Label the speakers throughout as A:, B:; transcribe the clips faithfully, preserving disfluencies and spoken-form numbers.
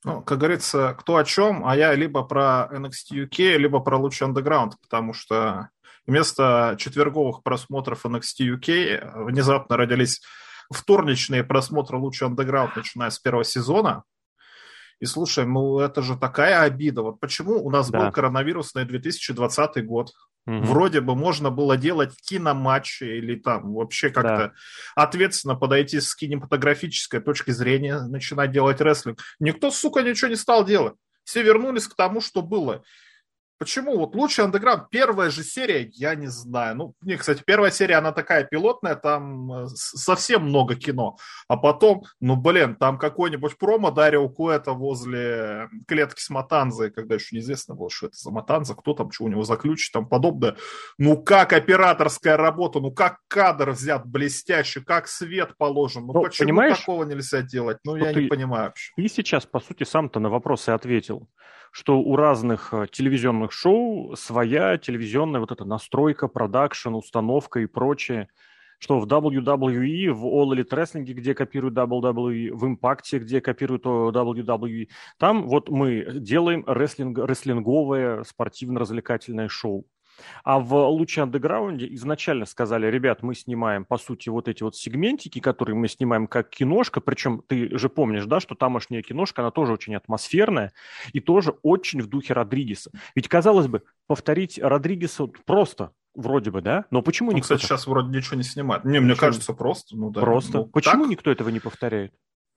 A: Ну, как говорится, кто о чем, а я либо про Эн Экс Ти ю Кей, либо про лучший андеграунд, потому что вместо четверговых просмотров Эн Экс Ти ю Кей внезапно родились вторничные просмотры лучший андеграунд, начиная с первого сезона. И слушай, ну это же такая обида. Вот почему у нас был
B: Да.
A: коронавирусный две тысячи двадцатый год?
B: Мгм.
A: Вроде бы можно было делать киноматчи или там вообще
B: Да.
A: как-то ответственно подойти с кинематографической точки зрения, начинать делать рестлинг. Никто, сука, ничего не стал делать. Все вернулись к тому, что было. Почему? Вот лучший андеграунд, первая же серия, я не знаю. Ну, не, кстати, первая серия, она такая пилотная, там э, с- совсем много кино. А потом, ну, блин, там какой-нибудь промо Дарио Куэта возле клетки с Матанзой, когда еще неизвестно было, что это за Матанза, кто там, что у него за ключ и тому подобное. Ну, как операторская работа, ну, как кадр взят блестяще, как свет положен. Ну,
B: Ну,
A: почему
B: понимаешь,
A: такого нельзя делать? Ну,
B: что
A: я не
B: ты,
A: понимаю вообще.
B: ты сейчас, по сути, сам-то на вопросы ответил, что у разных э, телевизионных шоу своя телевизионная вот эта настройка, продакшн, установка и прочее. Что в дабл ю дабл ю и, в All Elite Wrestling, где копируют дабл ю дабл ю и, в Impact, где копируют о, дабл ю дабл ю и, там вот мы делаем рестлинг, рестлинговое спортивно-развлекательное шоу. А в «Луче андеграунде» изначально сказали: ребят, мы снимаем, по сути, вот эти вот сегментики, которые мы снимаем как киношка, причем ты же помнишь, да, что тамошняя киношка, она тоже очень атмосферная и тоже очень в духе Родригеса. Ведь, казалось бы, повторить Родригеса вот просто, вроде бы, да, но почему
A: Он,
B: никто
A: кстати,
B: так?
A: сейчас вроде ничего не снимает. Не, мне
B: Ничего не-
A: кажется, просто, ну да.
B: Просто.
A: Ну,
B: Почему
A: так,
B: никто этого не повторяет?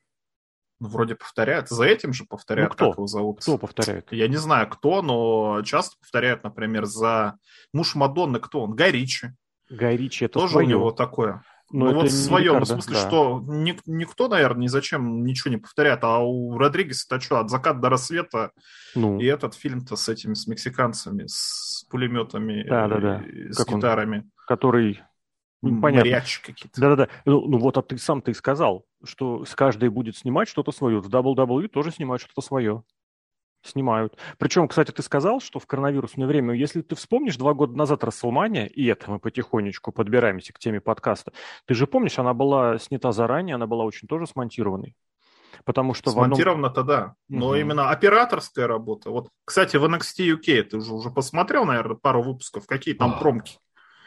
A: ну, вроде повторяют. За этим же
B: Ну,
A: повторяют, как
B: кто?
A: его зовут.
B: Кто повторяет?
A: Я не знаю, кто, но часто повторяют, например, за муж Мадонны, кто он? Гай Ричи.
B: Гай Ричи — это
A: Тоже у него
B: свое.
A: такое.
B: Но
A: Ну
B: это
A: вот
B: не
A: свое, ну в
B: Рикардо,
A: смысле,
B: да.
A: что ник- никто, наверное, ни зачем ничего не повторяет, а у Родригеса-то что, от заката до рассвета, и
B: Ну,
A: этот фильм-то с этими, с мексиканцами, с пулеметами,
B: да-да-да.
A: э, с
B: Как он?
A: гитарами,
B: Который... Ну,
A: м-
B: понятно.
A: мариачи какие-то.
B: Да-да-да. Ну, ну вот, а ты сам-то и сказал, что с каждой будет снимать что-то свое. В дабл ю дабл ю и тоже снимают что-то свое. Снимают. Причем, кстати, ты сказал, что в коронавирусное время, если ты вспомнишь, два года назад Расселмания, и это мы потихонечку подбираемся к теме подкаста, ты же помнишь, она была снята заранее, она была очень тоже смонтированной. Потому что в одном...
A: Смонтировано-то да, но
B: Мгм.
A: именно операторская работа. Вот, кстати, в Эн Экс Ти Ю Кей ты уже, уже посмотрел, наверное, пару выпусков, какие там
B: Ох,
A: промки?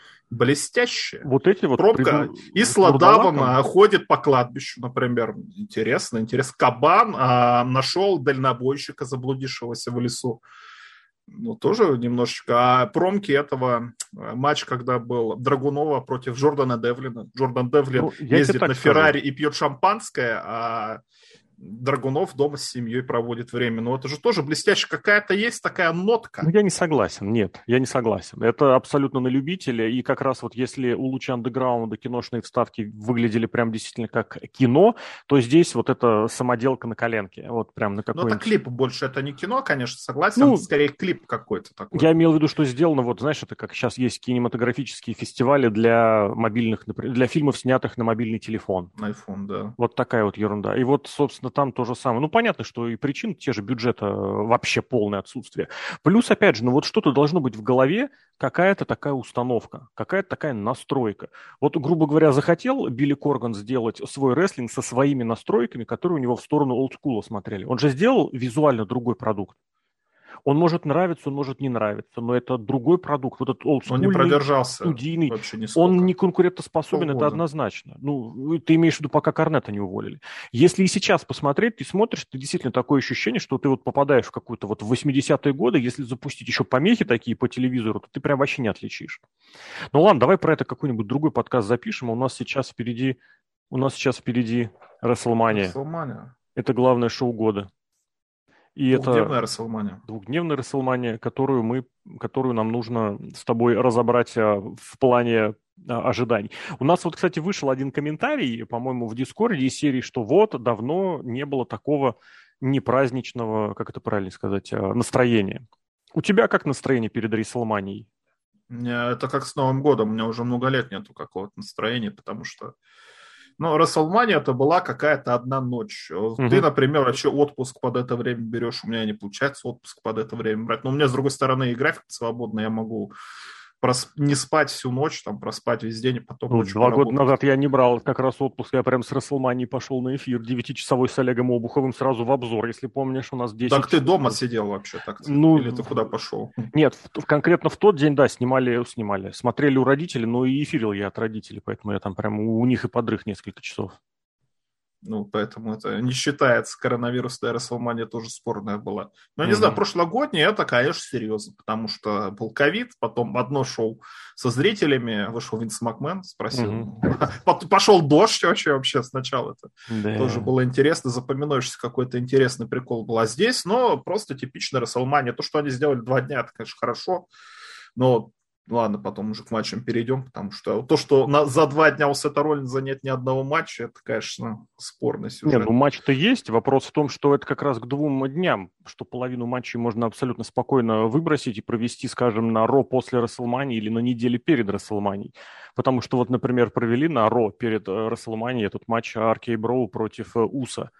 A: Блестящие.
B: вот эти вот
A: Пробка
B: приду...
A: и
B: с
A: с Ладавом
B: вурдалаком,
A: а, ходит по кладбищу, например. Интересно, интересно. Кабан а, нашел дальнобойщика, заблудившегося в лесу. Ну, тоже немножечко. А промки этого а, матч, когда был Драгунова против Джордана Девлина. Джордан Девлин
B: ну, я тебе
A: ездит
B: так
A: на
B: скажу.
A: Феррари и пьет шампанское, а Драгунов дома с семьей проводит время. Но это же тоже блестяще. Какая-то есть такая
B: Ну,
A: нотка.
B: я не согласен, нет, я не согласен. Это абсолютно на любителя, и как раз вот если у Луча Андеграунда киношные вставки выглядели прям действительно как кино, то здесь вот эта самоделка на коленке, вот прям на
A: Ну, это
B: какой-нибудь...
A: клип больше. Это не кино, конечно, согласен. Это
B: Ну,
A: скорее клип какой-то такой.
B: я имел в виду, что сделано, вот знаешь, это как сейчас есть кинематографические фестивали для мобильных, например, для фильмов, снятых на мобильный телефон.
A: iPhone, да.
B: Вот такая вот ерунда. И вот, собственно, там то же самое. Ну, понятно, что и причин те же бюджета э, вообще полное отсутствие. Плюс, опять же, ну вот что-то должно быть в голове, какая-то такая установка, какая-то такая настройка. Вот, грубо говоря, захотел Билли Корган сделать свой рестлинг со своими настройками, которые у него в сторону олдскула смотрели. Он же сделал визуально другой продукт. Он может нравиться, он может не нравиться, но это другой продукт. Вот этот
A: Он не
B: олдскульный,
A: продержался
B: студийный,
A: вообще
B: он
A: нисколько.
B: не конкурентоспособен, это
A: Полгода.
B: однозначно. Ну, ты имеешь в виду, пока Корнета не уволили. Если и сейчас посмотреть, ты смотришь, ты действительно такое ощущение, что ты вот попадаешь в какую-то вот в восьмидесятые годы, если запустить еще помехи такие по телевизору, то ты прям вообще не отличишь. Ну ладно, давай про это какой-нибудь другой подкаст запишем. У нас сейчас впереди, у нас сейчас впереди WrestleMania.
A: Расселмания.
B: Это главное шоу года. И это
A: Двухдневная Расселмания.
B: двухдневная Расселмания, которую мы, которую нам нужно с тобой разобрать а, в плане а, ожиданий. У нас вот, кстати, вышел один комментарий, по-моему, в Дискорде из серии, что вот давно не было такого непраздничного, как это правильно сказать, а, настроения. У тебя как настроение перед Расселманией?
A: У меня это как с Новым годом. У меня уже много лет нету какого-то настроения, потому что ну, Расселмания это была какая-то одна ночь. Ты,
B: Мгм.
A: например, вообще отпуск под это время берешь. У меня не получается отпуск под это время брать. Но у меня, с другой стороны, и график свободный. Я могу прос... не спать всю ночь, там, проспать весь день, и потом
B: Ну,
A: ночью
B: два года
A: поработать.
B: назад я не брал как раз отпуск, я прям с Расселмании пошел на эфир, девятичасовой с Олегом Обуховым сразу в обзор, если помнишь, у нас десять
A: Так ты
B: часов.
A: дома сидел вообще так-то? Или ты
B: Ну,
A: куда пошел?
B: нет, в- конкретно в тот день, да, снимали, снимали, смотрели у родителей, но и эфирил я от родителей, поэтому я там прям у у них и подрых несколько часов.
A: Ну, поэтому это не считается. Коронавирусная Расселмания тоже спорная была. Но, не знаю,
B: Мгм.
A: прошлогодняя, это, конечно, серьезно, потому что был ковид, потом одно шоу со зрителями, вышел Винс Макмен,
B: Мгм.
A: спросил, потом пошел дождь вообще, вообще сначала это тоже
B: Да.
A: было интересно, запоминающийся какой-то интересный прикол был. А здесь, но просто типичная Расселмания. То, что они сделали два дня, это, конечно, хорошо, но ладно, потом уже к матчам перейдем, потому что то, что на, за два дня у Сета Роллинза нет ни одного матча, это, конечно, спорный
B: Не,
A: сюжет.
B: ну матч-то есть. Вопрос в том, что это как раз к двум дням, что половину матчей можно абсолютно спокойно выбросить и провести, скажем, на Ро после Расселмании или на неделе перед Расселманией. Потому что вот, например, провели на Ро перед э, Расселманией этот матч ар кей Броу против э, Уса.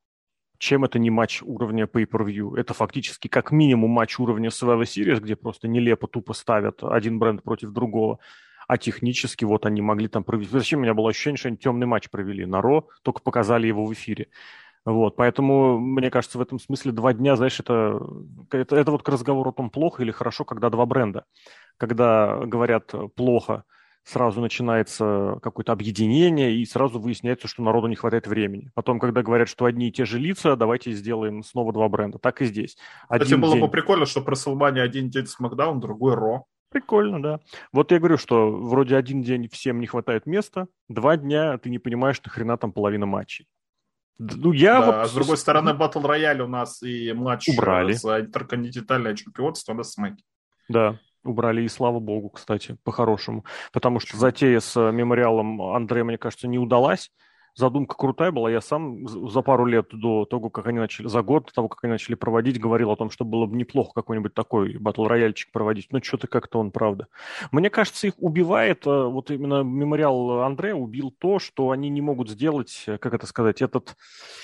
B: Чем это не матч уровня Pay-Per-View? Это фактически как минимум матч уровня Survivor Series, где просто нелепо тупо ставят один бренд против другого. А технически вот они могли там провести. Зачем у меня было ощущение, что они темный матч провели на Ро, только показали его в эфире. Вот, поэтому, мне кажется, в этом смысле два дня, знаешь, это, это, это вот к разговору о том, плохо или хорошо, когда два бренда. Когда говорят плохо, сразу начинается какое-то объединение, и сразу выясняется, что народу не хватает времени. Потом, когда говорят, что одни и те же лица, давайте сделаем снова два бренда. Так и здесь.
A: Кстати,
B: Один
A: было бы
B: день.
A: прикольно, что про Расселмания один день Смакдаун, другой Ро.
B: Прикольно, да. Вот я говорю, что вроде один день всем не хватает места, два дня ты не понимаешь, нахрена там половина матчей. Д- Ну, я
A: Да,
B: вот
A: а с другой стороны, Battle Royale у нас и матч э,
B: убрали.
A: за интерконтинентальное чемпионство на Смэке.
B: Да, убрали, и слава богу, кстати, по-хорошему. Потому что
A: Почему?
B: затея с э, мемориалом Андрея, мне кажется, не удалась. Задумка крутая была. Я сам з- за пару лет до того, как они начали, за год до того, как они начали проводить, говорил о том, что было бы неплохо какой-нибудь такой батл-рояльчик проводить. Но что-то как-то он, правда. Мне кажется, их убивает, э, вот именно мемориал Андрея убил то, что они не могут сделать, э, как это сказать, этот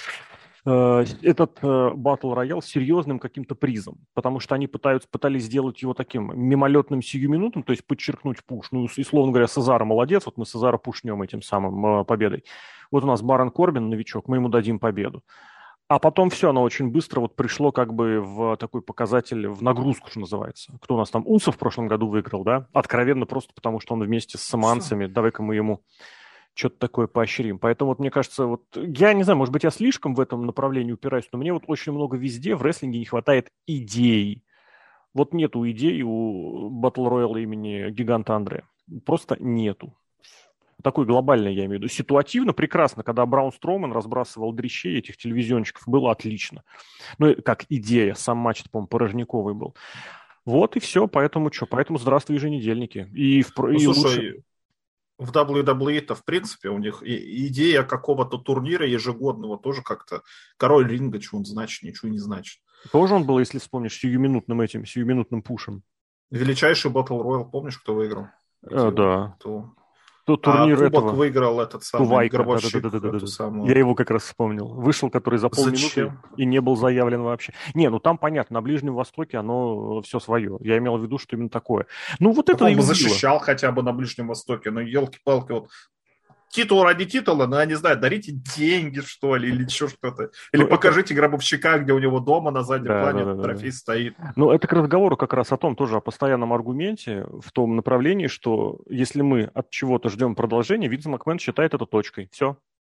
B: э, этот батл роял серьезным каким-то призом, потому что они пытаются, пытались сделать его таким мимолетным сиюминутным, то есть подчеркнуть пуш. Ну, и, условно говоря, Сезара молодец, вот мы Сезара пушнем этим самым э, победой. Вот у нас Барон Корбин, новичок, мы ему дадим победу. А потом все, оно очень быстро вот пришло как бы в такой показатель, в нагрузку, что называется. Кто у нас там? Усов в прошлом году выиграл, да? Откровенно просто потому, что он вместе с
A: Всё.
B: саманцами, давай-ка мы ему что-то такое поощрим. Поэтому вот мне кажется, вот я не знаю, может быть, я слишком в этом направлении упираюсь, но мне вот очень много везде в рестлинге не хватает идей. Вот нету идей у Battle Royale имени Гиганта Андре. Просто нету. Такой глобальный, я имею в виду. Ситуативно прекрасно, когда Браун Строуман разбрасывал дрищей этих телевизионщиков, было отлично. Ну, как идея, сам матч, по-моему, порожниковый был. Вот и все, поэтому что, поэтому здравствуй, еженедельники. И, в,
A: Ну,
B: и лучше...
A: слушай, в дабл ю дабл ю и-то, в принципе, у них и- идея какого-то турнира ежегодного тоже как-то... Король ринга, что он значит, ничего не значит.
B: Тоже он был, если вспомнишь, сиюминутным этим, сиюминутным пушем.
A: Величайший Battle Royale, помнишь, кто выиграл?
B: Э,
A: Где он?
B: да.
A: Кто?
B: То
A: А
B: турнир
A: кубок
B: этого,
A: выиграл этот самый
B: Кувайка,
A: гробовщик,
B: да-да-да-да-да.
A: эту
B: Я
A: самую...
B: его как раз вспомнил. Вышел, который за полминуты
A: Зачем?
B: и не был заявлен вообще. Не, ну там понятно, на Ближнем Востоке оно все свое. Я имел в виду, что именно такое. Ну вот
A: Так
B: это и
A: он бы
B: убило.
A: защищал хотя бы на Ближнем Востоке. Ну, елки-палки, вот титул ради титула, ну, я не знаю, дарите деньги, что ли, или еще что-то. Или
B: Ну, это...
A: покажите гробовщика, где у него дома на заднем
B: Да,
A: плане
B: да, да,
A: этот
B: да,
A: трофей
B: да.
A: стоит.
B: Ну, это к разговору как раз о том, тоже о постоянном аргументе в том направлении, что если мы от чего-то ждем продолжения, Винс Макмен считает это точкой. Все.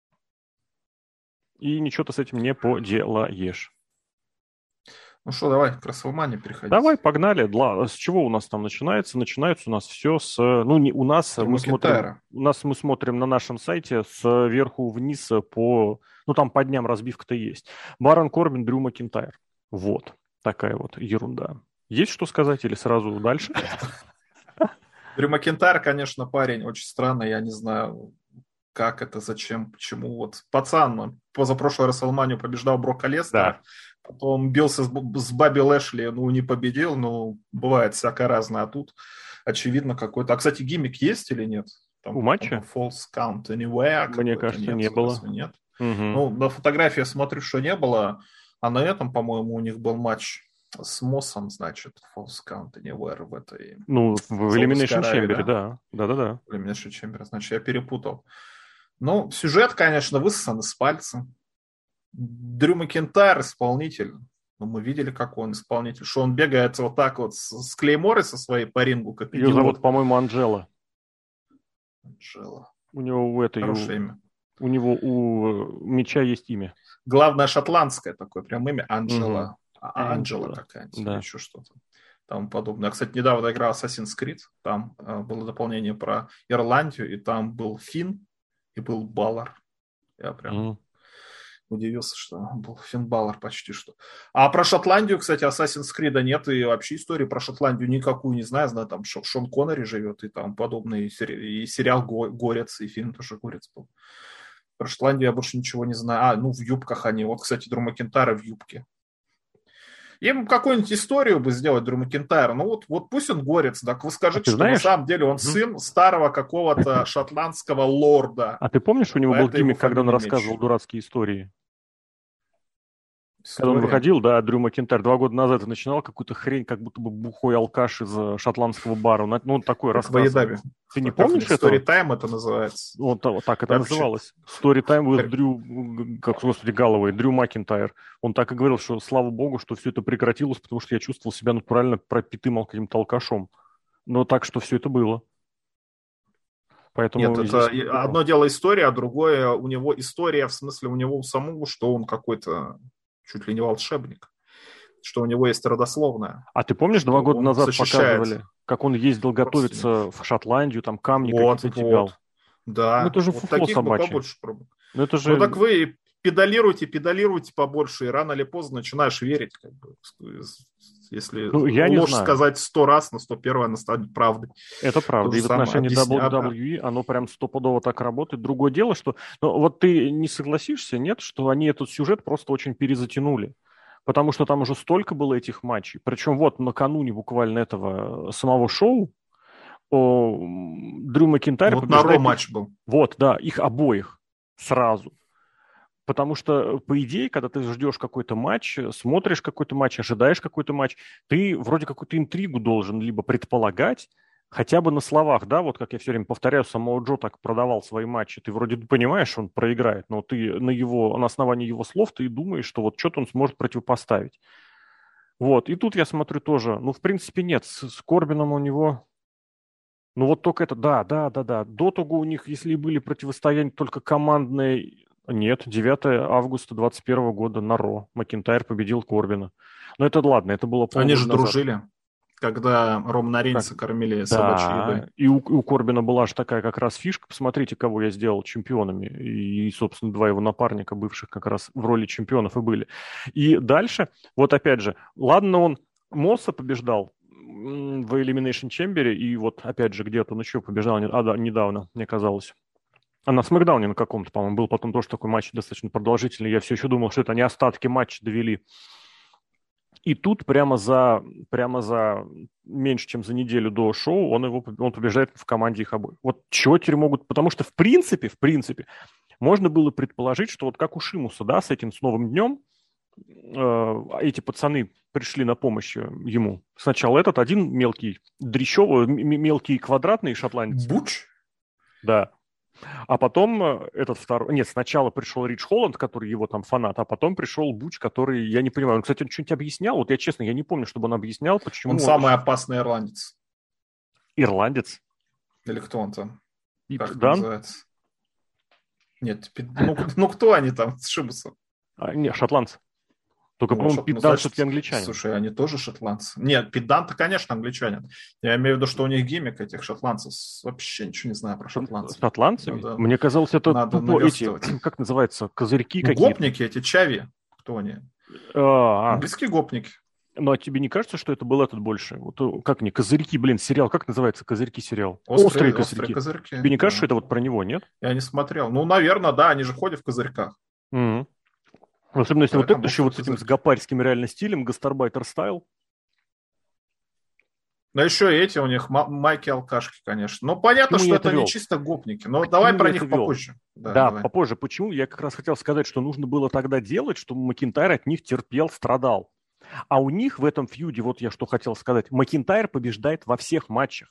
B: И ничего ты с этим не поделаешь.
A: Ну что, давай к Расселмане переходить.
B: Давай, погнали. С чего у нас там начинается? Начинается у нас все с... Ну, не у нас, мы смотрим, у нас мы смотрим на нашем сайте сверху вниз по... Ну, там по дням разбивка-то есть. Барон Корбин, Дрю Макинтайр. Вот. Такая вот ерунда. Есть что сказать или сразу дальше?
A: Дрю Макинтайр, конечно, парень очень странный. Я не знаю, как это, зачем, почему. Вот пацан позапрошлой Расселманию побеждал Брока Леснера. Да. Потом бился с, с Бобби Лэшли, ну, не победил, ну, бывает всякое разное. А тут, очевидно, какой-то... А, кстати, гиммик есть или нет? Там,
B: у матча?
A: False Count Anywhere.
B: Мне кажется,
A: нет,
B: не было.
A: Нет.
B: Угу.
A: Ну, на фотографии я смотрю, что не было. А на этом, по-моему, у них был матч с Моссом, значит, Falls Count Anywhere в этой...
B: Ну, в Elimination Chamber,
A: да?
B: да. Да-да-да.
A: В Elimination Chamber, значит, я перепутал. Ну, сюжет, конечно, высосан из пальца. Дрю Макентайр исполнитель. Ну, мы видели, как он исполнитель. Что он бегает вот так вот с, с клейморой со своей по рингу, как
B: Ее
A: идиот.
B: зовут, по-моему, Анджела.
A: Анджела.
B: У него у этой...
A: Хорошее
B: у,
A: имя.
B: У него у меча есть имя.
A: Главное, шотландское такое, прям имя Анджела.
B: Угу.
A: А, Анджела какая-нибудь,
B: да.
A: или еще что-то тому подобное. Я, кстати, недавно играл Assassin's Creed, там э, было дополнение про Ирландию, и там был Финн и был Баллар. Я прям угу. удивился, что был Финн Баллар почти что. А про Шотландию, кстати, Assassin's Creed нет, и вообще истории про Шотландию никакую не знаю. Знаю, там Шон Коннери живет, и там подобные, и сериал «Горец», и фильм тоже «Горец» был. Про Шотландию я больше ничего не знаю. А, ну, в юбках они. Вот, кстати, Дрю Макентайр в юбке. Им какую-нибудь историю бы сделать, Дрю Макентайр. Ну, вот, вот пусть он горец. Так вы скажите, а что знаешь? На самом деле он сын старого какого-то шотландского лорда.
B: А ты помнишь, у него был гиммик, когда он рассказывал меч. дурацкие истории? История. Когда он выходил, да, Дрю Макентайр два года назад и начинал какую-то хрень, как будто бы бухой алкаш из шотландского бара. Ну, он такой рассказывал. Ты не помнишь это?
A: Storytime это называется.
B: Вот, вот так это Я называлось. Storytime with Дрю, как, господи, Галлоуэй, Дрю Макентайр. Он так и говорил, что слава богу, что все это прекратилось, потому что я чувствовал себя натурально пропитым каким-то алкашом. Но так, что все это было.
A: Поэтому Нет, это не одно дело история, а другое у него история, в смысле у него у самого, что он какой-то чуть ли не волшебник, что у него есть родословное.
B: А ты помнишь, два года назад показывали, как он ездил готовиться в Шотландию, там камни
A: вот,
B: какие-то тягал?
A: Вот. Да.
B: Ну это же
A: вот
B: фуфло собачье.
A: Ну, это же... ну так вы педалируйте, педалируйте побольше, и рано или поздно начинаешь верить. Как бы, если
B: ну, я
A: ложь
B: не
A: сказать сто раз, но сто первое она станет правдой.
B: Это правда. И в отношении дабл ю дабл ю и оно прям стопудово так работает. Другое дело, что... Ну, вот ты не согласишься, нет, что они этот сюжет просто очень перезатянули. Потому что там уже столько было этих матчей. Причем вот накануне буквально этого самого шоу о, Дрю Макентайр
A: вот побеждает... на Ро матч был.
B: Вот, да, их обоих сразу. Потому что, по идее, когда ты ждешь какой-то матч, смотришь какой-то матч, ожидаешь какой-то матч, ты вроде какую-то интригу должен либо предполагать, хотя бы на словах, да, вот как я все время повторяю, самого Джо так продавал свои матчи, ты вроде понимаешь, что он проиграет, но ты на его, на основании его слов ты думаешь, что вот что-то он сможет противопоставить. Вот, и тут я смотрю тоже, ну, в принципе, нет, с, с Корбином у него... Ну, вот только это, да, да, да, да, до того у них, если и были противостояния только командные... Нет, девятого августа двадцать первого года на Ро Макентайр победил Корбина. Но это ладно, это было полгода
A: Они же
B: назад.
A: дружили, когда Романа Рейнса кормили
B: да,
A: собачьей едой.
B: И у, у Корбина была же такая как раз фишка. Посмотрите, кого я сделал чемпионами. И, собственно, два его напарника, бывших как раз в роли чемпионов и были. И дальше, вот опять же, ладно, он Мосса побеждал в Elimination Chamber, и вот опять же, где-то он еще побеждал, а, да, недавно, мне казалось. А на Смэкдауне на каком-то, по-моему, был потом тоже такой матч достаточно продолжительный. Я все еще думал, что это они остатки матча довели. И тут прямо за, прямо за меньше, чем за неделю до шоу он, его, он побеждает в команде их обоих. Вот чего теперь могут... Потому что в принципе, в принципе, можно было предположить, что вот как у Шимуса, да, с этим с новым днем, э, эти пацаны пришли на помощь ему. Сначала этот один мелкий дрищевый, мелкий квадратный шотландец.
A: Буч?
B: Да. А потом этот второй... Нет, сначала пришел Рич Холланд, который его там фанат, а потом пришел Буч, который... Я не понимаю. Он, кстати, он что-нибудь объяснял? Вот я, честно, я не помню, чтобы он объяснял, почему...
A: Он самый опасный ирландец.
B: Ирландец?
A: Или кто он там?
B: Пит
A: как
B: Дан?
A: называется? Нет, Пит... ну, ну кто они там с Шибусом?
B: А, не, шотландцы. Только, ну, по-моему, Пит Дан все-таки англичанин.
A: Слушай, они тоже шотландцы. Нет, Пит Дан-то, конечно, англичанин. Я имею в виду, что у них гиммик этих шотландцев. Вообще ничего не знаю про шотландцев.
B: Шотландцами?
A: Надо,
B: Мне казалось, это
A: надо
B: тупо эти, как называется, козырьки
A: ну,
B: какие-то.
A: Гопники эти, чави. Кто они?
B: А,
A: Английские гопники.
B: Ну, а тебе не кажется, что это был этот больше? Вот, как они, козырьки, блин, сериал, как называется козырьки сериал?
A: Острые,
B: острые козырьки.
A: Острые козырьки.
B: Тебе не кажется,
A: да.
B: что это вот про него, нет?
A: Я не смотрел. Ну, наверное, да, они же ходят в козырьках.
B: Mm-hmm. Особенно если вот это еще вот с этим с гопарским реально стилем, гастарбайтер стайл.
A: Ну, еще и эти у них майки алкашки, конечно. Ну, понятно, Почему что это вел? Не чисто гопники. Но Почему давай про них вел? Попозже.
B: Да, да попозже. Почему? Я как раз хотел сказать, что нужно было тогда делать, чтобы Макентайр от них терпел, страдал. А у них в этом фьюде, вот я что хотел сказать, Макинтайр побеждает во всех матчах.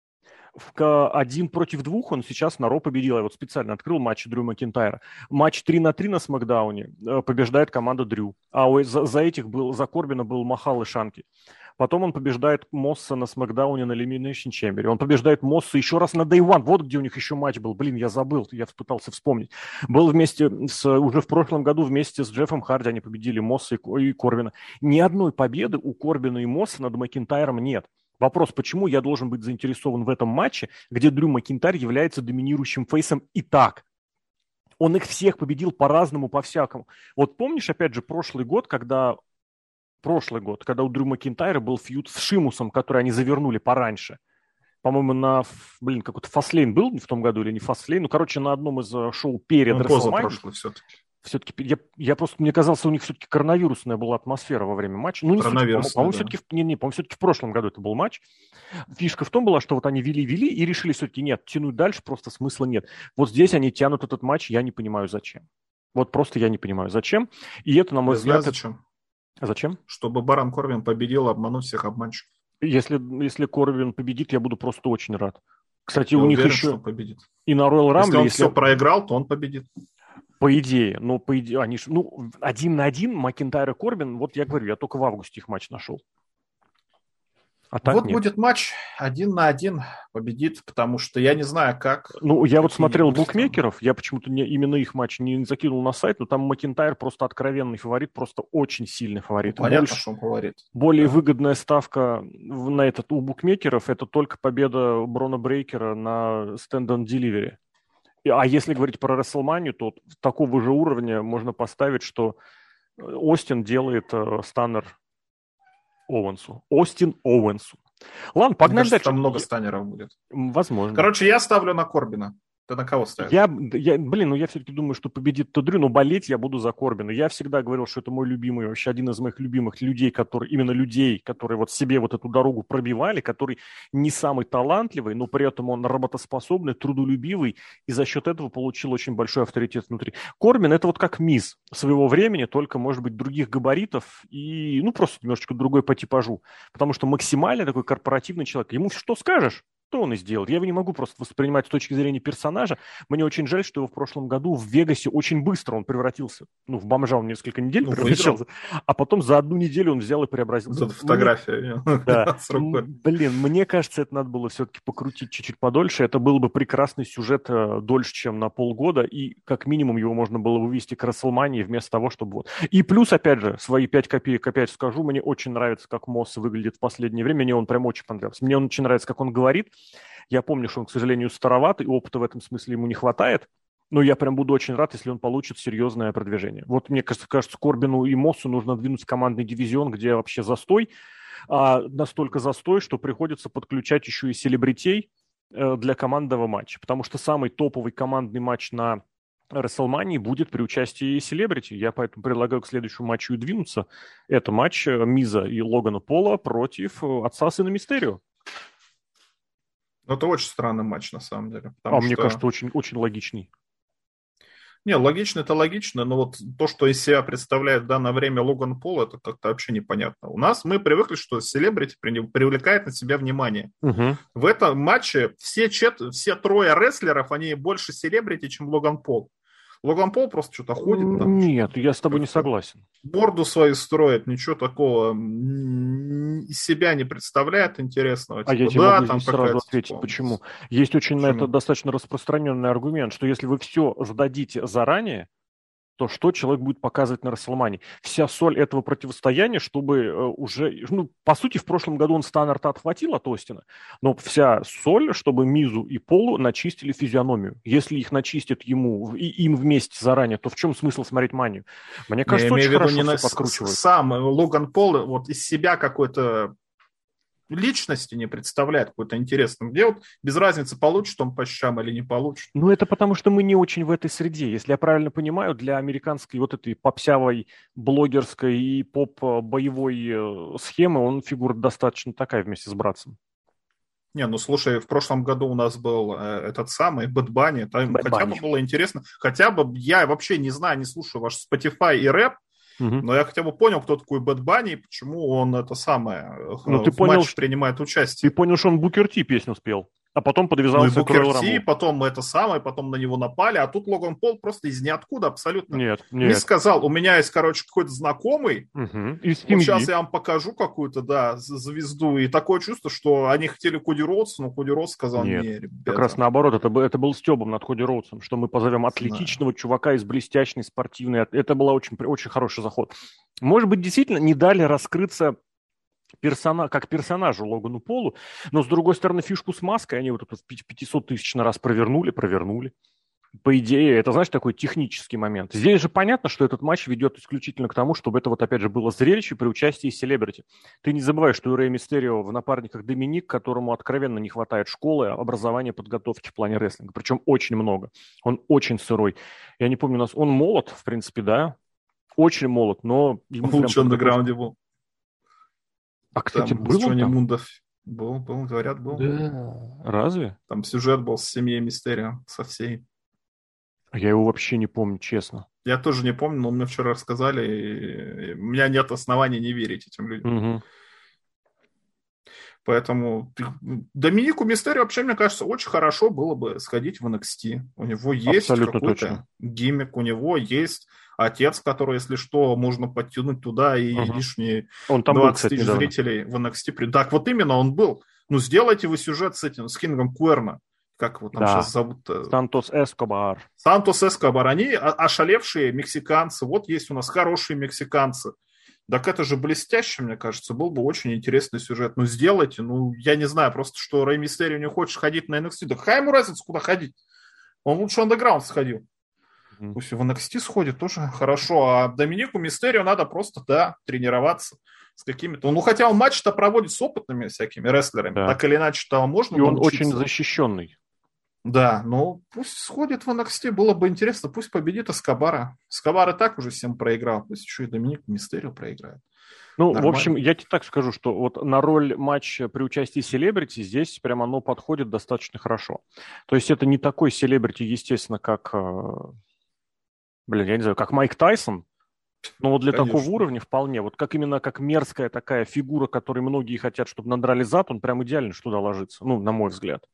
B: В один против двух он сейчас на Ро победил. Я вот специально открыл матч Дрю Макинтайра. Матч три на три на Смакдауне побеждает команда Дрю. А за, за этих был, за Корбина был Махал и Шанки. Потом он побеждает Мосса на Смакдауне на Elimination Chamber. Он побеждает Мосса еще раз на Day One. Вот где у них еще матч был. Блин, я забыл, я пытался вспомнить. Был вместе с, уже в прошлом году вместе с Джеффом Харди они победили Мосса и, и Корбина. Ни одной победы у Корбина и Мосса над Макинтайром нет. Вопрос, почему я должен быть заинтересован в этом матче, где Дрю Макинтайр является доминирующим фейсом и так. Он их всех победил по-разному, по-всякому. Вот помнишь, опять же, прошлый год, когда... Прошлый год, когда у Дрю Макинтайра был фьюд с Шимусом, который они завернули пораньше. По-моему, на... Блин, какой-то Фастлейн был в том году или не Фастлейн? Ну, короче, на одном из шоу перед
A: ну,
B: Расселманией.
A: Позапрошлый все-таки.
B: Все-таки я, я просто, мне казалось, у них все-таки коронавирусная была атмосфера во время матча. Ну, не суть, по-моему, по-моему, да. все-таки, не, не, по-моему, все-таки в прошлом году это был матч. Фишка в том была, что вот они вели-вели и решили все-таки нет, тянуть дальше просто смысла нет. Вот здесь они тянут этот матч, я не понимаю зачем. Вот просто я не понимаю зачем. И это, на мой
A: я
B: взгляд...
A: Знаю, зачем.
B: Это... Зачем?
A: Чтобы Барон Корбин победил, обмануть всех обманщиков.
B: Если, если Корбин победит, я буду просто очень рад. Кстати,
A: я
B: у
A: уверен,
B: них еще...
A: что победит.
B: И на Royal Rumble...
A: Если он
B: если...
A: все проиграл, то он победит.
B: По идее, но по идее, они ж, ну, один на один Макинтайр и Корбин, вот я говорю, я только в августе их матч нашел.
A: А так вот нет. Будет матч один на один, победит, потому что я не знаю, как...
B: Ну, я вот смотрел букмекеров, я почему-то не, именно их матч не закинул на сайт, но там Макинтайр просто откровенный фаворит, просто очень сильный фаворит.
A: Ну, понятно,
B: Больше,
A: что он фаворит.
B: Более да. выгодная ставка на этот у букмекеров, это только победа Брона Брейкера на Stand and Delivery. А если говорить про Расселманию, то такого же уровня можно поставить, что Остин делает э, станнер Оуэнсу. Остин Оуэнсу. Ладно, погнали дальше.
A: Там много станнеров будет.
B: Возможно.
A: Короче, я ставлю на Корбина. Ты на кого ставишь?
B: Я, я, блин, ну я все-таки думаю, что победит Дрю, но болеть я буду за Корбина. Я всегда говорил, что это мой любимый, вообще один из моих любимых людей, которые, именно людей, которые вот себе вот эту дорогу пробивали, который не самый талантливый, но при этом он работоспособный, трудолюбивый, и за счет этого получил очень большой авторитет внутри. Корбин – это вот как Миз своего времени, только, может быть, других габаритов и, ну, просто немножечко другой по типажу. Потому что максимально такой корпоративный человек. Ему что скажешь? Что он и сделал. Я его не могу просто воспринимать с точки зрения персонажа. Мне очень жаль, что его в прошлом году в Вегасе очень быстро он превратился. Ну, в бомжа он несколько недель ну, превращался, а потом за одну неделю он взял и преобразился.
A: За фотография.
B: Да. Блин, мне кажется, это надо было все-таки покрутить чуть-чуть подольше. Это был бы прекрасный сюжет дольше, чем на полгода, и как минимум его можно было вывести к Расселмании вместо того, чтобы вот. И плюс, опять же, свои пять копеек опять скажу, мне очень нравится, как Мосс выглядит в последнее время. Мне он прям очень понравился. Мне он очень нравится, как он говорит. Я помню, что он, к сожалению, староват, и опыта в этом смысле ему не хватает, но я прям буду очень рад, если он получит серьезное продвижение. Вот мне кажется, кажется, Корбину и Моссу нужно двинуть в командный дивизион, где вообще застой, а настолько застой, что приходится подключать еще и селебритей для командного матча, потому что самый топовый командный матч на Расселмании будет при участии селебрити. Я поэтому предлагаю к следующему матчу и двинуться. Это матч Миза и Логана Пола против отца сына Мистерио.
A: Ну, это очень странный матч, на самом деле.
B: А что... мне кажется, очень, очень логичный.
A: Не, логично это логично, но вот то, что из себя представляет в данное время Логан Пол, это как-то вообще непонятно. У нас мы привыкли, что селебрити привлекает на себя внимание.
B: Угу.
A: В этом матче все, чет... все трое рестлеров, они больше селебрити, чем Логан Пол. Логан Пол просто что-то ходит там.
B: Нет,
A: что-то,
B: я с тобой не согласен.
A: Борду свою строит, ничего такого из себя не представляет интересного.
B: А
A: типа,
B: я тебе
A: да,
B: могу
A: там
B: здесь сразу ответить, типа, почему. Есть очень почему? на это достаточно распространенный аргумент, что если вы все сдадите заранее, то что человек будет показывать на Расселмании? Вся соль этого противостояния, чтобы э, уже... Ну, по сути, в прошлом году он стандарт отхватил от Остина, но вся соль, чтобы Мизу и Полу начистили физиономию. Если их начистят ему и им вместе заранее, то в чем смысл смотреть Манию? Мне кажется,
A: Я
B: очень хорошо
A: не
B: все
A: на...
B: подкручивают.
A: Сам Логан Пол вот из себя какой-то личности не представляет какой-то интересный. Где вот без разницы, получит он по щам или не получит.
B: Ну, это потому, что мы не очень в этой среде. Если я правильно понимаю, для американской вот этой попсявой, блогерской и поп-боевой схемы он фигура достаточно такая вместе с братцем.
A: Не, ну слушай, в прошлом году у нас был э, этот самый Бэд Банни, там
B: Bad
A: хотя
B: Bunny.
A: бы было интересно, хотя бы я вообще не знаю, не слушаю ваш Spotify и рэп,
B: Угу.
A: Но я хотя бы понял, кто такой Бэд Банни и почему он это самое
B: ну,
A: в
B: ты понял,
A: матче принимает участие.
B: Ты понял, что он Букер Ти песню спел, а потом подвязался
A: ну,
B: к Ройл
A: Букер Ти,
B: Рамблу.
A: потом это самое, потом на него напали, а тут Логан Пол просто из ниоткуда абсолютно.
B: Нет, нет.
A: Мне сказал, у меня есть, короче, какой-то знакомый,
B: угу. Из
A: вот сейчас я вам покажу какую-то, да, звезду, и такое чувство, что они хотели Коди Роудса, но Коди Роудс сказал,
B: нет,
A: не, ребята.
B: Как раз наоборот, это, это был стебом над Коди Роудсом, что мы позовем атлетичного да. чувака из блестящей спортивной. Это был очень, очень хороший заход. Может быть, действительно не дали раскрыться персона, как персонажу Логану Полу, но, с другой стороны, фишку с маской они вот этот пятьсот тысяч на раз провернули, провернули. По идее, это, знаешь, такой технический момент. Здесь же понятно, что этот матч ведет исключительно к тому, чтобы это вот, опять же, было зрелище при участии селебрити. Ты не забывай, что у Рэй Мистерио в напарниках Доминик, которому откровенно не хватает школы, образования, подготовки в плане рестлинга. Причем очень много. Он очень сырой. Я не помню, у нас он молод, в принципе, да, очень молод, но...
A: Ему лучше в андеграунде был.
B: А, кстати,
A: там,
B: был
A: с Джонни
B: он там?
A: Мундов был, был, говорят, был.
B: Да. Разве?
A: Там сюжет был с семьей Мистерио, со всей.
B: Я его вообще не помню, честно.
A: Я тоже не помню, но мне вчера рассказали, и у меня нет оснований не верить этим людям.
B: Угу.
A: Поэтому Доминику Мистерио вообще, мне кажется, очень хорошо было бы сходить в эн экс ти. У него есть
B: абсолютно
A: какой-то
B: точно.
A: гиммик, у него есть отец, который, если что, можно подтянуть туда, и угу. лишние
B: он там
A: двадцать
B: был,
A: тысяч
B: недавно.
A: зрителей в эн экс ти. Так вот именно он был. Ну, сделайте вы сюжет с этим, с Кингом Куэрна. Как его там да. сейчас зовут-то?
B: Сантос Эскобар.
A: Сантос Эскобар. Они ошалевшие мексиканцы. Вот есть у нас хорошие мексиканцы. Так это же блестяще, мне кажется. Был бы очень интересный сюжет. Ну, сделайте. Ну, я не знаю, просто что Рэй Мистерио не хочет ходить на эн экс ти. Да какая ему разница, куда ходить? Он лучше в андеграунд сходил. Mm-hmm. Пусть в эн экс ти сходит, тоже хорошо. А Доминику Мистерио надо просто, да, тренироваться с какими-то... Ну, хотя он матч-то проводит с опытными всякими рестлерами. Да. Так или иначе-то можно
B: И он
A: научиться.
B: очень защищенный.
A: Да, ну пусть сходит в эн экс ти, было бы интересно, пусть победит Эскобара. Эскобар и так уже всем проиграл, пусть еще и Доминик Мистерио проиграет.
B: Ну,
A: Нормально.
B: В общем, я тебе так скажу, что вот на роль матча при участии селебрити здесь прямо оно подходит достаточно хорошо. То есть это не такой селебрити, естественно, как, блин, я не знаю, как Майк Тайсон, но вот для Конечно. Такого уровня вполне. Вот как именно как мерзкая такая фигура, которой многие хотят, чтобы надрали зад, он прям идеально туда ложится, ну, на мой взгляд.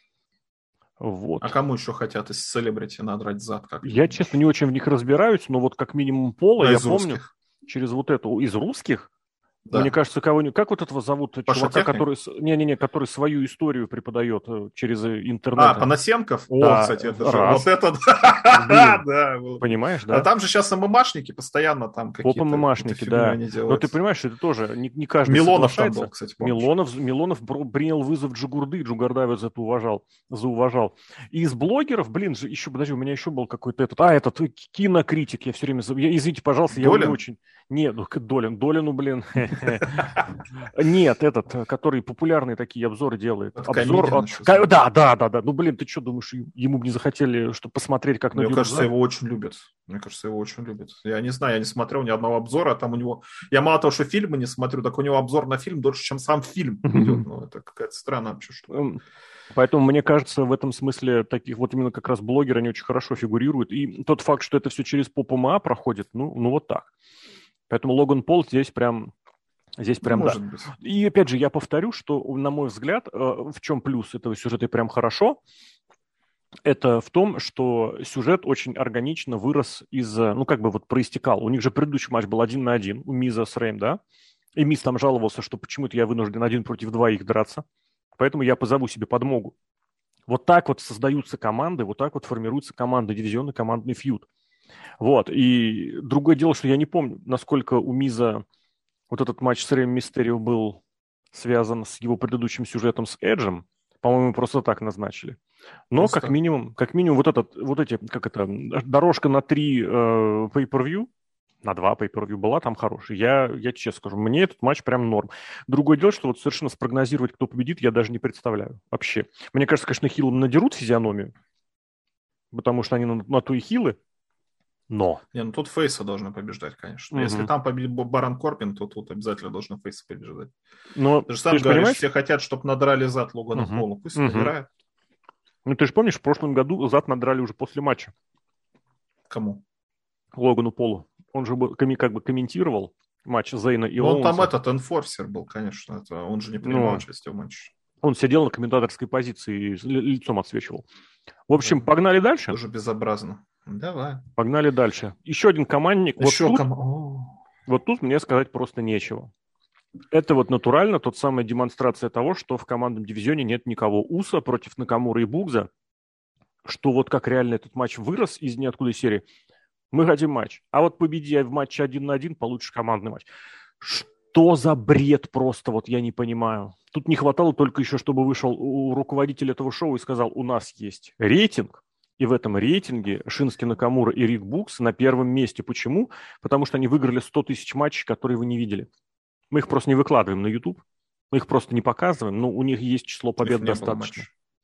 B: Вот.
A: А кому еще хотят из селебрити надрать зад? Как
B: я, честно, не очень в них разбираюсь, но вот как минимум Пола,
A: а
B: я
A: из
B: помню,
A: русских?
B: Через вот эту, из русских,
A: да.
B: Мне кажется, кого-нибудь... Как вот этого зовут
A: Паша
B: чувака,
A: Техник?
B: который... Не-не-не, который свою историю преподает через интернет.
A: А, Панасенков? О,
B: да,
A: кстати, это же...
B: раз.
A: Вот это... да,
B: понимаешь, да?
A: А там же сейчас ММАшники постоянно там какие-то...
B: Поп-ММАшники, да. Но ты понимаешь, это тоже не, не каждый
A: Милонов там был, кстати,
B: Милонов, Милонов принял вызов Джигурды, Джугардавец это уважал, зауважал. И из блогеров, блин, же еще, подожди, у меня еще был какой-то этот... А, этот кинокритик, я все время... Я, извините, пожалуйста, я не очень... Нет, ну, Долин, Долину, блин. Нет, этот, который популярные такие обзоры делает. Обзор. Да, да, да, да. Ну, блин, ты что думаешь, ему бы не захотели, чтобы посмотреть, как на
A: Мне кажется, его очень любят. Мне кажется, его очень любят. Я не знаю, я не смотрел ни одного обзора, а там у него... Я мало того, что фильмы не смотрю, так у него обзор на фильм дольше, чем сам фильм идет. Ну, это какая-то странная вообще штука.
B: Поэтому, мне кажется, в этом смысле таких вот именно как раз блогеры, они очень хорошо фигурируют. И тот факт, что это все через поп-МА проходит, ну, ну вот так. Поэтому Логан Пол здесь прям, здесь прям,
A: ну,
B: да. Быть. И опять же, я повторю, что, на мой взгляд, в чем плюс этого сюжета и прям хорошо, это в том, что сюжет очень органично вырос из, ну, как бы вот проистекал. У них же предыдущий матч был один на один у Миза с Рэем, да? И Миз там жаловался, что почему-то я вынужден один против двоих драться, поэтому я позову себе подмогу. Вот так вот создаются команды, вот так вот формируются команды, дивизионный командный фьюд. Вот, и другое дело, что я не помню, насколько у Миза вот этот матч с Рэем Мистерио был связан с его предыдущим сюжетом с Эджем. По-моему, просто так назначили. Но просто. как минимум, как минимум вот, этот, вот эти, как это, дорожка на три э, pay-per-view, на два pay-per-view была там хорошая. Я, я честно скажу, мне этот матч прям норм. Другое дело, что вот совершенно спрогнозировать, кто победит, я даже не представляю вообще. Мне кажется, конечно, хилам надерут физиономию, потому что они на, на то и хилы. Но.
A: Не, ну тут фейса должны побеждать, конечно. Mm-hmm. Если там победит Барон Корбин, то тут обязательно должны фейсы побеждать.
B: Но,
A: ты же сам ты говоришь, понимаешь? Все хотят, чтобы надрали зад Логана mm-hmm. Пола. Пусть mm-hmm. набирают.
B: Ну ты же помнишь, в прошлом году зад надрали уже после матча.
A: Кому?
B: Логану Полу. Он же как бы комментировал матч Зейна и Оуэнса.
A: Он там этот энфорсер был, конечно. Это, он же не принимал ну, участие в матче.
B: Он сидел на комментаторской позиции и лицом отсвечивал. В общем, да. Погнали дальше?
A: Тоже безобразно. Давай.
B: Погнали дальше. Еще один командник.
A: Еще
B: вот, тут,
A: ком...
B: вот тут мне сказать просто нечего. Это вот натурально тот самая демонстрация того, что в командном дивизионе нет никого. Уса против Накамуры и Бугза. Что вот как реально этот матч вырос из ниоткуда серии. Мы хотим матч. А вот победи в матче один на один, получишь командный матч. Что за бред просто, вот я не понимаю. Тут не хватало только еще, чтобы вышел руководитель этого шоу и сказал, у нас есть рейтинг, и в этом рейтинге Шински Накамура и Рик Букс на первом месте. Почему? Потому что они выиграли сто тысяч матчей, которые вы не видели. Мы их просто не выкладываем на YouTube, мы их просто не показываем, но у них есть число побед достаточно.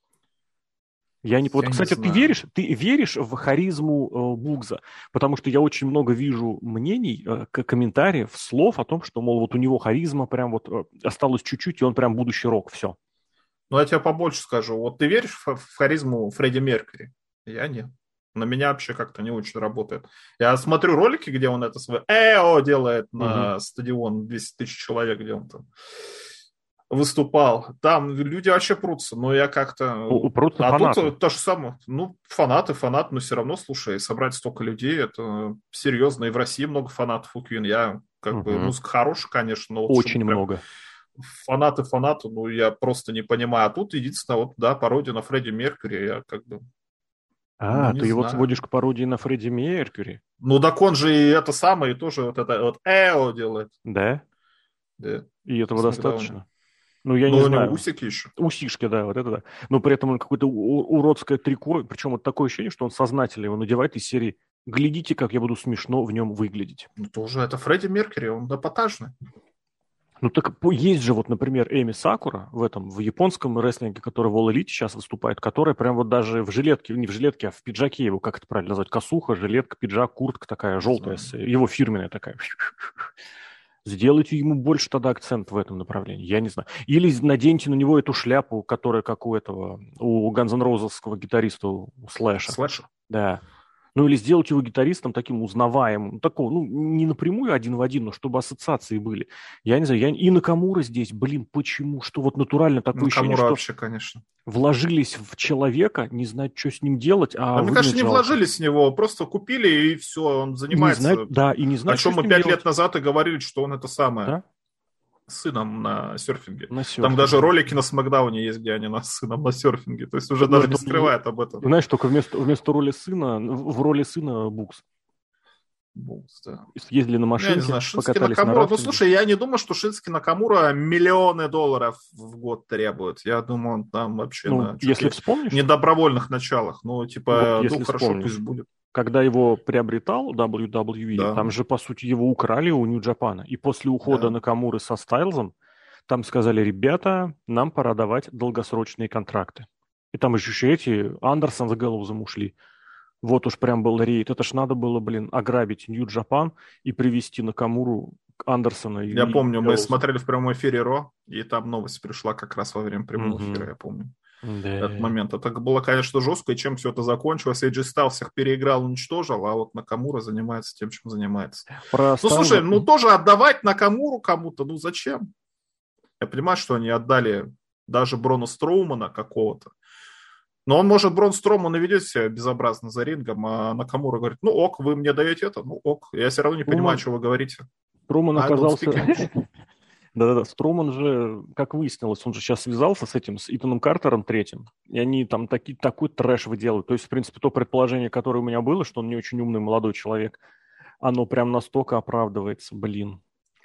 B: Я не... Вот, я кстати, не ты веришь, ты веришь в харизму э, Бугза? Потому что я очень много вижу мнений, э, комментариев, слов о том, что, мол, вот у него харизма прям вот э, осталось чуть-чуть, и он прям будущий рок, все.
A: Ну, я тебе побольше скажу. Вот ты веришь в, в харизму Фредди Меркьюри? Я нет. На меня вообще как-то не очень работает. Я смотрю ролики, где он это свое эо делает на угу. стадион двести тысяч человек, где он там выступал. Там люди вообще прутся, но я как-то...
B: Прутся
A: а
B: фанаты.
A: тут то же самое. Ну, фанаты, фанаты, но все равно, слушай, собрать столько людей, это серьезно. И в России много фанатов у Queen. Я, как угу. бы, музыка хорошая, конечно, но...
B: Очень много.
A: Фанаты, фанаты, ну, я просто не понимаю. А тут единственное, вот, да, пародия на Фредди Меркьюри, я как бы...
B: А, ну, ты его сводишь к пародии на Фредди Меркьюри?
A: Ну, так он же и это самое, и тоже вот это вот эо делает.
B: Да?
A: Да.
B: И этого достаточно? Ну, я
A: ну,
B: не
A: у
B: знаю.
A: него усики еще.
B: Усишки, да, вот это да. Но при этом он какое-то уродское трико, причем вот такое ощущение, что он сознательно его надевает из серии «Глядите, как я буду смешно в нем выглядеть».
A: Ну, тоже это Фредди Меркьюри, он эпатажный.
B: Ну, так есть же вот, например, Эми Сакура в этом, в японском рестлинге, который в All Elite сейчас выступает, которая прям вот даже в жилетке, не в жилетке, а в пиджаке его, как это правильно назвать, косуха, жилетка, пиджак, куртка такая желтая, его фирменная такая. Сделайте ему больше тогда акцент в этом направлении, я не знаю. Или наденьте на него эту шляпу, которая как у этого, у Guns N' Roses'ского гитариста, у Слэша.
A: Слэша?
B: Да. Ну, или сделать его гитаристом таким узнаваемым. Такого, ну, не напрямую один в один, но чтобы ассоциации были. Я не знаю, я... и Накамура здесь, блин, почему? Что вот натурально такое ощущение, что
A: вообще, конечно.
B: Вложились в человека, не знают, что с ним делать. А,
A: а мне кажется, не жалко. Вложились в него, просто купили, и все, он занимается.
B: И не знают, да, и не знают,
A: о чем мы пять лет назад и говорили, что он это самое.
B: Да?
A: С сыном на серфинге.
B: на серфинге.
A: Там даже ролики на Смакдауне есть, где они на с сыном на серфинге. То есть уже
B: ну,
A: даже не скрывает об этом.
B: Знаешь, только вместо, вместо роли сына, в роли сына Букс.
A: Букс, да.
B: Ездили на машине,
A: я не знаю, Шински Накамура. Ну, слушай, я не думаю, что Шински Накамура миллионы долларов в год требует. Я думаю, он там вообще
B: ну,
A: на
B: если вспомнишь,
A: недобровольных началах. Ну, типа,
B: вот,
A: ну, хорошо, вспомнишь. Пусть будет.
B: Когда его приобретал дабл ю дабл ю и, да. Там же, по сути, его украли у Нью-Джапана. И после ухода да. Накамуры со Стайлзом, там сказали, ребята, нам пора давать долгосрочные контракты. И там еще эти Андерсон с Гэллоузом ушли. Вот уж прям был рейд. Это ж надо было, блин, ограбить Нью-Джапан и привести Накамуру к Андерсона. И,
A: я помню,
B: и
A: мы смотрели в прямом эфире Ро, и там новость пришла как раз во время прямого mm-hmm. эфира, я помню. Да. Этот момент. Это было, конечно, жестко, и чем все это закончилось. Эйджи Стайл всех переиграл, уничтожил, а вот Накамура занимается тем, чем занимается. Про ну, слушай, ну тоже отдавать Накамуру кому-то, ну зачем? Я понимаю, что они отдали даже Брона Строумана какого-то. Но он, может, Брон Строуман наведет себя безобразно за рингом, а Накамура говорит, ну ок, вы мне даете это, ну ок. Я все равно не понимаю, что вы говорите.
B: Строуман оказался... Да-да-да, Строуман же, как выяснилось, он же сейчас связался с этим, с Итаном Картером третьим, и они там таки, такой трэш выделывают. То есть, в принципе, то предположение, которое у меня было, что он не очень умный молодой человек, оно прям настолько оправдывается, блин.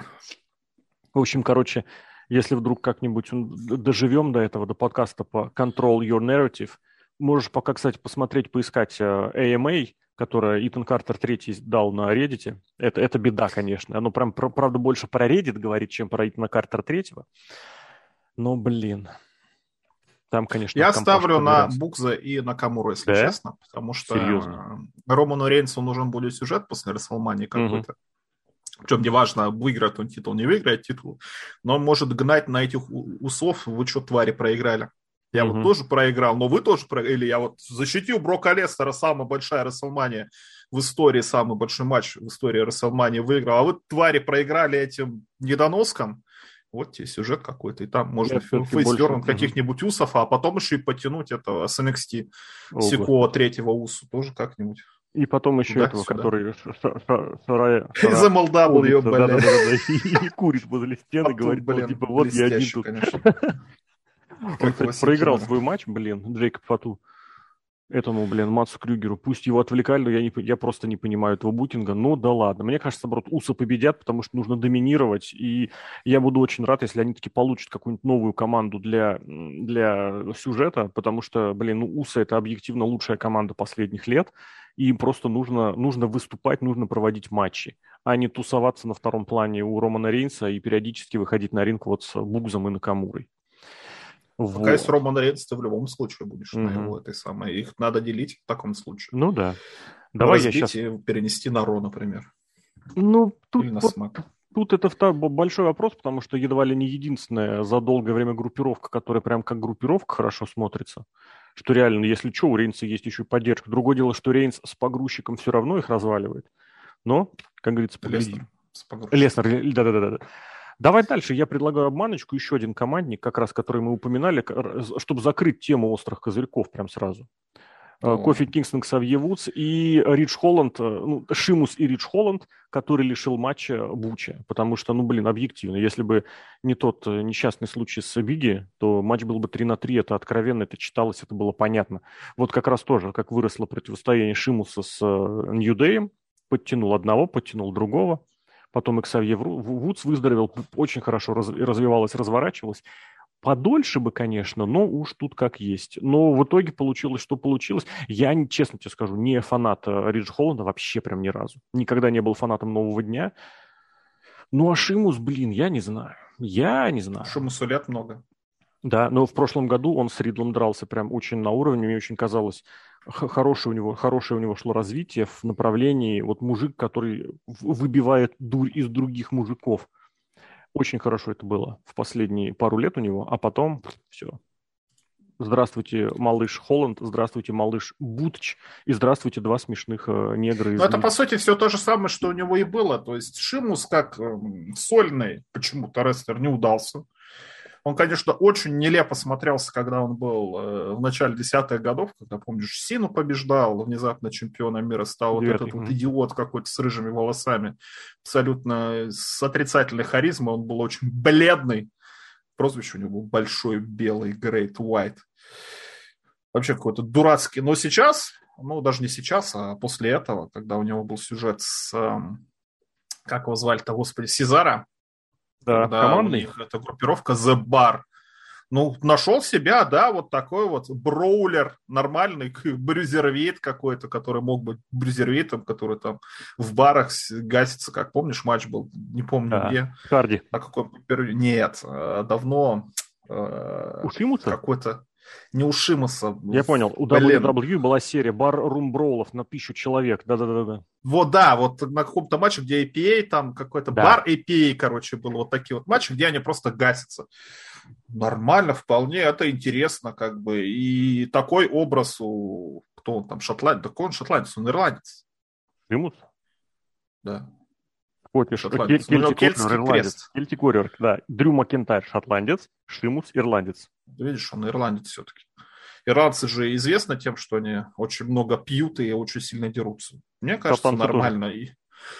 B: В общем, короче, если вдруг как-нибудь доживем до этого, до подкаста по Control Your Narrative, можешь пока, кстати, посмотреть, поискать эй эм эй, которое Итан Картер третий дал на Reddit. Это, это беда, конечно. Оно прям, правда, больше про Reddit говорит, чем про Итана Картера третьего. Но, блин, там, конечно...
A: Я ставлю на Букза и Накамуру, если да? честно, потому что
B: серьезно?
A: Роману Рейнсу нужен будет сюжет после Расселмании какой-то. Угу. Причем неважно, выиграет он титул, не выиграет титул, но он может гнать на этих усов, вы что, твари, проиграли. Я mm-hmm. вот тоже проиграл, но вы тоже проиграли. Или я вот защитил Брока Леснера, самая большая Расселмания в истории самый большой матч в истории WrestleMania выиграл, а вы, твари, проиграли этим недоноскам. Вот тебе сюжет какой-то, и там можно фейстернуть каких-нибудь усов, а потом еще и потянуть этого с эн экс ти, О, Сикоа третьего усу, тоже как-нибудь.
B: И потом еще этого, который... Из
A: эм эл дабл ю,
B: блин. И курит возле стены, говорит, типа, вот я один тут. Он, кстати, проиграл свой матч, блин, Джейкоб Фату. Этому, блин, Матсу Крюгеру. Пусть его отвлекали, но я, не, я просто не понимаю этого букинга. Ну да ладно. Мне кажется, наоборот, Усы победят, потому что нужно доминировать. И я буду очень рад, если они таки получат какую-нибудь новую команду для, для сюжета, потому что, блин, ну Усы — это объективно лучшая команда последних лет. И им просто нужно, нужно выступать, нужно проводить матчи, а не тусоваться на втором плане у Романа Рейнса и периодически выходить на ринг вот с Бугзом и Накамурой.
A: Пока вот. Есть Роман Рейнс, ты в любом случае будешь угу. на его этой самой. Их надо делить в таком случае.
B: Ну да. Давай
A: разбить
B: я сейчас...
A: и перенести на Ро, например.
B: Ну, тут,
A: или на
B: вот,
A: Смак.
B: Тут это втор... большой вопрос, потому что едва ли не единственная за долгое время группировка, которая прям как группировка хорошо смотрится. Что реально, если что, у Рейнса есть еще и поддержка. Другое дело, что Рейнс с погрузчиком все равно их разваливает. Но, как говорится, поглядим. Леснер, да-да-да. Давай дальше. Я предлагаю обманочку. Еще один командник, как раз, который мы упоминали, чтобы закрыть тему острых козырьков прям сразу. О. Кофи Кингстон, Ксавье Вудс и Ридж Холланд, ну, Шимус и Ридж Холланд, который лишил матча Буча. Потому что, ну, блин, объективно, если бы не тот несчастный случай с Бигги, то матч был бы три на три, это откровенно, это читалось, это было понятно. Вот как раз тоже, как выросло противостояние Шимуса с Нью Дэем, подтянул одного, подтянул другого. Потом Ксавье Вудс выздоровел, очень хорошо развивалось, разворачивалось. Подольше бы, конечно, но уж тут как есть. Но в итоге получилось, что получилось. Я, честно тебе скажу, не фанат Риджа Холланда вообще прям ни разу. Никогда не был фанатом «Нового дня». Ну, а Шимус, блин, я не знаю. Я не знаю.
A: Шимусу лет много.
B: Да, но в прошлом году он с Ридлом дрался прям очень на уровне. Мне очень казалось, хорошее у него, хорошее у него шло развитие в направлении вот мужик, который выбивает дурь из других мужиков. Очень хорошо это было в последние пару лет у него, а потом все. Здравствуйте, малыш Холланд, здравствуйте, малыш Бутч, и здравствуйте, два смешных э, негра. Из...
A: Ну, это, по сути, все то же самое, что у него и было. То есть Шимус, как э, сольный, почему-то рестлер не удался. Он, конечно, очень нелепо смотрелся, когда он был э, в начале десятых годов, когда, помнишь, Сину побеждал, внезапно чемпионом мира стал вот этот вот идиот какой-то с рыжими волосами, абсолютно с отрицательной харизмой, он был очень бледный, прозвище у него был Большой Белый, Great White. Вообще какой-то дурацкий. Но сейчас, ну даже не сейчас, а после этого, когда у него был сюжет с, э, как его звали-то, господи, Сезара,
B: да,
A: когда
B: командный.
A: У них эта группировка The Bar. Ну, нашел себя, да, вот такой вот броулер, нормальный брюзервейт какой-то, который мог быть брюзервейтом, который там в барах гасится, как помнишь, матч был, не помню
B: да.
A: где.
B: Харди.
A: А какой? Нет, давно.
B: У Шимуса?
A: Какой-то. Не у Шимуса.
B: Я понял. У дабл ю дабл ю и была серия бар-рум броулов на тысячу человек. Да-да-да.
A: Вот, да, вот на каком-то матче, где эй пи эй, там какой-то да. бар эй пи эй, короче, был вот такие вот матчи, где они просто гасятся. Нормально, вполне, это интересно, как бы. И такой образ у... Кто он там, шотландец? Да какой он шотландец? Он ирландец.
B: Шимус?
A: Да.
B: Скотиш, Кельтик Уорриор, Кельтик Уорриор, да. Дрю Макентайр шотландец, Шимус ирландец.
A: Видишь, он ирландец все-таки. Ирландцы же известны тем, что они очень много пьют и очень сильно дерутся. Мне кажется, Шотландцы нормально. Тоже. И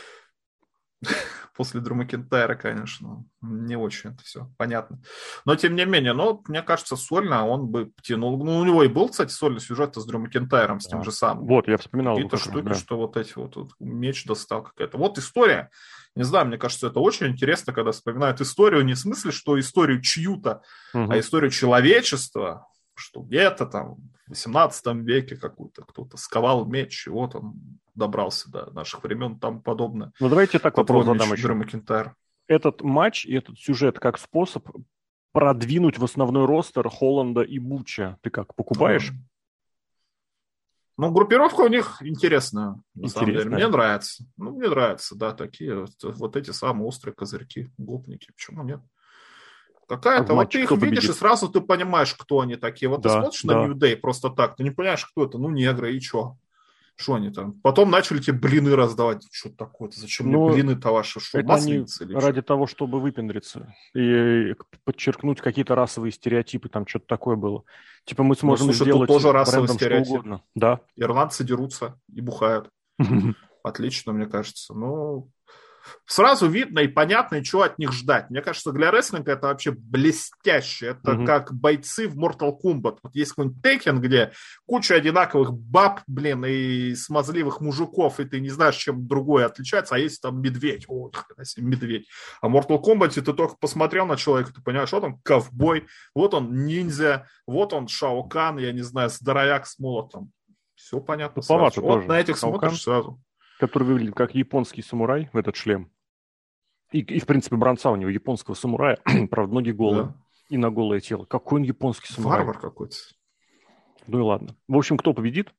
A: после Дрю Макентайра, конечно, не очень это все понятно. Но, тем не менее, ну, мне кажется, сольно он бы тянул. Ну, у него и был, кстати, сольный сюжет с Дрю Макентайром, с тем да. же самым.
B: Вот, я вспоминал.
A: Какие-то штуки, да. что вот эти вот, вот меч достал какая-то. Вот история. Не знаю, мне кажется, это очень интересно, когда вспоминают историю, не в смысле, что историю чью-то, угу. а историю человечества, что где-то там в восемнадцатом веке какую-то кто-то сковал меч, и вот он добрался до наших времен и тому подобное.
B: Ну, давайте так вопрос задам еще.
A: Макентайр.
B: Этот матч и этот сюжет как способ продвинуть в основной ростер Холланда и Буча. Ты как, покупаешь?
A: Mm. Ну, группировка у них интересная, на интересная. самом деле. Мне нравится. Ну, мне нравятся, да, такие вот, вот эти самые острые козырьки, гопники. Почему нет? Какая-то, а вот ты их видишь, победит? И сразу ты понимаешь, кто они такие. Вот да, ты смотришь да. на New Day просто так, ты не понимаешь, кто это, ну, негры, и что? Что они там? Потом начали тебе блины раздавать. Что такое-то? Зачем
B: Ну,
A: мне блины-то ваши? Что,
B: это они
A: масленицы или
B: ради
A: что?
B: того, чтобы выпендриться и подчеркнуть какие-то расовые стереотипы, там что-то такое было. Типа мы
A: Ну,
B: сможем
A: слушай, тут
B: сделать
A: тоже расовый
B: брендом что
A: стереотип.
B: угодно. Да.
A: Ирландцы дерутся и бухают. Отлично, мне кажется. Ну, сразу видно и понятно, и чего от них ждать. Мне кажется, для рестлинга это вообще блестяще. Это
B: Мгм.
A: как бойцы в Mortal Kombat. Вот есть какой-нибудь Tekken, где куча одинаковых баб, блин, и смазливых мужиков, и ты не знаешь, чем другое отличается, а есть там медведь. О, хрена себе, медведь. А в Mortal Kombat ты только посмотрел на человека, ты понимаешь, вот он ковбой, вот он ниндзя, вот он Шао Кан, я не знаю, здоровяк с молотом. Все понятно
B: Туповато
A: сразу. Вот
B: тоже.
A: на этих
B: Шао Кан,
A: смотришь сразу.
B: который выглядит как японский самурай в этот шлем. И, и в принципе, бронца у него японского самурая, правда, ноги голые.
A: Да.
B: И на голое тело. Какой он японский самурай?
A: Варвар какой-то.
B: Ну и ладно. В общем, кто победит?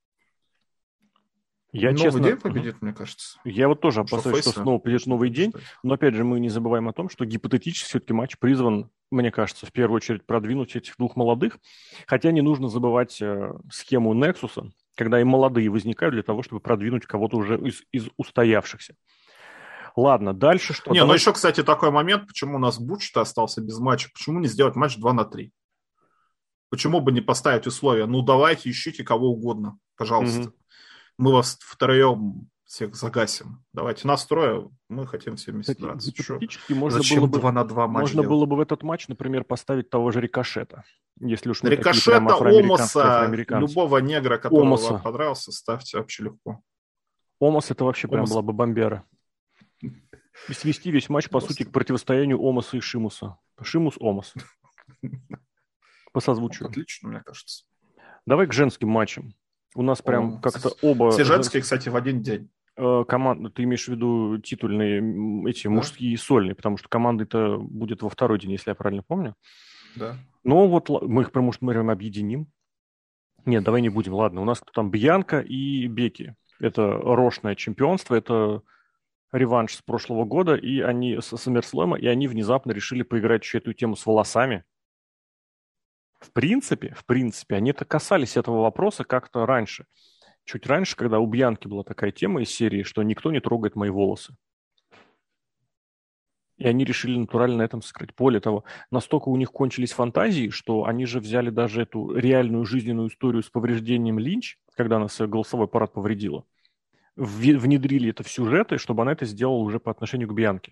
B: Я,
A: Новый
B: честно,
A: день победит, мне кажется.
B: я вот тоже
A: Что
B: опасаюсь, что
A: Фейса
B: снова придет
A: начнет
B: новый день.
A: побеждать.
B: Но опять же, мы не забываем о том, что гипотетически все-таки матч призван, мне кажется, в первую очередь продвинуть этих двух молодых. Хотя не нужно забывать э, схему Нексуса, когда и молодые возникают для того, чтобы продвинуть кого-то уже из, из устоявшихся. Ладно, дальше что?
A: Не,
B: Давай-
A: ну еще, кстати, такой момент, почему у нас Буч-то остался без матча. Почему не сделать матч два на три? Почему бы не поставить условия? Ну, давайте, ищите кого угодно, пожалуйста.
B: Мгм.
A: Мы вас втроем всех загасим. Давайте нас трое, мы хотим все вместе
B: Кстати,
A: драться. Чё?
B: гипотетически можно
A: Зачем
B: было бы,
A: два на два матч
B: можно
A: делать?
B: было бы в этот матч, например, поставить того же Рикошета. Если уж мы такие
A: Рикошета,
B: прям афроамериканцы,
A: Омоса,
B: афроамериканцы.
A: любого негра, который
B: Омоса.
A: вам понравился, ставьте вообще легко.
B: Омос это вообще прям
A: Омос.
B: была бы бомбера. И свести весь матч, по
A: Просто.
B: сути, к противостоянию Омоса и Шимуса. Шимус-Омос. По созвучию.
A: Отлично, мне кажется.
B: Давай к женским матчам. У нас прям
A: О,
B: как-то оба...
A: Все женские, кстати, в один день.
B: э, команды, ты имеешь в виду титульные, м, эти
A: Да.
B: мужские и сольные, потому что команды-то будет во второй день, если я правильно помню.
A: Да.
B: Ну вот л- мы их, потому что мы прям объединим. Нет, давай не будем. Ладно, у нас кто там? Бьянка и Бекки. Это рошное чемпионство, это реванш с прошлого года, и они с Саммерслэма, и они внезапно решили поиграть еще эту тему с волосами. В принципе, в принципе, они-то касались этого вопроса как-то раньше. Чуть раньше, когда у Бьянки была такая тема из серии, что никто не трогает мои волосы. И они решили натурально на этом сыграть. Более того, настолько у них кончились фантазии, что они же взяли даже эту реальную жизненную историю с повреждением Линч, когда она свой голосовой аппарат повредила, в- внедрили это в сюжеты, чтобы она это сделала уже по отношению к Бьянке.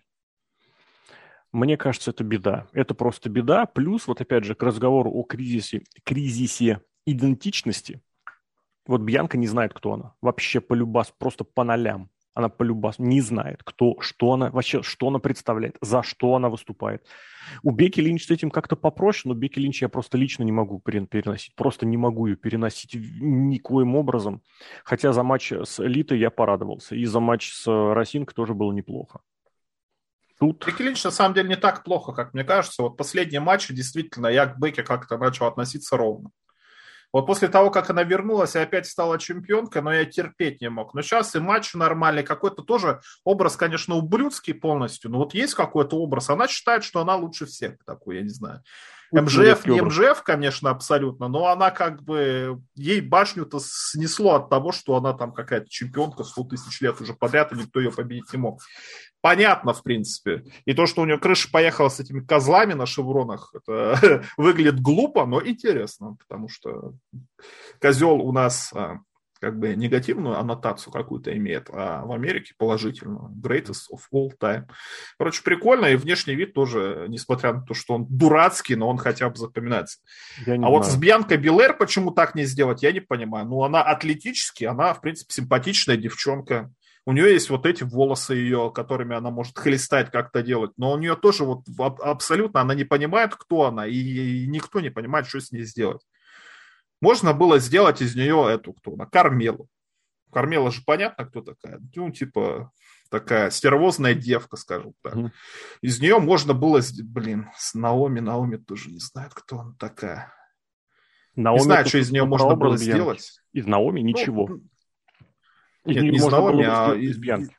B: Мне кажется, это беда. Это просто беда. Плюс, вот опять же, к разговору о кризисе, кризисе идентичности. Вот Бьянка не знает, кто она. Вообще полюбас, просто по нолям. Она полюбас не знает, кто, что она, вообще, что она представляет, за что она выступает. У Бекки Линч с этим как-то попроще, но Бекки Линч я просто лично не могу перен- переносить. Просто не могу ее переносить в- никоим образом. Хотя за матч с Элитой я порадовался. И за матч с Росинкой тоже было неплохо. Тут...
A: Бекки Линч на самом деле не так плохо, как мне кажется. Вот последние матчи действительно я к Бекке как-то начал относиться ровно. Вот после того, как она вернулась и опять стала чемпионкой, но я терпеть не мог. Но сейчас и матч нормальный, какой-то тоже образ, конечно, ублюдский полностью, но вот есть какой-то образ. Она считает, что она лучше всех такой, я не знаю. МЖФ не МЖФ, конечно, абсолютно, но она как бы, ей башню-то снесло от того, что она там какая-то чемпионка сто тысяч лет уже подряд, и никто ее победить не мог. Понятно, в принципе. И то, что у нее крыша поехала с этими козлами на шевронах, это выглядит глупо, но интересно, потому что козел у нас а, как бы негативную аннотацию какую-то имеет, а в Америке положительную. Greatest of all time. Короче, прикольно, и внешний вид тоже, несмотря на то, что он дурацкий, но он хотя бы запоминается.
B: Я не
A: а
B: знаю.
A: вот с Бьянкой Белэр почему так не сделать, я не понимаю. Ну, она атлетически, она, в принципе, симпатичная девчонка. У нее есть вот эти волосы ее, которыми она может хлестать, как-то делать. Но у нее тоже вот абсолютно, она не понимает, кто она, и никто не понимает, что с ней сделать. Можно было сделать из нее эту, кто она, Кармелу. Кармела же понятно, кто такая. Ну, типа, такая стервозная девка, скажем так. Mm-hmm. Из нее можно было, блин, с Наоми, Наоми тоже не знает, кто она такая. Наоми, не знаю, что из нее можно было сделать.
B: Из Наоми ничего.
A: Ну, Из нет, не из Наоми, а из, из Бьянки.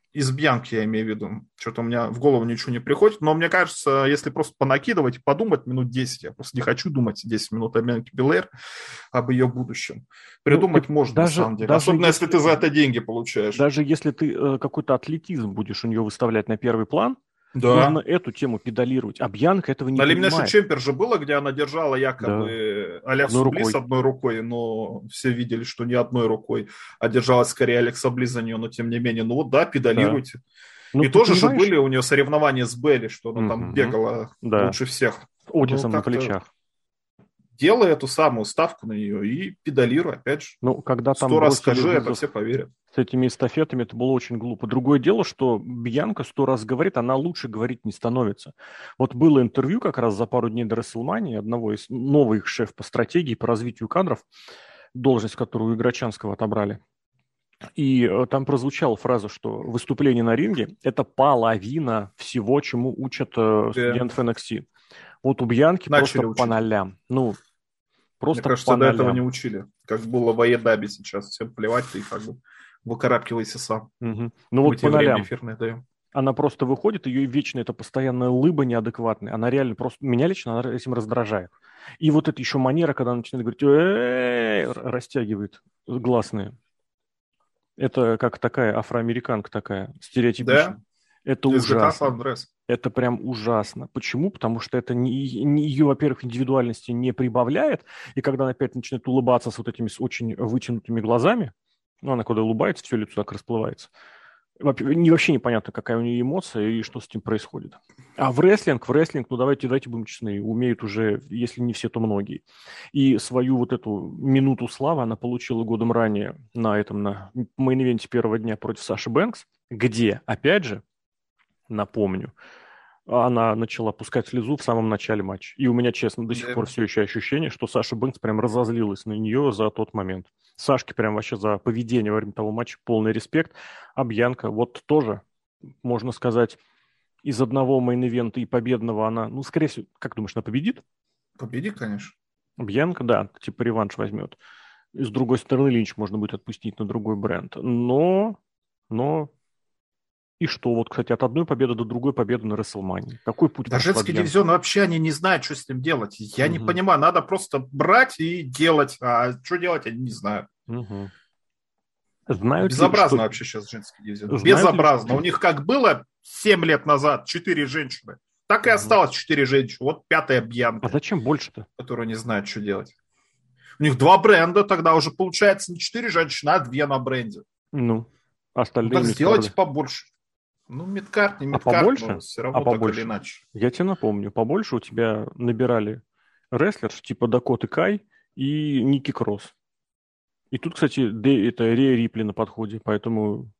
A: Из Бьянки я имею в виду. Что-то у меня в голову ничего не приходит. Но мне кажется, если просто понакидывать и подумать минут десять, я просто не хочу думать десять минут о Бьянке Белэр, об ее будущем. Придумать ну, можно, даже, на самом деле. Особенно, если, если ты за это деньги получаешь.
B: Даже если ты э, какой-то атлетизм будешь у нее выставлять на первый план,
A: да.
B: нужно эту тему педалировать. А Бьянка этого не
A: на
B: понимает.
A: На Elimination Chamber же было, где она держала якобы да. Алекса Близ одной рукой, но все видели, что не одной рукой, а держалась скорее Алекса Близ за нее, но тем не менее. Ну вот да, педалируйте. Да. Ну, и тоже понимаешь? Же были у нее соревнования с Белли, что она mm-hmm. там бегала да. лучше всех.
B: С Отисом ну, на плечах.
A: Делай эту самую ставку на нее и педалируй, опять же.
B: Ну, когда там
A: сто раз скажи, это все поверят.
B: С этими эстафетами это было очень глупо. Другое дело, что Бьянка сто раз говорит, она лучше говорить не становится. Вот было интервью как раз за пару дней до Расселмании одного из новых шеф по стратегии, по развитию кадров, должность, которую у Играчанского отобрали. И там прозвучала фраза, что выступление на ринге – это половина всего, чему учат yeah. студентов эн экс ти. Вот у Бьянки начали просто учить. По нолям. Ну, просто
A: Мне кажется,
B: по
A: до
B: нолям.
A: этого не учили. Как было в Аедабе сейчас. Всем плевать, ты как бы выкарабкивайся сам.
B: Угу. Ну вот по нолям. Она просто выходит, ее вечно это постоянная лыба неадекватная. Она реально просто... Меня лично она этим раздражает. И вот это еще манера, когда она начинает говорить, эй, растягивает гласные. Это как такая афроамериканка такая, стереотипичная. Да? Это Из ужасно. Это прям ужасно. Почему? Потому что это не, не ее, во-первых, индивидуальности не прибавляет. И когда она опять начинает улыбаться с вот этими с очень вытянутыми глазами, ну, она когда улыбается, все лицо так расплывается. Не, вообще непонятно, какая у нее эмоция и что с этим происходит. А в рестлинг, в рестлинг, ну давайте, давайте будем честны, умеют уже, если не все, то многие. И свою вот эту минуту славы она получила годом ранее на этом, на мейн-ивенте первого дня против Саши Бэнкс, где, опять же, напомню, она начала пускать слезу в самом начале матча. И у меня, честно, до сих пор все еще ощущение, что Саша Бэнкс прям разозлилась на нее за тот момент. Сашке прям вообще за поведение во время того матча полный респект. А Бьянка вот тоже, можно сказать, из одного мейн-ивента и победного она, ну, скорее всего, как думаешь, она победит?
A: Победит, конечно.
B: Бьянка, да, типа реванш возьмет. И с другой стороны, Линч можно будет отпустить на другой бренд. Но, но... И что? Вот, кстати, от одной победы до другой победы на Расселмании. Какой путь?
A: Да женский дивизион вообще они не знают, что с ним делать. Я угу. не понимаю, надо просто брать и делать. А что делать, они не знают.
B: Угу. Знают
A: Безобразно
B: ли,
A: вообще сейчас женский дивизион. Знают Безобразно. Ли, У них как было семь лет назад четыре женщины, так и угу. осталось четыре женщины. Вот пятая Бьянка.
B: А зачем больше-то?
A: Которые не знают, что делать. У них два бренда, тогда уже получается не четыре женщины, а две на бренде.
B: Ну, остальные
A: ну так сделайте побольше. Ну, мидкарт, не мидкарт,
B: а побольше?
A: но все равно
B: а побольше?
A: Так или иначе.
B: Я тебе напомню, побольше у тебя набирали рестлерш типа Дакоты Кай и Ники Кросс. И тут, кстати, это Рея Рипли на подходе, поэтому...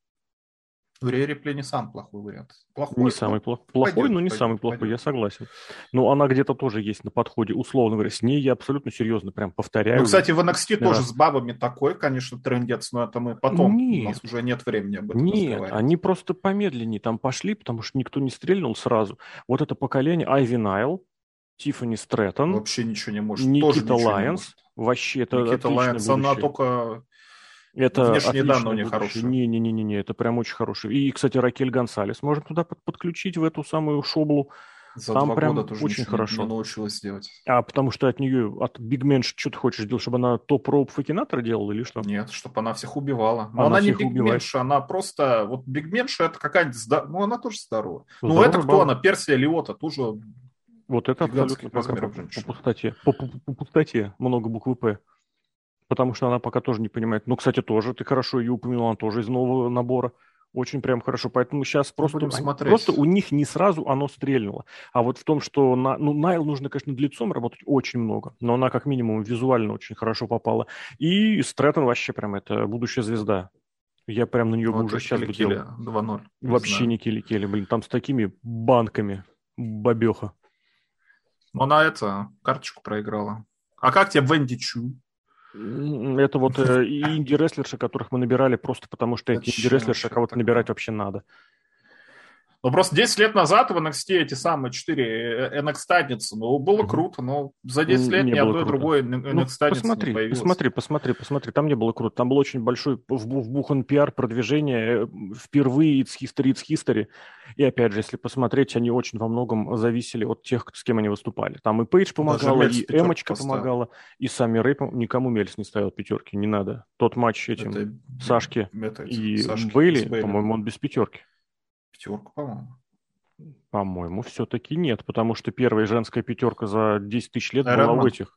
A: Рея Рипли не самый плохой вариант. Плохой,
B: не самый плохой, плохой, но не пойдет, самый плохой, пойдет. Я согласен. Но она где-то тоже есть на подходе, условно говоря. С ней я абсолютно серьезно прям повторяю.
A: Ну, кстати, в эн экс ти тоже раз. С бабами такой, конечно, трындец, но это мы потом. Нет. У нас уже нет времени об этом
B: Нет, они просто помедленнее там пошли, потому что никто не стрельнул сразу. Вот это поколение Айви Найл, Тиффани Стрэттон.
A: Вообще ничего не может.
B: Никита Лайонс. Вообще, это
A: Никита Лайонс, она только...
B: Это
A: внешние данные у них хорошие.
B: Не-не-не, это прям очень хороший. И, кстати, Ракель Гонсалес можно туда подключить в эту самую шоблу.
A: За
B: Там
A: два
B: прям
A: года тоже
B: очень хорошо.
A: Не научилась делать.
B: А потому что от нее, от бигменш, что ты хочешь делать, чтобы она топ-роуп факинатор делала или что?
A: Нет, чтобы она всех убивала. Но она, она не бигменш, она просто... Вот бигменш это какая-нибудь... Здор... Ну, она тоже здоровая. Здорово, ну, это кто баба. Она? Персия Лиота тоже...
B: Вот это абсолютно по, по, по пустоте. По, по, по пустоте. Много буквы «П». Потому что она пока тоже не понимает. Ну, кстати, тоже ты хорошо ее упомянул, она тоже из нового набора. Очень прям хорошо. Поэтому сейчас просто, они, просто у них не сразу оно стрельнуло. А вот в том, что на, ну, Найл нужно, конечно, над лицом работать очень много. Но она как минимум визуально очень хорошо попала. И Стрэттон вообще прям это будущая звезда. Я прям на нее вот уже сейчас бы делал.
A: два ноль.
B: Вообще знаю. Не Келли-Келли. Блин, там с такими банками бабеха.
A: Она это, карточку проиграла. А как тебе Венди Чу?
B: Это вот э, инди-рестлерши, которых мы набирали просто потому, что эти инди-рестлерши кого-то набирать вообще надо.
A: Ну, просто десять лет назад в эн экс ти эти самые четыре эн экс-тадницы, ну, было круто, но за десять лет
B: Не
A: ни
B: было
A: одной
B: круто.
A: другой
B: Ну,
A: эн экс-тадницы не
B: посмотри,
A: появилось.
B: посмотри, посмотри, посмотри, посмотри. Там не было круто. Там был очень большой вбухан пиар, продвижение э, впервые It's History, It's History. И опять же, если посмотреть, они очень во многом зависели от тех, с кем они выступали. Там и Пейдж помогала,
A: Мельс
B: и
A: пятерку
B: Эмочка
A: поставил.
B: помогала, и сами Рэй пом- никому Мельс не ставил пятерки, не надо. Тот матч этим
A: Это,
B: Сашке
A: это,
B: и
A: Сашки с
B: Бейли,
A: Бейли.
B: по-моему, он без пятерки.
A: Пятерка, по-моему.
B: По-моему, все-таки нет, потому что первая женская пятерка за десять тысяч лет
A: Iron
B: была
A: Man.
B: у этих.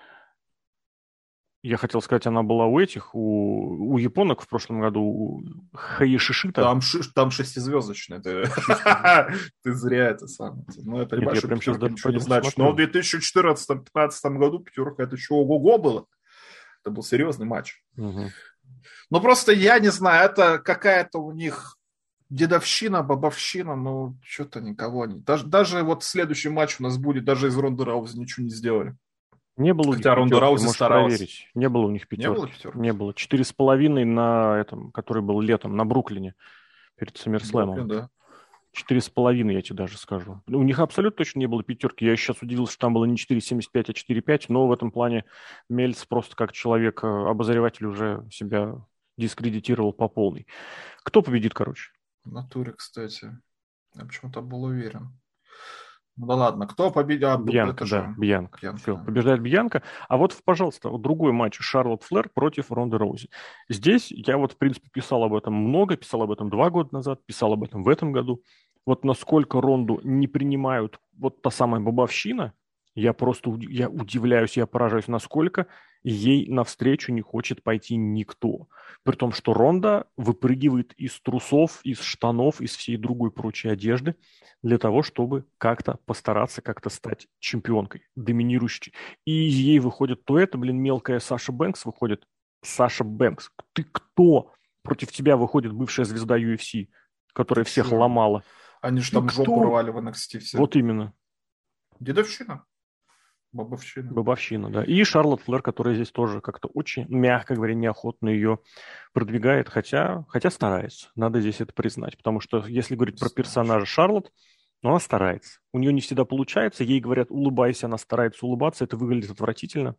B: Я хотел сказать, она была у этих, у, у японок в прошлом году, у Хаешишита.
A: Там, ши- там шестизвездочный. Ты, ты зря это сам. Ну, я понимаю,
B: Нет, я
A: что
B: прям щас
A: пятерка
B: даже
A: ничего не
B: пойду
A: значит.
B: посмотрю.
A: Но в две тысячи четырнадцатом-пятнадцатом году пятерка это что, ого-го было. Это был серьезный матч.
B: Угу.
A: Ну, просто я не знаю, это какая-то у них дедовщина, бабовщина, ну, что-то никого не... Даже, даже вот следующий матч у нас будет, даже из Ронды Раузи ничего не сделали.
B: Не было у них
A: Хотя Ронда
B: пятерки,
A: Раузи
B: можешь
A: старалась.
B: проверить. Не было у них пятерки.
A: Не было пятерки?
B: Не было. Четыре с половиной на этом, который был летом, на Бруклине, перед Саммерслэмом.
A: Бруклин, да.
B: Четыре с половиной, я тебе даже скажу. У них абсолютно точно не было пятерки. Я сейчас удивился, что там было не четыре семьдесят пять, а четыре пять, но в этом плане Мельц просто как человек, обозреватель уже себя дискредитировал по полной. Кто победит, короче?
A: В натуре, кстати. Я почему-то был уверен. Ну да ладно, кто победит? А,
B: Бьянка,
A: это
B: да,
A: же...
B: Бьянка.
A: Бьянка,
B: Все,
A: да.
B: побеждает Бьянка. А вот, пожалуйста, вот другой матч. Шарлотт Флэр против Ронды Роузи. Здесь я вот, в принципе, писал об этом много, писал об этом два года назад, писал об этом в этом году. Вот насколько Ронду не принимают вот та самая бабовщина, я просто уд- я удивляюсь, я поражаюсь, насколько ей навстречу не хочет пойти никто. При том, что Ронда выпрыгивает из трусов, из штанов, из всей другой прочей одежды для того, чтобы как-то постараться как-то стать чемпионкой, доминирующей. И ей выходит то это, блин, мелкая Саша Бэнкс выходит. Саша Бэнкс, ты кто? Против тебя выходит бывшая звезда ю эф си, которая
A: Ты
B: всех
A: чё?
B: ломала.
A: Они же
B: Ты
A: там
B: кто?
A: жопу рвали в эн экс ти все.
B: Вот именно.
A: Дедовщина. Бабовщина.
B: Бабовщина, да. И Шарлотт Флэр, которая здесь тоже как-то очень, мягко говоря, неохотно ее продвигает, хотя, хотя старается. Надо здесь это признать. Потому что если говорить про персонажа Шарлотт, ну, она старается. У нее не всегда получается. Ей говорят, улыбайся, она старается улыбаться. Это выглядит отвратительно.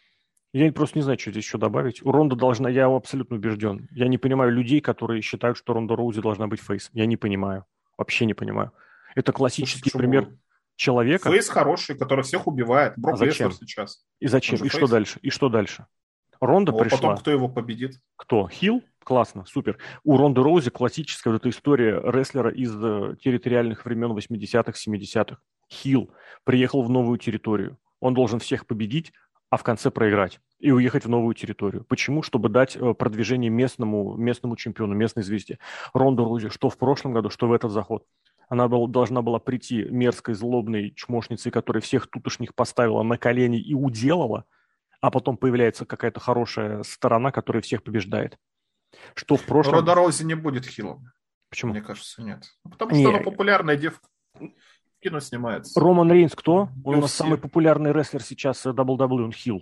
B: Я просто не знаю, что здесь еще добавить. У Ронда должна, я абсолютно убежден. Я не понимаю людей, которые считают, что Ронда Роузи должна быть фейсом. Я не понимаю. Вообще не понимаю. Это классический
A: Слушай,
B: пример
A: почему?
B: человека.
A: Фейс хороший, который всех убивает. Брок
B: А зачем?
A: Леснер сейчас.
B: И зачем?
A: Он же
B: И что
A: фейс.
B: дальше? И что дальше? Ронда
A: Ну, а
B: пришла.
A: потом кто его победит?
B: Кто? Хилл? Классно, супер. У Ронды Роузи классическая вот эта история рестлера из э, территориальных времен восьмидесятых, семидесятых. Хилл приехал в новую территорию. Он должен всех победить, а в конце проиграть и уехать в новую территорию. Почему? Чтобы дать э, продвижение местному, местному чемпиону, местной звезде. Ронда Роузи, что в прошлом году, что в этот заход. Она был, должна была прийти мерзкой, злобной чмошницей, которая всех тутошних поставила на колени и уделала, а потом появляется какая-то хорошая сторона, которая всех побеждает. Что в прошлом...
A: Ронда Роузи не будет хилом.
B: Почему?
A: Мне кажется, нет. Ну, потому
B: Не.
A: что она популярная девка. В кино снимается.
B: Роман Рейнс кто? Он у нас
A: ю эф си.
B: самый популярный рестлер сейчас дабл ю дабл ю и, он хил.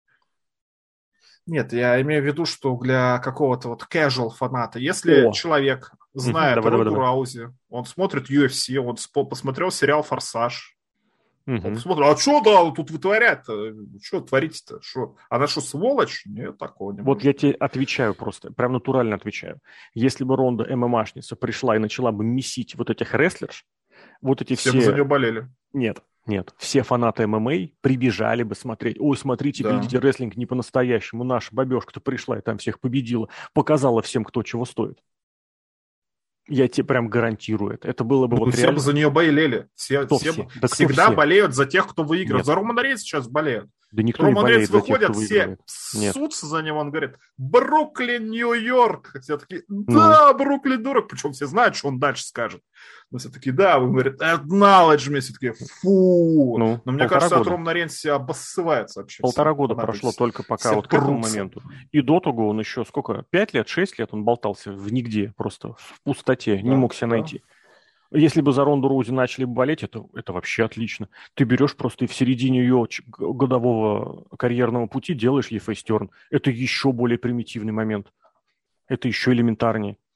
A: Нет, я имею в виду, что для какого-то вот casual фаната, если
B: О.
A: человек знает
B: Мгм, давай,
A: Ронду
B: давай, давай.
A: Раузи, он смотрит ю эф си, он спо- посмотрел сериал «Форсаж», он
B: Мгм.
A: посмотрел, а что да, тут вытворять-то? Что творить-то? Шо? Она что, сволочь? Нет, такого не
B: Вот
A: может
B: я
A: быть.
B: тебе отвечаю просто, прям натурально отвечаю. Если бы Ронда ММАшница пришла и начала бы месить вот этих рестлерш, вот эти
A: Все
B: все...
A: бы за нее болели.
B: Нет, нет. Все фанаты ММА прибежали бы смотреть. Ой, смотрите,
A: Да.
B: видите, рестлинг не по-настоящему. Наша бабешка-то пришла и там всех победила. Показала всем, кто чего стоит. Я тебе прям гарантирую это. Это было бы
A: Ну,
B: вот
A: все
B: реально...
A: бы за нее болели. Все,
B: Кто
A: все
B: все?
A: бы-
B: Да кто
A: всегда
B: все?
A: болеют за тех, кто выигрывает.
B: Нет.
A: За Романа Рейнса сейчас болеют.
B: Да никто не
A: Роман
B: болеет
A: Рейнс
B: за тех,
A: выходят,
B: кто
A: все
B: выигрывает. Нет.
A: ссутся за него, он говорит, Бруклин, Нью-Йорк. Все такие, да, Бруклин дурак. Причем все знают, что он дальше скажет. Но все такие, да, он говорит, acknowledge me. Все такие, фу.
B: Ну,
A: Но мне
B: полтора
A: кажется, от
B: года.
A: Романа Рейнса обоссывается вообще.
B: Полтора
A: все
B: года
A: фанаты.
B: прошло только пока
A: все
B: вот к этому
A: прутся.
B: моменту. И до того он еще сколько? Пять лет, шесть лет он болтался в нигде, просто в пустоте, не
A: Да,
B: мог себя
A: да.
B: найти. Если бы за Ронду Роузи начали бы болеть, это, это вообще отлично. Ты берешь просто и в середине ее ч- годового карьерного пути делаешь ей фейстерн. Это еще более примитивный момент. Это еще элементарнее.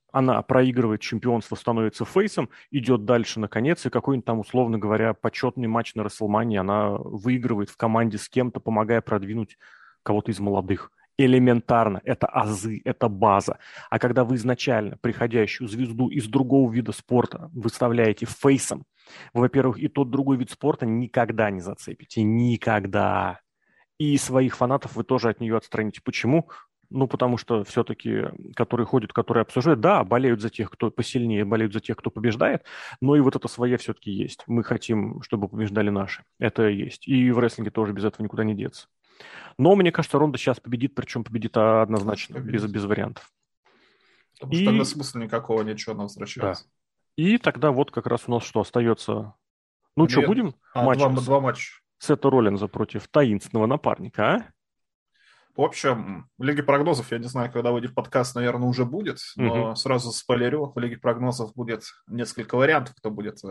B: она проигрывает чемпионство, становится фейсом, идет дальше на конец, и какой-нибудь там, условно говоря, почетный матч на Расселмании она выигрывает в команде с кем-то, помогая продвинуть кого-то из молодых. Элементарно. Это азы, это база. А когда вы изначально приходящую звезду из другого вида спорта выставляете фейсом, вы, во-первых, и тот другой вид спорта никогда не зацепите. Никогда. И своих фанатов вы тоже от нее отстраните. Почему? Ну, потому что все-таки, которые ходят, которые обсуждают, да, болеют за тех, кто посильнее, болеют за тех, кто побеждает, но и вот это своя все-таки есть. Мы хотим, чтобы побеждали наши. Это есть. И в рестлинге тоже без этого никуда не деться. Но мне кажется, Ронда сейчас победит, причем победит однозначно, без, без вариантов.
A: Потому и... что на смысла никакого ничего она возвращается.
B: Да. И тогда вот как раз у нас что остается? Ну, что, будем?
A: А,
B: матч
A: два,
B: с...
A: два матча.
B: Сета Роллинза против таинственного напарника, а?
A: В общем, в Лиге прогнозов, я не знаю, когда выйдет подкаст, наверное, уже будет, но угу. сразу спойлерю, в Лиге прогнозов будет несколько вариантов, кто будет,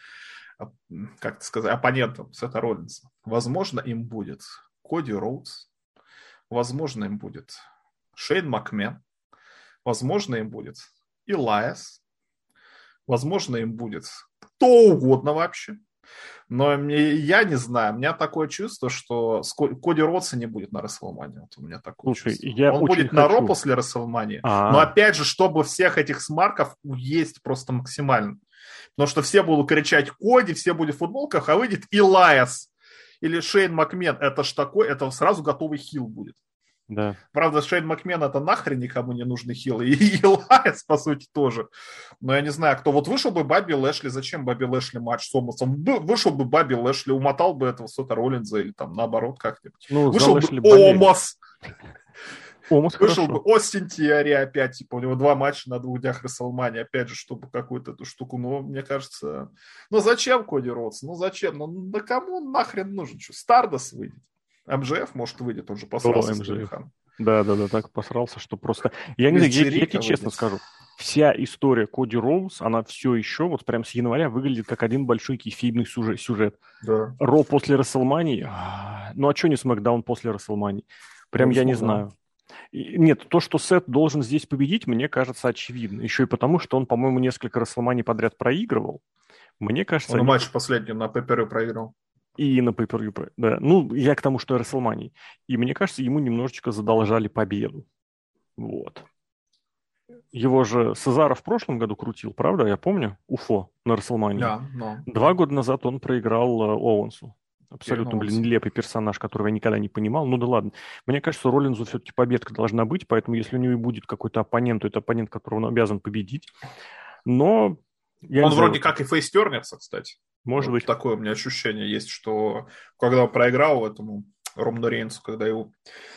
A: как сказать, оппонентом Сета Роллинза. Возможно, им будет Коди Роудс, возможно, им будет Шейн Макмен, возможно, им будет Илайас, возможно, им будет кто угодно вообще. Но мне, я не знаю, у меня такое чувство, что Коди Роудса не будет на Расселмании. Вот у меня такое
B: Слушай,
A: чувство.
B: Я
A: Он будет хочу. на Ро после Расселмании. А-а-а. Но опять же, чтобы всех этих смарков есть просто максимально. Потому что все будут кричать Коди, все будут в футболках, а выйдет Илайас или Шейн Макмен. Это ж такой, это сразу готовый хил будет.
B: Да.
A: Правда, Шейн Макмен это нахрен никому не нужный хил. И Илайас, по сути, тоже. Но я не знаю, кто. Вот вышел бы Бобби Лэшли. Зачем Бобби Лэшли матч с Омасом? Вышел бы Бобби Лэшли, умотал бы этого Сета Роллинза или там наоборот как-нибудь. Ну, вышел бы Омас.
B: Омас
A: Вышел
B: хорошо.
A: бы Остин Тиари опять. Типа у него два матча на двух днях Расселмании. Опять же, чтобы какую-то эту штуку. Но мне кажется... Ну зачем Коди Роудс? Ну зачем? Ну да кому он нахрен нужен? Что, Стардос выйдет? эм джей эф, может, выйдет, он же посрался
B: О,
A: с Тони.
B: Да, да, да, так посрался, что просто... Я не знаю, я, я тебе честно скажу, вся история Коди Роудс, она все еще, вот прям с января выглядит как один большой кейфибный сюжет.
A: Да.
B: Ро после Расселмании, ну а что не Смэкдаун после Расселмании? Прям ну, я не знаю. И, нет, то, что Сет должен здесь победить, мне кажется очевидно. Еще и потому, что он, по-моему, несколько Расселманий подряд проигрывал. Мне кажется...
A: Он
B: они...
A: матч последний на Пеппере проиграл.
B: И на Pay-Per-View, да. Ну, я к тому, что Расселмании. И мне кажется, ему немножечко задолжали победу. Вот. Его же Сезаро в прошлом году крутил, правда? Я помню. Уфо на Расселмании.
A: Да, но...
B: Два года назад он проиграл Оуэнсу. Абсолютно, блин, нелепый персонаж, которого я никогда не понимал. Ну да ладно. Мне кажется, Роллинзу все-таки победка должна быть, поэтому если у него и будет какой-то оппонент, то это оппонент, которого он обязан победить. Но...
A: Я он вроде знаю, как и фейстернется, кстати.
B: Может
A: вот
B: быть.
A: Такое у меня ощущение есть, что когда он проиграл этому Роману Рейнсу, когда его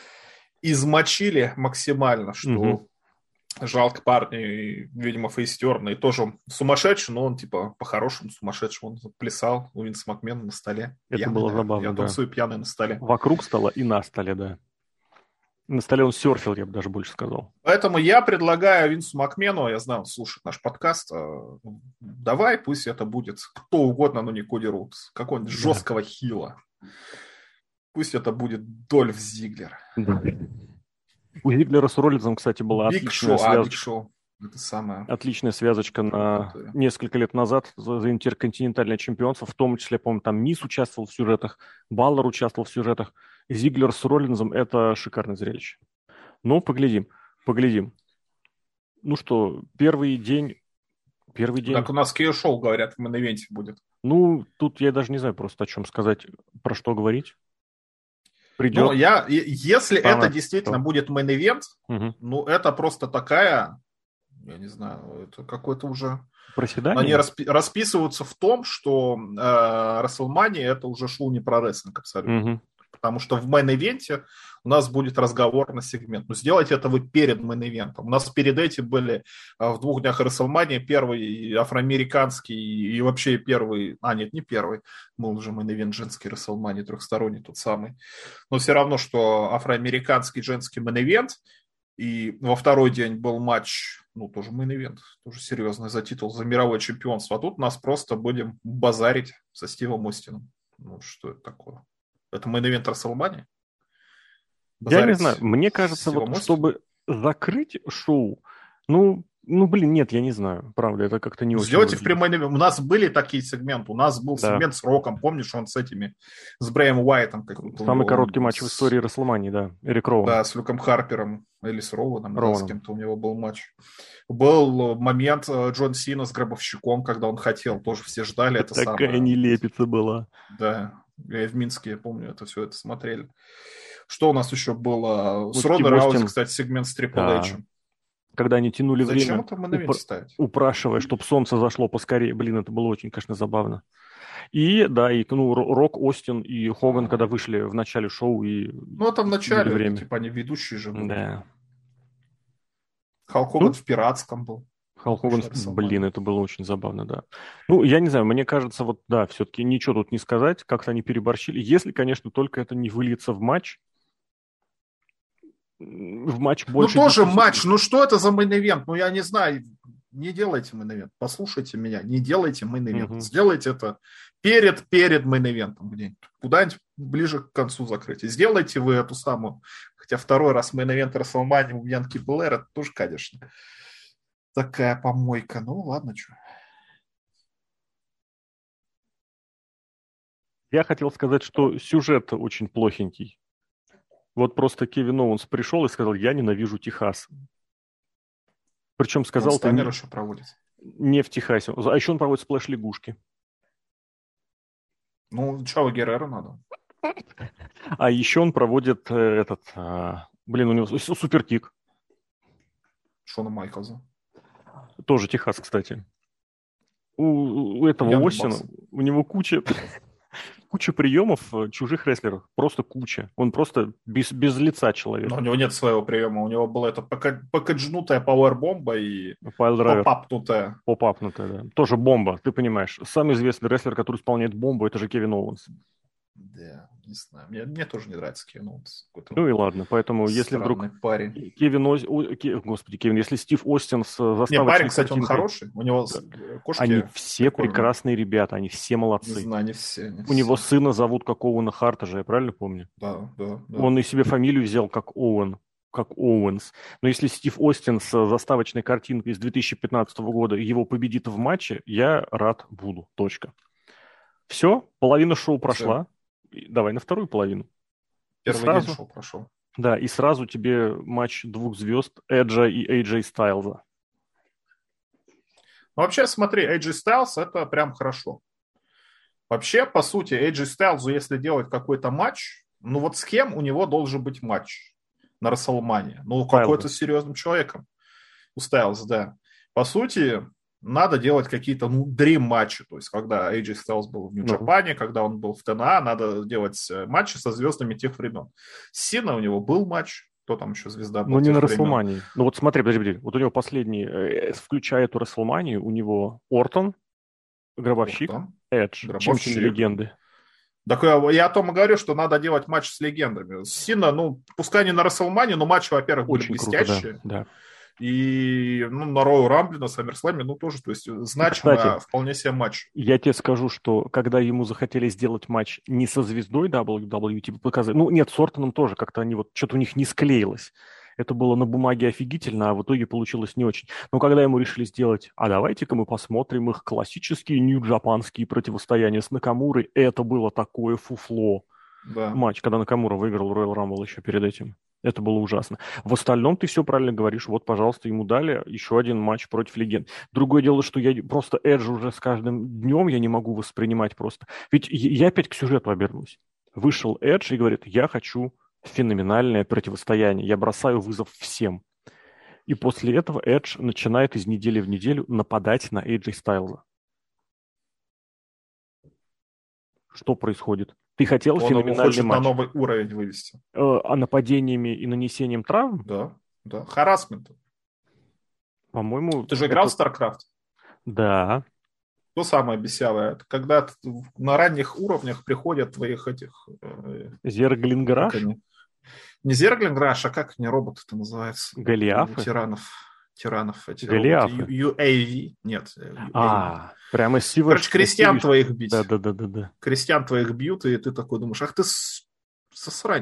A: измочили максимально, что угу. жалко парня, и, видимо, фейстерный. И тоже он сумасшедший, но он типа по-хорошему сумасшедший. Он плясал у Винса Макмена на столе.
B: Это
A: пьяный,
B: было
A: да.
B: забавно,
A: Я
B: да.
A: танцую пьяный на столе.
B: Вокруг стола и на столе, да. На столе он серфил, я бы даже больше сказал.
A: Поэтому я предлагаю Винсу Макмену, я знаю, он слушает наш подкаст, давай, пусть это будет кто угодно, но не Коди Роудс. Какого-нибудь да. жесткого хила. Пусть это будет Дольф Зиглер.
B: Да. У Зиглера с Роллинзом, кстати, была
A: Биг
B: отличная
A: Шоу,
B: связочка.
A: А, Биг Шоу. Это самое...
B: Отличная связочка на это... несколько лет назад за, за интерконтинентальное чемпионство, в том числе, по-моему, там Мисс участвовал в сюжетах, Баллар участвовал в сюжетах. Зиглер с Роллинзом – это шикарное зрелище. Ну, поглядим, поглядим. Ну что, первый день... Первый день...
A: Так у нас Кио-шоу, говорят, в мейн-ивенте будет.
B: Ну, тут я даже не знаю просто о чем сказать, про что говорить. Придет.
A: Ну, я, если
B: Фанат,
A: это действительно что? будет мейн-ивент, угу. ну, это просто такая, я не знаю, это какой-то уже...
B: Проседание?
A: Они распи- расписываются в том, что э, WrestleMania это уже шоу не про рестлинг абсолютно. Угу. Потому что в мейн-ивенте у нас будет разговорный сегмент. Но сделайте это вы перед мейн-ивентом. У нас перед этим были в двух днях WrestleMania первый афроамериканский и вообще первый... А, нет, не первый. Был уже мейн-ивент женский WrestleMania, трехсторонний тот самый. Но все равно, что афроамериканский женский мейн-ивент. И во второй день был матч, ну, тоже мейн-ивент, тоже серьезный, за титул, за мировое чемпионство. А тут нас просто будем базарить со Стивом Остином. Ну, что это такое? Это мейн-ивент WrestleMania?
B: Я не знаю. Мне кажется, вот, чтобы закрыть шоу, ну, Ну, блин, нет, я не знаю. Правда, это как-то не очень
A: Сделайте в
B: выглядит.
A: прямой... У нас были такие сегменты. У нас был
B: Да.
A: сегмент с Роком. Помнишь, он с этими... С Брэем Уайтом. Как-то
B: Самый
A: он
B: короткий
A: был
B: матч в
A: с...
B: истории Расселмании, да. Эрик Роуэн.
A: Да, с Люком Харпером. Или с Роуэном. Да, с
B: Роуэном.
A: кем-то у него был матч. Был момент Джон Сина с Гробовщиком, когда он хотел. Тоже все ждали это самое.
B: Такая нелепица была.
A: Да. Я в Минске, я помню, это все это смотрели. Что у нас еще было?
B: Вот
A: С
B: Стив
A: Ронда Раузи,
B: Остин.
A: кстати, сегмент с Трипл
B: Да.
A: Эйчем.
B: Когда они тянули
A: Зачем
B: время,
A: это мы на
B: упр-
A: ставить?
B: упрашивая, чтобы солнце зашло поскорее. Блин, это было очень, конечно, забавно. И, да, и ну, Ро- Рок, Остин и Хоган, когда вышли в начале шоу и
A: Ну, это в
B: тянули
A: начале,
B: время.
A: это, типа, они ведущие же были.
B: Да.
A: Халк Хоган
B: Ну,
A: в пиратском был.
B: Халк Хоган,
A: Прошлый
B: блин,
A: WrestleMania.
B: это было очень забавно, да. Ну, я не знаю, мне кажется, вот, да, все-таки ничего тут не сказать, как-то они переборщили. Если, конечно, только это не выльется в матч, м, в матч
A: Ну,
B: больше
A: тоже
B: десяти
A: матч.
B: секунд.
A: Ну, что это за мейн-ивент? Ну, я не знаю. Не делайте мейн-ивент. Послушайте меня. Не делайте мейн-ивент.
B: Мгм.
A: Сделайте это перед, перед мейн-ивентом где-нибудь. Куда-нибудь ближе к концу закрытия. Сделайте вы эту самую... Хотя второй раз мейн-ивент WrestleMania у Янки Белэр, это тоже, конечно, такая помойка. Ну, ладно, что.
B: Я хотел сказать, что сюжет очень плохенький. Вот просто Кевин Оуэнс пришел и сказал, я ненавижу Техас. Причем
A: Он
B: сказал это
A: Стайнер
B: не,
A: еще проводит.
B: не в Техасе. А еще он проводит сплэш-лягушки.
A: Ну, Чао Геррера надо.
B: А еще он проводит э, этот... а, блин, у него с- супертик.
A: Шона Майклза.
B: Тоже Техас, кстати. У, у этого
A: Янг
B: Остина,
A: Бакс.
B: у него куча, куча приемов э, чужих рестлеров. Просто куча. Он просто без, без лица человек.
A: Но у него нет своего приема. У него была эта пока- покаджнутая пауэрбомба и
B: Пайл-драйвер.
A: попапнутая.
B: Поп-апнутая, да. Тоже бомба, ты понимаешь. Самый известный рестлер, который исполняет бомбу, это же Кевин Оуэнс.
A: Да, не знаю. Мне, мне тоже не нравится Кевин Оуэнс. Какой-то
B: Ну и ладно, поэтому если
A: странный
B: вдруг
A: парень.
B: Кевин, Оз- о, Ке- господи, Кевин, если Стив Остин с э,
A: Не,
B: заставочной
A: парень, кстати, он
B: картинкой,
A: хороший. У него с- кошки
B: они все
A: прикольные.
B: прекрасные ребята, они все
A: Не
B: молодцы.
A: знаю, не все. Не
B: У него
A: все.
B: сына зовут как Оуэна Харта же, я правильно помню?
A: Да, да, да.
B: Он и себе фамилию взял как Оуэн, как Оуэнс. Но если Стив Остин с э, заставочной картинкой из две тысячи пятнадцатого года его победит в матче, я рад буду. Точка. Все, половина шоу прошла. И давай на вторую половину. И
A: Первый
B: сразу,
A: день шоу прошел.
B: да, и сразу тебе матч двух звезд Эджа и Эй Джей Стайлза.
A: Ну, вообще, смотри, Эй Джей Styles это прям хорошо. Вообще, по сути, Эй Джей Styles, если делать какой-то матч, ну вот с кем у него должен быть матч на WrestleMania? Ну,
B: Стайлза.
A: какой-то серьезным человеком. У Styles, да. По сути, надо делать какие-то, ну, дрим-матчи. То есть, когда Эй Джей Styles был в
B: Ну.
A: Нью-Джапане, когда он был в Т Н А, надо делать э, матчи со звездами тех времен. С Сина у него был матч. Кто там еще звезда был
B: Ну, не
A: тех
B: на
A: времен?
B: Расселмании. Ну, вот смотри, подожди, подожди. Вот у него последний, э, включая эту Расселманию, у него Ортон, Гробовщик,
A: Ортон,
B: Эдж,
A: Гробовщик.
B: чемпионы легенды.
A: Так я, я о том и говорю, что надо делать матч с легендами. Сина, ну, пускай не на Расселмане, но матчи, во-первых, были
B: Очень круто,
A: блестящие.
B: да. да.
A: И ну, на Роу Рамбле, на Саммерслэме, ну, тоже, то есть, значимо,
B: Кстати,
A: вполне себе матч.
B: Я тебе скажу, что когда ему захотели сделать матч не со звездой дабл ю дабл ю и, типа показать, ну нет, с Ортоном тоже как-то они вот, что-то у них не склеилось. Это было на бумаге офигительно, а в итоге получилось не очень. Но когда ему решили сделать, а давайте-ка мы посмотрим их классические нью-джапанские противостояния с Накамурой, это было такое фуфло.
A: Да.
B: Матч, когда Накамура выиграл Royal Rumble еще перед этим. Это было ужасно. В остальном ты все правильно говоришь. Вот, пожалуйста, ему дали еще один матч против легенд. Другое дело, что я просто Эджа уже с каждым днем я не могу воспринимать просто. Ведь я опять к сюжету обернусь. Вышел Эдж и говорит, я хочу феноменальное противостояние. Я бросаю вызов всем. И после этого Эдж начинает из недели в неделю нападать на Эй Джей Стайлза. Что происходит? Ты хотел
A: Он его
B: феноменальный
A: хочет
B: матч.
A: на новый уровень вывести.
B: Э, а нападениями и нанесением травм?
A: Да, да. Харассмент.
B: По-моему...
A: Ты же играл
B: это...
A: в StarCraft?
B: Да.
A: То самое бесявое. Это когда ты на ранних уровнях приходят твоих этих... Э,
B: Зерглинграш?
A: Не Зерглинграш, а как они роботы-то называются?
B: Голиафы?
A: Тиранов. Тиранов. Эти
B: Голиафы?
A: роботы. ю эй ви. Нет. ю эй ви.
B: А, прямо с сивой...
A: Короче, крестьян твоих бить.
B: Да-да-да-да.
A: Крестьян твоих бьют, и ты такой думаешь, ах ты с... сосранец.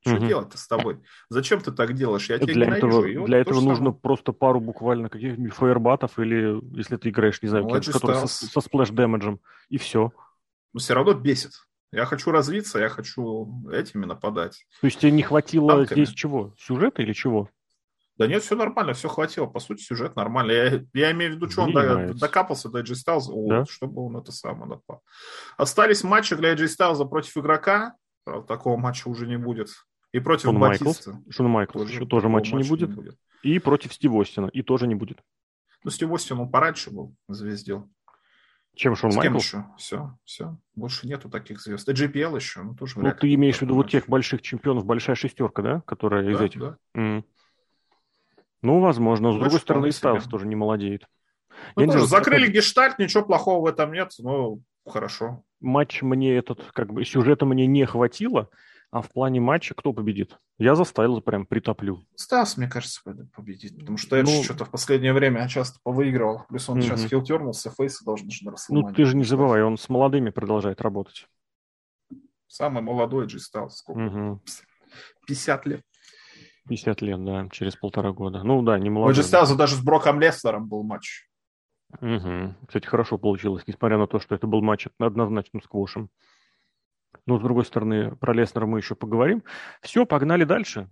A: Что
B: Мгм.
A: делать-то с тобой? Зачем ты так делаешь? Я тебя
B: Для
A: ненавижу.
B: этого,
A: И
B: для
A: вот то
B: этого
A: же
B: нужно
A: самое.
B: просто пару буквально каких-нибудь фаербатов или, если ты играешь, не знаю,
A: Ну,
B: кем,
A: Эджи
B: который со,
A: Стайлз,
B: со сплэш-дэмэджем, и все.
A: но все равно бесит. Я хочу развиться, я хочу этими нападать.
B: То есть тебе не хватило здесь
A: Танками.
B: чего? Сюжета или чего?
A: Да нет, все нормально, все хватило. По сути, сюжет нормальный. Я, я имею в виду, что он
B: Мне не
A: до-
B: нравится.
A: докапался до Эджи Стайлза.
B: Да?
A: Вот, чтобы он это самое напал. Остались матчи для Эджи Стайлза против игрока. Правда, такого матча уже не будет. И против
B: Шон Майклс.
A: Батисты.
B: Шон Майклс
A: Тоже
B: еще тоже
A: такого
B: матча не
A: матча не
B: будет.
A: будет.
B: И против Стива Остина. И тоже не будет.
A: Ну, Стив Остин, он пораньше был, звездил.
B: Чем Шон
A: С кем
B: Майклс?
A: еще? Все, все. Больше нету таких звезд. И джи пи эл еще, ну, тоже
B: Ну,
A: вряд ли
B: ты
A: будет
B: имеешь в виду
A: такой
B: вот
A: матч.
B: тех больших чемпионов, большая шестерка, да? Которая из
A: Да,
B: этих.
A: да.
B: М. Ну, возможно. С другой
A: Значит,
B: стороны,
A: вполне
B: и Стайлз
A: себе.
B: тоже не молодеет.
A: Ну,
B: Я не
A: тоже
B: знаю, вот
A: закрыли
B: это
A: гештальт, ничего плохого в этом нет, но хорошо.
B: матч мне этот, как бы, сюжета мне не хватило, а в плане матча кто победит? Я за Стайлза прям притоплю.
A: Стас, мне кажется, победит, потому что Эдж
B: Ну,
A: что-то в последнее время часто повыигрывал. Плюс он сейчас
B: мгм.
A: хил тернулся, фейсы должны же на
B: Ну,
A: Расселмане
B: ты же не
A: побеждать.
B: забывай, он с молодыми продолжает работать.
A: Самый молодой Эдж Стайлз, сколько?
B: Мгм.
A: пятьдесят лет.
B: пятьдесят лет, да, через полтора года. Ну да, не
A: У Эдж
B: молодой.
A: Стайлза даже с Броком Леснером был матч.
B: Мгм. Кстати, хорошо получилось, несмотря на то, что это был матч однозначным сквошем. Но, с другой стороны, про Леснера мы еще поговорим. Все, погнали дальше.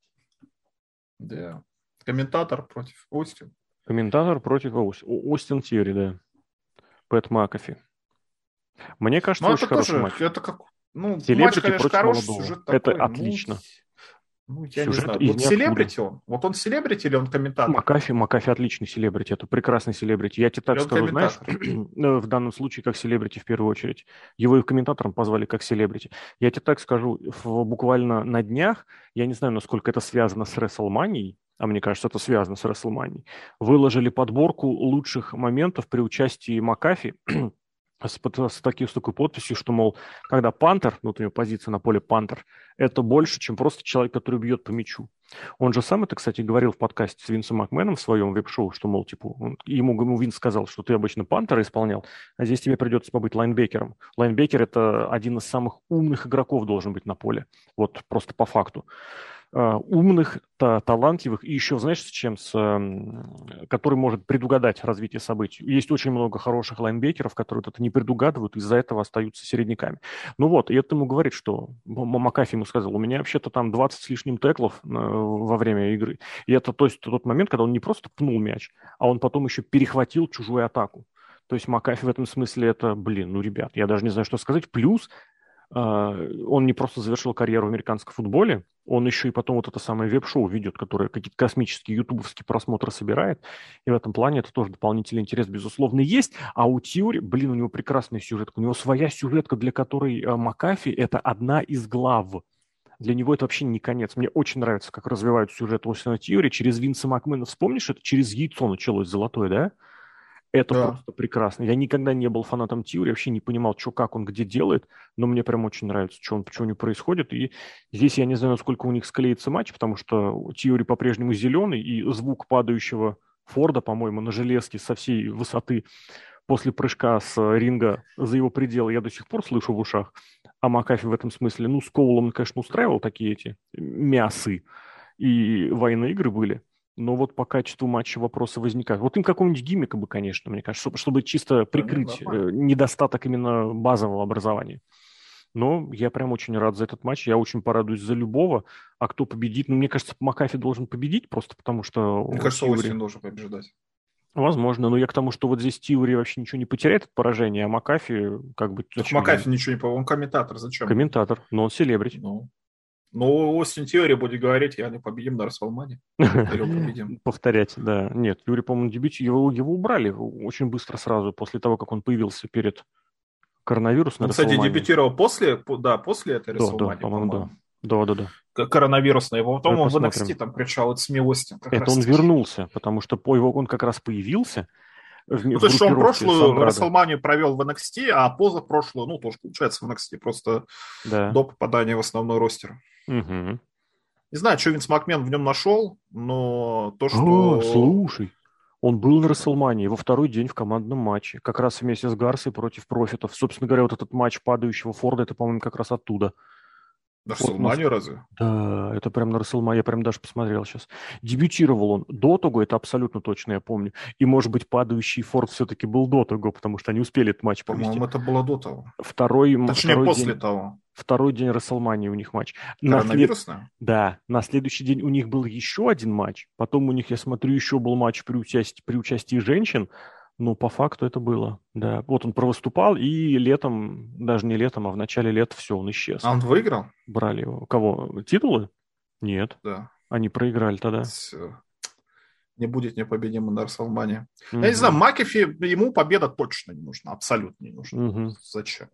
A: Да. Комментатор против Остин.
B: Комментатор против Оус- О- Остин Тьерри, да. Пэт Макафи. Мне кажется,
A: Ну,
B: очень
A: это
B: хороший
A: тоже,
B: матч.
A: это как, ну, матч,
B: Селебрити
A: конечно,
B: против
A: хороший,
B: молодого.
A: сюжет
B: Это
A: такой.
B: отлично.
A: Ну, ну, я не
B: Сюжет
A: знаю.
B: из
A: Вот
B: ниоткуда.
A: селебрити он? Вот он селебрити или он комментатор?
B: Макафи, Макафи отличный селебрити, это прекрасный селебрити. Я тебе
A: Или
B: так
A: он
B: скажу, знаешь,
A: комментатор?
B: ну, в данном случае как селебрити в первую очередь. Его и комментатором позвали как селебрити. Я тебе так скажу, в, буквально на днях, я не знаю, насколько это связано с WrestleMania, а мне кажется, это связано с WrestleMania, выложили подборку лучших моментов при участии Макафи с, под- с, таки- с такой подписью, что, мол, когда пантер, ну, вот у него позиция на поле пантер, это больше, чем просто человек, который бьет по мячу. Он же сам это, кстати, говорил в подкасте с Винсом Макменом в своем веб-шоу, что, мол, типа, он- ему, ему Винс сказал, что ты обычно пантера исполнял, а здесь тебе придется побыть лайнбекером. Лайнбекер – это один из самых умных игроков должен быть на поле. Вот просто по факту. А, умных, та, талантливых, и еще, знаешь, с чем? С, м, который может предугадать развитие событий. Есть очень много хороших лайнбекеров, которые вот это не предугадывают, из-за этого остаются середняками. Ну вот, и это ему говорит, что М- Макафи ему сказал, у меня вообще-то там двадцать с лишним теклов э, во время игры. И это, то есть, тот момент, когда он не просто пнул мяч, а он потом еще перехватил чужую атаку. То есть Макафи в этом смысле это, блин, ну, ребят, я даже не знаю, что сказать. Плюс Uh, он не просто завершил карьеру в американском футболе, он еще и потом вот это самое веб-шоу ведет, которое какие-то космические ютубовские просмотры собирает. И в этом плане это тоже дополнительный интерес, безусловно, есть. А у Тьюри, блин, у него прекрасная сюжетка. У него своя сюжетка, для которой uh, Макафи – это одна из глав. Для него это вообще не конец. Мне очень нравится, как развивают сюжет Остина Тьюри. Через Винса Макмена, вспомнишь, это через яйцо началось золотое, да? Это
A: Да.
B: просто прекрасно. Я никогда не был фанатом Тьюри, вообще не понимал, что, как он, где делает, но мне прям очень нравится, что, он, что у него происходит. И здесь я не знаю, насколько у них склеится матч, потому что Тьюри по-прежнему зеленый, и звук падающего Форда, по-моему, на железке со всей высоты после прыжка с ринга за его пределы я до сих пор слышу в ушах. А Макафи в этом смысле, ну, с Коулом он, конечно, устраивал такие эти мясы, и военные игры были. Но вот по качеству матча вопросы возникают. Вот им какого-нибудь гиммика бы, конечно, мне кажется, чтобы, чтобы чисто прикрыть
A: Да,
B: э, недостаток именно базового образования. Но я прям очень рад за этот матч. Я очень порадуюсь за любого. А кто победит? Ну, мне кажется, Макафи должен победить, просто потому что
A: мне кажется,
B: Тьюри...
A: Остин должен побеждать.
B: Возможно, но я к тому, что вот здесь Тьюри вообще ничего не потеряет от поражения, а Макафи как бы...
A: Так Макафи ничего не понял, он комментатор, зачем?
B: Комментатор, но он селебрити.
A: Ну, ну Остин Тьюри будет говорить, я не победим на Расселмане. Или победим.
B: Повторять, да. Нет, Юрий, по-моему, дебюте его, его убрали очень быстро сразу, после того, как он появился перед коронавирусной
A: Он, кстати,
B: Расселманией.
A: дебютировал после, да, после этой
B: Да, да,
A: Расселмании,
B: по-моему,
A: по-моему.
B: да. Да, да, да.
A: Коронавирусная. Его потом
B: Давай
A: он в эн экс
B: посмотрим.
A: ти там кричал, это СМИ Остин. Как
B: Это
A: раз
B: он
A: таки.
B: вернулся, потому что по его он как раз появился в,
A: Ну,
B: в
A: то есть, что он
B: группировке
A: прошлую
B: Сандрада.
A: Расселманию провел в эн экс ти, а позапрошлую, ну, тоже получается в эн экс ти, просто
B: Да.
A: до попадания в основной ростер.
B: Угу.
A: Не знаю, что Винс Макмен в нем нашел, но то,
B: О,
A: что...
B: слушай, он был на Расселмании во второй день в командном матче, как раз вместе с Гарсой против Профитов. Собственно говоря, вот этот матч падающего Форда, это, по-моему, как раз оттуда.
A: На
B: Вот у нас...
A: WrestleMania разве?
B: Да, это прям на WrestleMania, я прям даже посмотрел сейчас. Дебютировал он до того, это абсолютно точно я помню. И, может быть, падающий Форд все-таки был до того, потому что они успели этот матч провести.
A: По-моему, это было до того.
B: Второй,
A: Точнее,
B: второй
A: после
B: день,
A: того.
B: Второй день WrestleMania у них матч.
A: Коронавирусная?
B: След... Да, на следующий день у них был еще один матч. Потом у них, я смотрю, еще был матч при участии, при участии женщин. Ну, по факту это было, да. Вот он провыступал, и летом, даже не летом, а в начале лета все, он исчез.
A: А он выиграл?
B: Брали его. Кого? Титулы? Нет.
A: Да.
B: Они проиграли тогда.
A: Все. Не будет непобедимым на WrestleMania.
B: Угу.
A: Я не знаю, Макэфи, ему победа точно не нужна. Абсолютно не нужна.
B: Угу.
A: Зачем?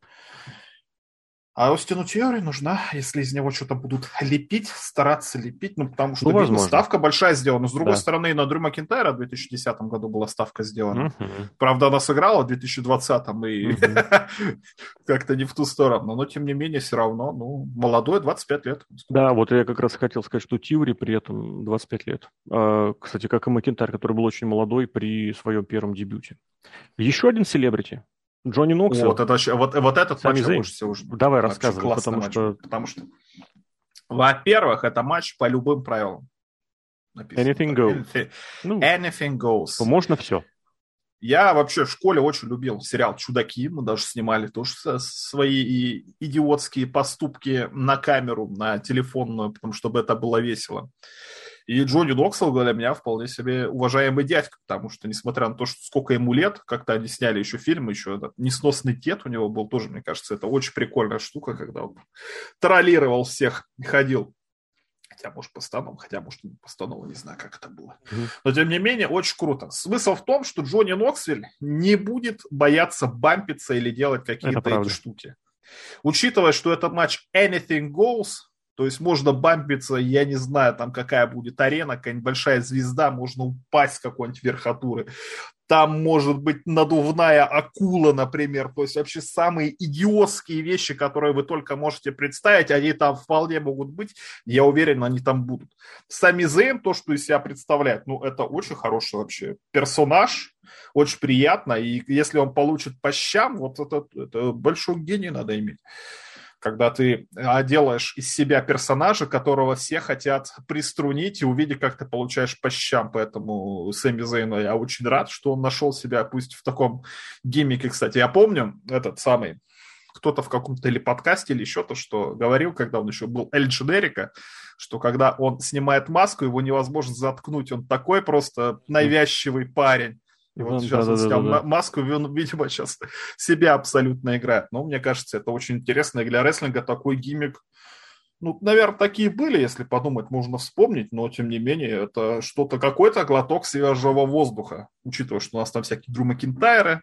A: А Остину Тьюри нужна, если из него что-то будут лепить, стараться лепить, ну, потому что,
B: ну,
A: видно, ставка большая сделана. С другой
B: да.
A: стороны, на Дрю Макинтайра в две тысячи десятом году была ставка сделана.
B: Uh-huh.
A: Правда, она сыграла в две тысячи двадцатом и uh-huh. как-то не в ту сторону. Но, тем не менее, все равно, ну, молодой, двадцать пять лет.
B: Да, вот я как раз хотел сказать, что Тьюри при этом двадцать пять лет. А, кстати, как и Макинтайр, который был очень молодой при своем первом дебюте. Еще один селебрити. Джонни Ноксвилл.
A: Вот, это, вот, вот этот
B: Сами
A: матч больше всего уже.
B: Давай рассказывай, потому
A: матч,
B: что...
A: потому что, во-первых, это матч по любым правилам.
B: Написано, anything goes.
A: Anything, ну, anything goes.
B: Можно все.
A: Я вообще в школе очень любил сериал «Чудаки». Мы даже снимали тоже свои идиотские поступки на камеру, на телефонную, потому что это было весело. И Джонни Ноксвилл для меня вполне себе уважаемый дядька, потому что, несмотря на то, что сколько ему лет, как-то они сняли еще фильм, еще этот несносный дед у него был тоже, мне кажется, это очень прикольная штука, когда он троллировал всех и ходил. Хотя, может, постанова, хотя, может, не постанова, не знаю, как это было. Mm-hmm. Но, тем не менее, очень круто. Смысл в том, что Джонни Ноксвилл не будет бояться бампиться или делать какие-то эти штуки. Учитывая, что это матч anything goes, то есть можно бампиться, я не знаю, там какая будет арена, какая-нибудь большая звезда, можно упасть с какой-нибудь верхотуры. Там может быть надувная акула, например. То есть вообще самые идиотские вещи, которые вы только можете представить, они там вполне могут быть. Я уверен, они там будут. Сами Зейн, то, что из себя представляет, ну, это очень хороший вообще персонаж. Очень приятно. И если он получит по щам, вот это, это большой гений надо иметь. Когда ты делаешь из себя персонажа, которого все хотят приструнить, и увидеть, как ты получаешь по щам. Поэтому Сэмми Зейну я очень рад, что он нашел себя, пусть в таком гиммике. Кстати, я помню этот самый, кто-то в каком-то или подкасте, или еще то, что говорил, когда он еще был Эль Дженерика, что когда он снимает маску, его невозможно заткнуть. Он такой просто навязчивый парень. И вот
B: да,
A: сейчас
B: да,
A: он
B: да,
A: снял
B: да, да.
A: маску, и он, видимо, сейчас себя абсолютно играет. Но мне кажется, это очень интересно. И для рестлинга такой гиммик, ну, наверное, такие были, если подумать, можно вспомнить, но, тем не менее, это что-то, какой-то глоток свежего воздуха, учитывая, что у нас там всякие Дрю Макинтайры,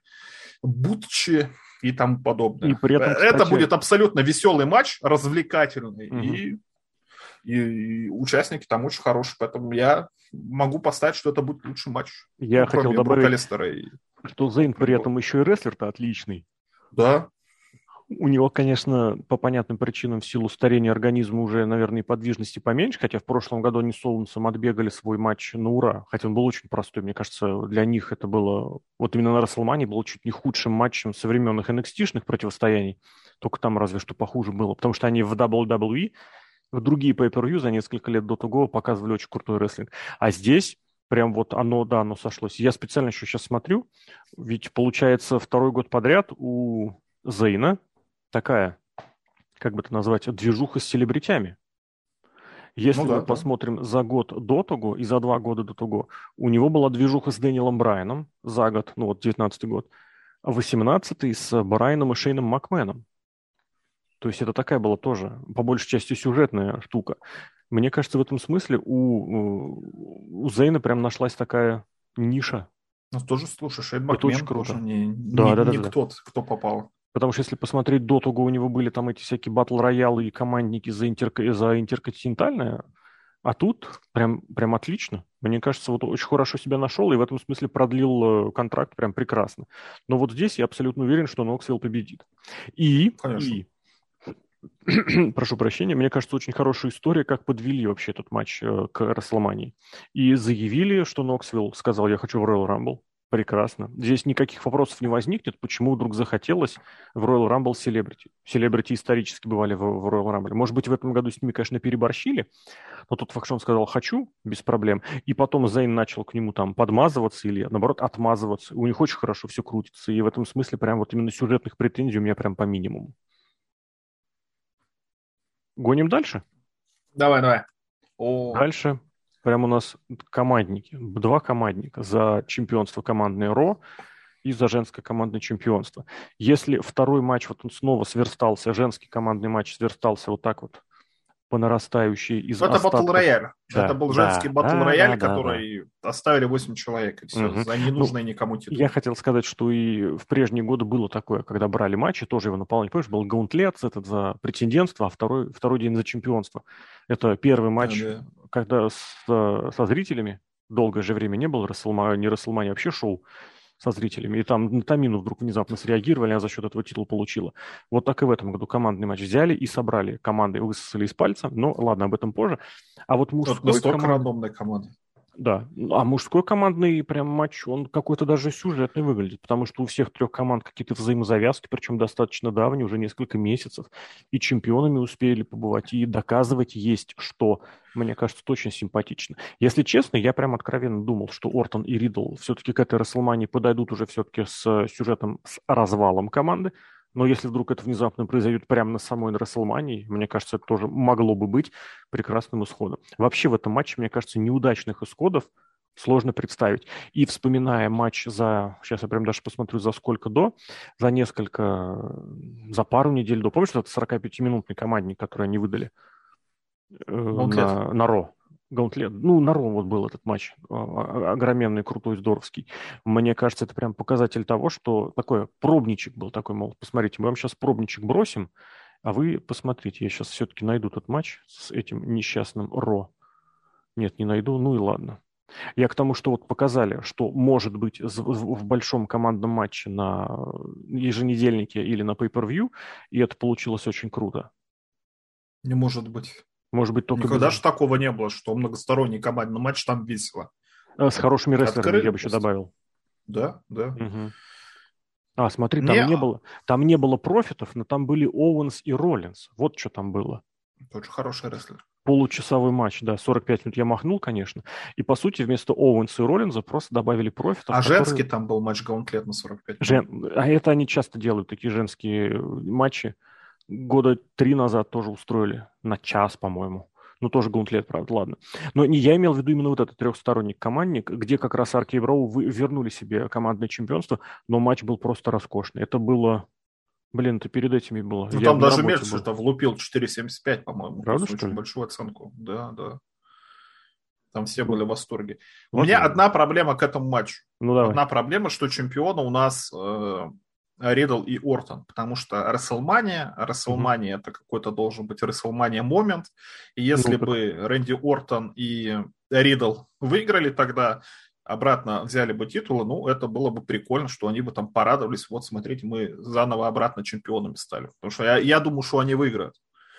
A: Бутчи и тому подобное.
B: И при этом,
A: это
B: кстати...
A: будет абсолютно веселый матч, развлекательный,
B: угу.
A: и, и, и участники там очень хорошие, поэтому я... могу поставить, что это будет лучший матч.
B: Я
A: ну,
B: хотел добавить,
A: и...
B: что Зейн при этом еще и рестлер-то отличный.
A: Да.
B: У него, конечно, по понятным причинам, в силу старения организма уже, наверное, и подвижности поменьше, хотя в прошлом году они с Солнцем отбегали свой матч на ура, хотя он был очень простой. Мне кажется, для них это было, вот именно на WrestleMania было чуть не худшим матчем со времен их эн экс ти-шных противостояний, только там разве что похуже было, потому что они в дабл ю дабл ю и в другие pay-per-view за несколько лет до того показывали очень крутой рестлинг. А здесь прям вот оно, да, оно сошлось. Я специально еще сейчас смотрю, ведь получается второй год подряд у Зейна такая, как бы это назвать, движуха с селебритями. Если ну, да, мы да. посмотрим за год до того и за два года до того, у него была движуха с Дэниелом Брайаном за год, ну вот девятнадцатый год, а восемнадцатый с Брайаном и Шейном Макменом. То есть это такая была тоже, по большей части, сюжетная штука. Мне кажется, в этом смысле у, у Зейна прям нашлась такая ниша.
A: Ну, тоже, слушай, Шейн Макмен тоже не,
B: да,
A: не,
B: да, да,
A: не
B: да.
A: кто, кто попал.
B: Потому что если посмотреть до того, у него были там эти всякие батл-роялы и командники за, интер... за интерконтинентальное, а тут прям, прям отлично. Мне кажется, вот очень хорошо себя нашел и в этом смысле продлил контракт прям прекрасно. Но вот здесь я абсолютно уверен, что Ноксвилл победит. И...
A: Конечно.
B: И... прошу прощения, мне кажется, очень хорошая история, как подвели вообще этот матч э, к WrestleMania. И заявили, что Ноксвилл сказал, я хочу в Royal Rumble. Прекрасно. Здесь никаких вопросов не возникнет, почему вдруг захотелось в Royal Rumble Celebrity. Celebrity исторически бывали в, в Royal Rumble. Может быть, в этом году с ними, конечно, переборщили, но тот факт, что он сказал «хочу», без проблем, и потом Зейн начал к нему там подмазываться или, наоборот, отмазываться. У них очень хорошо все крутится, и в этом смысле прям вот именно сюжетных претензий у меня прям по минимуму. Гоним дальше?
A: Давай, давай. О.
B: Дальше. Прям у нас командники. Два командника за чемпионство командное Ро и за женское командное чемпионство. Если второй матч, вот он снова сверстался, женский командный матч сверстался вот так вот по нарастающей из
A: Это
B: остатков...
A: батл рояль.
B: Да,
A: это был
B: да,
A: женский батл
B: да,
A: рояль,
B: да,
A: который да. оставили восемь человек, и все,
B: угу.
A: за ненужные
B: ну,
A: никому титул.
B: Я хотел сказать, что и в прежние годы было такое, когда брали матчи, тоже его наполняли. Помнишь, был гаунтлет этот за претендентство, а второй, второй день за чемпионство. Это первый матч, да, да. когда с, со зрителями долгое же время не было, Расселма, не Расселмания, а вообще шоу со зрителями. И там на Тамину вдруг внезапно среагировали, а за счет этого титул получила. Вот так и в этом году командный матч взяли и собрали команды, высосали из пальца. Но ладно, об этом позже. А вот мужской
A: вот
B: команд...
A: рандомная команда.
B: Да, а мужской командный прям матч, он какой-то даже сюжетный выглядит, потому что у всех трех команд какие-то взаимозавязки, причем достаточно давние, уже несколько месяцев, и чемпионами успели побывать, и доказывать есть что. Мне кажется, это очень симпатично. Если честно, я прям откровенно думал, что Ортон и Ридл все-таки к этой Расселмании подойдут уже все-таки с сюжетом, с развалом команды. Но если вдруг это внезапно произойдет прямо на самой Расселмании, мне кажется, это тоже могло бы быть прекрасным исходом. Вообще в этом матче, мне кажется, неудачных исходов сложно представить. И вспоминая матч за, сейчас я прям даже посмотрю, за сколько до, за несколько, за пару недель до, помнишь, этот сорокапятиминутный командник, который они выдали э, на, на Ро? Гаунтлет. Ну, на Ро вот был этот матч. Огроменный, крутой, здоровский. Мне кажется, это прям показатель того, что такой пробничек был такой, мол, посмотрите, мы вам сейчас пробничек бросим, а вы посмотрите, я сейчас все-таки найду тот матч с этим несчастным Ро. Нет, не найду, ну и ладно. Я к тому, что вот показали, что может быть в большом командном матче на еженедельнике или на pay-per-view, и это получилось очень круто.
A: Не может быть.
B: Может быть, только
A: Никогда
B: без...
A: же такого не было, что многосторонний командный матч там весело.
B: С хорошими рестлерами, Открыли я бы еще добавил.
A: Да, да.
B: Угу. А, смотри, там
A: не...
B: не было, там не было профитов, но там были Оуэнс и Роллинс. Вот что там было.
A: Это очень хороший рестлер.
B: Получасовой матч, да, сорок пять минут я махнул, конечно. И, по сути, вместо Оуэнса и Роллинза просто добавили профитов.
A: А
B: которые...
A: женский там был матч гаунтлет на сорок пять минут.
B: Жен... А это они часто делают, такие женские матчи. Года три назад тоже устроили. На час, по-моему. Ну, тоже гаунтлет, правда, ладно. Но не я имел в виду именно вот этот трехсторонний командник, где как раз Арки и Броу вернули себе командное чемпионство, но матч был просто роскошный. Это было... Блин, это перед этими было.
A: Ну,
B: я
A: там даже Мерц
B: был.
A: что-то влупил четыре семьдесят пять, по-моему.
B: Правда,
A: очень
B: что ли?
A: большую оценку. Да, да. Там все были в восторге.
B: Вот
A: у меня
B: да.
A: одна проблема к этому матчу.
B: Ну, давай.
A: Одна проблема, что чемпионы у нас э, Ридл и Ортон, потому что Расселмания, Расселмания mm-hmm. это какой-то должен быть Расселмания момент, и если ну, бы так... Рэнди Ортон и Ридл выиграли тогда, обратно взяли бы титулы, ну, это было бы прикольно, что они бы там порадовались, вот, смотрите, мы заново обратно чемпионами стали, потому что я, я думаю, что они выиграют.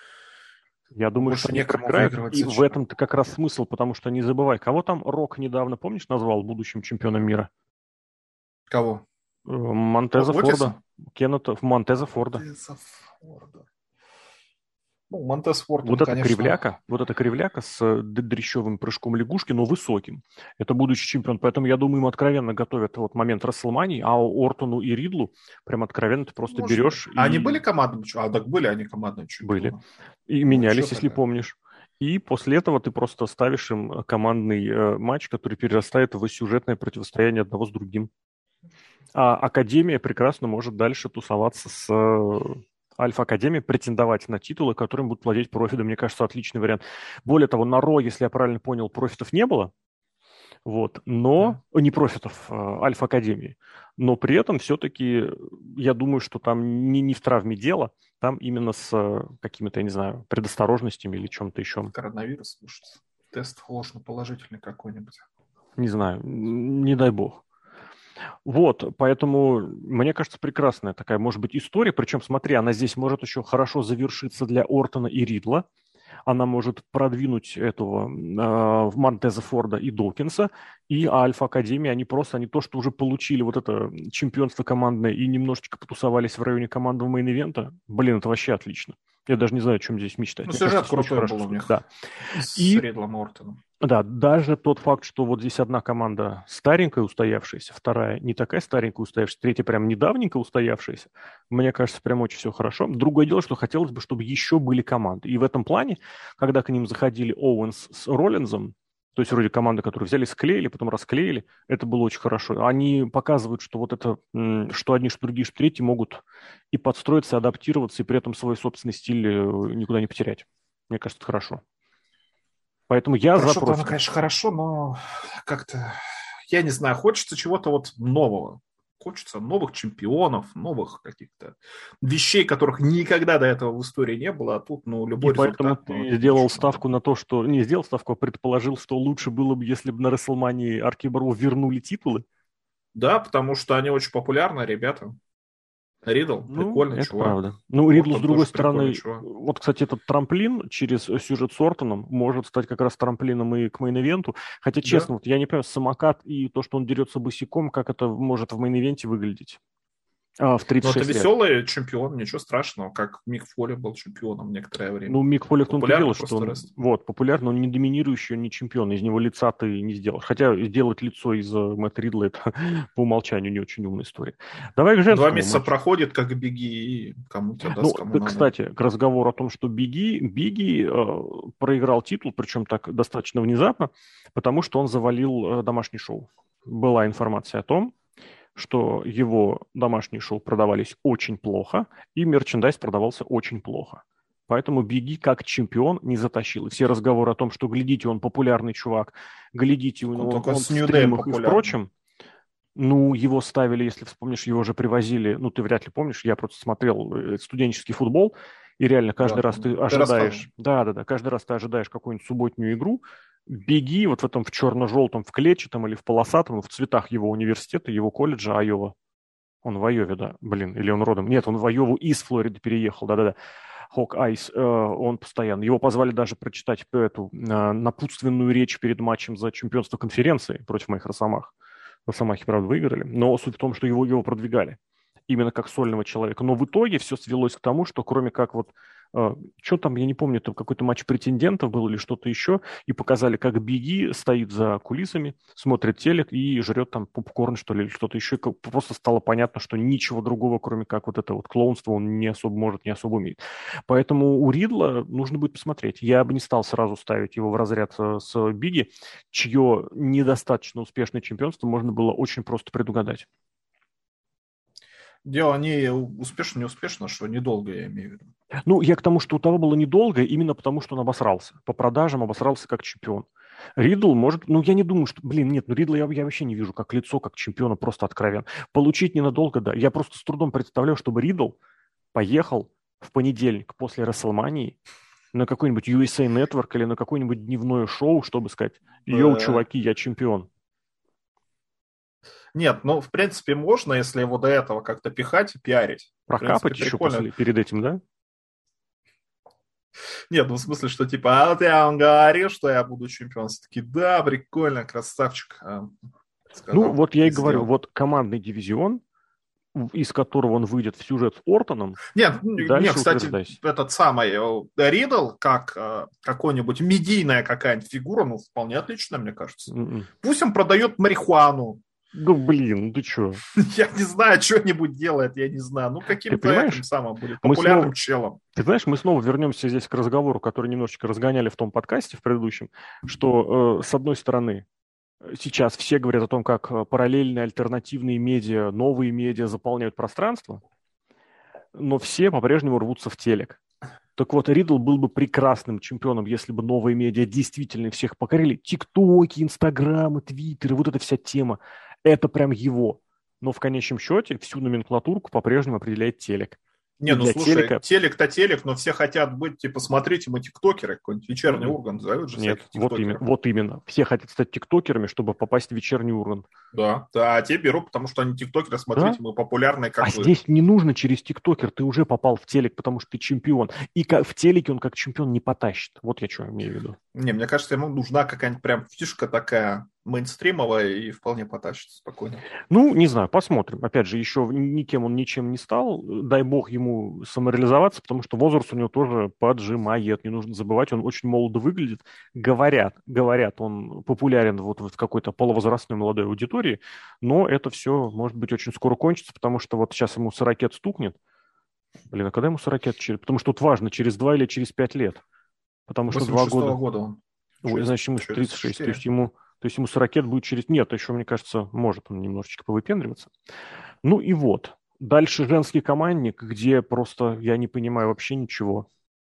B: Я думаю,
A: Больше
B: что они проиграют, и в этом-то как раз смысл, потому что не забывай, кого там Рок недавно, помнишь, назвал будущим чемпионом мира?
A: Кого?
B: Монтеза Форда. Кеннета, Монтеза Форда.
A: Монтеза Форда. Ну, Монтез Форд,
B: вот
A: он,
B: эта
A: конечно...
B: кривляка, вот эта кривляка с дрещевым прыжком лягушки, но высоким. Это будущий чемпион. Поэтому, я думаю, им откровенно готовят вот момент Расселмании, а Ортону и Ридлу прям откровенно ты просто Может, берешь...
A: А
B: и...
A: они были командными чемпионами? А, так были они командными чемпионами.
B: Были. И ну, менялись, если тогда? Помнишь. И после этого ты просто ставишь им командный э, матч, который перерастает в сюжетное противостояние одного с другим. А Академия прекрасно может дальше тусоваться с... Э, Альфа-Академия, претендовать на титулы, которым будут владеть профиты. Мне кажется, отличный вариант. Более того, на Ро, если я правильно понял, профитов не было. Вот, но... Да. Не профитов, а Альфа-Академии. Но при этом все-таки я думаю, что там не, не в травме дело, там именно с какими-то, я не знаю, предосторожностями или чем-то еще.
A: Коронавирус, слушайте. Тест ложноположительный какой-нибудь.
B: Не знаю, не дай бог. Вот, поэтому, мне кажется, прекрасная такая, может быть, история. Причем, смотри, она здесь может еще хорошо завершиться для Ортона и Ридла. она может продвинуть этого э, Монтеза Форда и Докинса, и Альфа Академия, они просто, они то, что уже получили вот это чемпионство командное и немножечко потусовались в районе командного мейн-ивента, блин, это вообще отлично. Я даже не знаю, о чем здесь мечтать.
A: Ну,
B: Мне
A: сюжет
B: кажется,
A: крутой
B: хорошо,
A: был у них.
B: да.
A: С
B: И
A: Ридлом Ортоном.
B: да, даже тот факт, что вот здесь одна команда старенькая устоявшаяся, вторая не такая старенькая устоявшаяся, третья прям недавненько устоявшаяся, мне кажется, прям очень все хорошо. Другое дело, что хотелось бы, чтобы еще были команды. И в этом плане, когда к ним заходили Оуэнс с Роллинзом, то есть вроде команды, которые взяли, склеили, потом расклеили, это было очень хорошо. Они показывают, что вот это, что одни, что другие, что третьи могут и подстроиться, адаптироваться, и при этом свой собственный стиль никуда не потерять. Мне кажется, это хорошо. Поэтому я
A: хорошо,
B: за просто.
A: Оно, конечно, хорошо, но как-то, я не знаю, хочется чего-то вот нового. Хочется новых чемпионов, новых каких-то вещей, которых никогда до этого в истории не было, а тут, ну, любой
B: И поэтому
A: результат...
B: ты
A: ну,
B: сделал ставку на то, что... Не сделал ставку, а предположил, что лучше было бы, если бы на Расселмании Арки Бароу вернули титулы?
A: Да, потому что они очень популярны, ребята. Ридл,
B: Ну,
A: прикольный
B: это
A: чувак.
B: правда. Ну, Ридл, с
A: Ортон
B: другой
A: тоже прикольный
B: стороны,
A: чувак.
B: вот, кстати, этот трамплин через сюжет с Ортоном может стать как раз трамплином и к мейн-ивенту. Хотя, честно,
A: Да.
B: вот я не понимаю, самокат и то, что он дерется босиком, как это может в мейн-ивенте выглядеть а, в тридцать шесть
A: Но это
B: лет.
A: веселый чемпион, ничего страшного, как Мик Фоли был чемпионом некоторое время.
B: Ну, Мик Фоли в том-то и дело, что он,
A: рестлер.
B: вот, популярный, он не доминирующий, он не чемпион, из него лица ты не сделаешь. Хотя сделать лицо из Мэтта Ридла — это по умолчанию не очень умная история. Давай к женскому
A: Два месяца
B: матчу.
A: проходит, как Беги, и кому тебя даст,
B: Ну,
A: кому
B: да,
A: надо.
B: кстати, к разговору о том, что Бигги, Бигги э, проиграл титул, причем так достаточно внезапно, потому что он завалил э, домашнее шоу. Была информация о том, что его домашние шоу продавались очень плохо, и мерчендайз продавался очень плохо. Поэтому Бигги как чемпион не затащил. И все разговоры о том, что, глядите, он популярный чувак, глядите, он,
A: Он
B: он,
A: только
B: он
A: с
B: в
A: New Day
B: стримах и
A: популярный.
B: впрочем, ну, его ставили, если вспомнишь, его же привозили, ну, ты вряд ли помнишь, я просто смотрел э, студенческий футбол, и реально каждый
A: Да,
B: раз ты
A: ты
B: ожидаешь, да-да-да, каждый раз ты ожидаешь какую-нибудь субботнюю игру, Беги вот в этом в черно-желтом, в клетчатом или в полосатом, в цветах его университета, его колледжа Айова. Он в Айове, да, блин, или он родом. Нет, он в Айову из Флориды переехал, да-да-да. Хок Айс, э, он постоянно. Его позвали даже прочитать эту э, напутственную речь перед матчем за чемпионство конференции против моих Росомах. Росомахи, правда, выиграли, но суть в том, что его, его продвигали именно как сольного человека. Но в итоге все свелось к тому, что кроме как вот э, что там, я не помню, там какой-то матч претендентов был или что-то еще, и показали, как Бигги стоит за кулисами, смотрит телек и жрет там попкорн, что ли, или что-то еще. И просто стало понятно, что ничего другого, кроме как вот это вот клоунство, он не особо может, не особо умеет. Поэтому у Ридла нужно будет посмотреть. Я бы не стал сразу ставить его в разряд с Бигги, чье недостаточно успешное чемпионство можно было очень просто предугадать.
A: Дело не успешно, не успешно, что недолго, я имею в виду.
B: Ну, я к тому, что у того было недолго, именно потому, что он обосрался. По продажам обосрался как чемпион. Ридл может... Ну, я не думаю, что... Блин, нет, ну Ридла я, я вообще не вижу как лицо, как чемпиона, просто откровенно. Получить ненадолго, да. Я просто с трудом представляю, чтобы Ридл поехал в понедельник после Расселмании на какой-нибудь ю эс эй Network или на какое-нибудь дневное шоу, чтобы сказать: «Йоу, чуваки, я чемпион».
A: Нет, ну, в принципе, можно, если его до этого как-то пихать и пиарить.
B: Прокапать еще после, перед этим, да?
A: Нет, ну, в смысле, что типа, а вот я вам говорил, что я буду чемпион. Все таки, да, прикольно, красавчик.
B: Сказал, ну, вот я и говорю, сделал. Вот командный дивизион, из которого он выйдет в сюжет с Ортоном.
A: Нет, нет, кстати, этот самый Ридл, как э, какой-нибудь медийная какая-нибудь фигура, ну, вполне отлично, мне кажется. Mm-mm. Пусть он продает марихуану.
B: Ну, блин, ну ты чё?
A: Я не знаю, что-нибудь делает, я не знаю. Ну, каким-то этим самым будет популярным
B: снова,
A: челом.
B: Ты знаешь, мы снова вернемся здесь к разговору, который немножечко разгоняли в том подкасте, в предыдущем, что, э, с одной стороны, сейчас все говорят о том, как параллельные альтернативные медиа, новые медиа заполняют пространство, но все по-прежнему рвутся в телек. Так вот, Ридл был бы прекрасным чемпионом, если бы новые медиа действительно всех покорили. ТикТоки, Инстаграмы, Твиттеры, вот эта вся тема. Это прям его. Но в конечном счете всю номенклатурку по-прежнему определяет телек.
A: Не, ну слушай, телека... телек-то телек, но все хотят быть, типа, смотрите, мы тиктокеры, какой-нибудь вечерний mm-hmm. Ургант зовут же.
B: Нет, вот именно, вот именно. Все хотят стать тиктокерами, чтобы попасть в вечерний Ургант.
A: Да, да, а те берут, потому что они тиктокеры, смотрите, да? Мы популярные, как
B: а
A: вы.
B: Здесь не нужно через тиктокер, ты уже попал в телек, потому что ты чемпион. И в телеке он как чемпион не потащит. Вот я что имею в виду.
A: Не, мне кажется, ему нужна какая-нибудь прям фишка такая мейнстримовая и вполне потащится спокойно.
B: Ну, не знаю, посмотрим. Опять же, еще никем он ничем не стал. Дай бог ему самореализоваться, потому что возраст у него тоже поджимает. Не нужно забывать, он очень молодо выглядит. Говорят, говорят, он популярен вот в какой-то полувозрастной молодой аудитории, но это все, может быть, очень скоро кончится, потому что вот сейчас ему сорок стукнет. Блин, а когда ему сорок? Потому что тут важно, через два или через пять лет. Потому что два года...
A: года он.
B: Ой, значит, ему тридцать шесть, то есть ему... То есть ему сорок будет через... Нет, еще, мне кажется, может он немножечко повыпендриваться. Ну и вот. Дальше женский командник, где просто я не понимаю вообще ничего.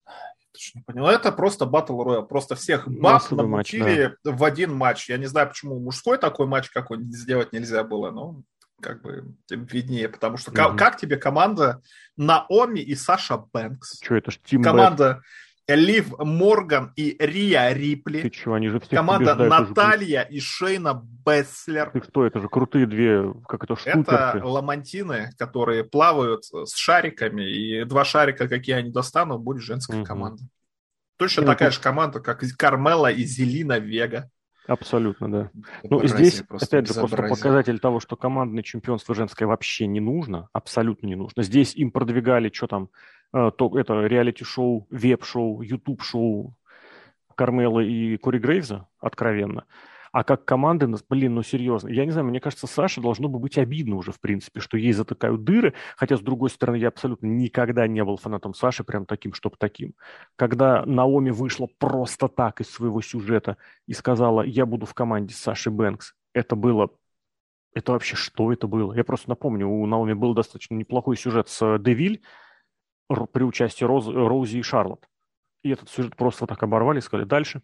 A: Не понял. Это просто Battle Royale. Просто всех баб намутили да. в один матч. Я не знаю, почему мужской такой матч какой-нибудь сделать нельзя было, но как бы тем виднее. Потому что угу. как, как тебе команда Наоми и Саша Бэнкс?
B: Что это ж Тим
A: Команда... Лив Морган и Риа Рипли.
B: Ты чего, они же всех
A: команда
B: побеждают,
A: Наталья и Шейна Бесслер.
B: Ты что, это же крутые две, как это, штуперки.
A: Это ламантины, которые плавают с шариками, и два шарика, какие они достанут, будет женская угу. команда. Точно ну, такая тут... же команда, как Кармела и Зелина Вега.
B: Абсолютно, да. Ну, здесь, опять же, просто показатель того, что командное чемпионство женское вообще не нужно, абсолютно не нужно. Здесь им продвигали, что там, то, это реалити-шоу, веб-шоу, ютуб-шоу Кармела и Кори Грейвза, откровенно. А как команды, блин, ну серьезно. Я не знаю, мне кажется, Саше должно бы быть обидно уже, в принципе, что ей затыкают дыры. Хотя, с другой стороны, я абсолютно никогда не был фанатом Саши, прям таким, чтоб таким. Когда Наоми вышла просто так из своего сюжета и сказала, я буду в команде с Сашей Бэнкс, это было... Это вообще что это было? Я просто напомню, у Наоми был достаточно неплохой сюжет с Девиль при участии Роз, Роузи и Шарлотт. И этот сюжет просто вот так оборвали и сказали дальше.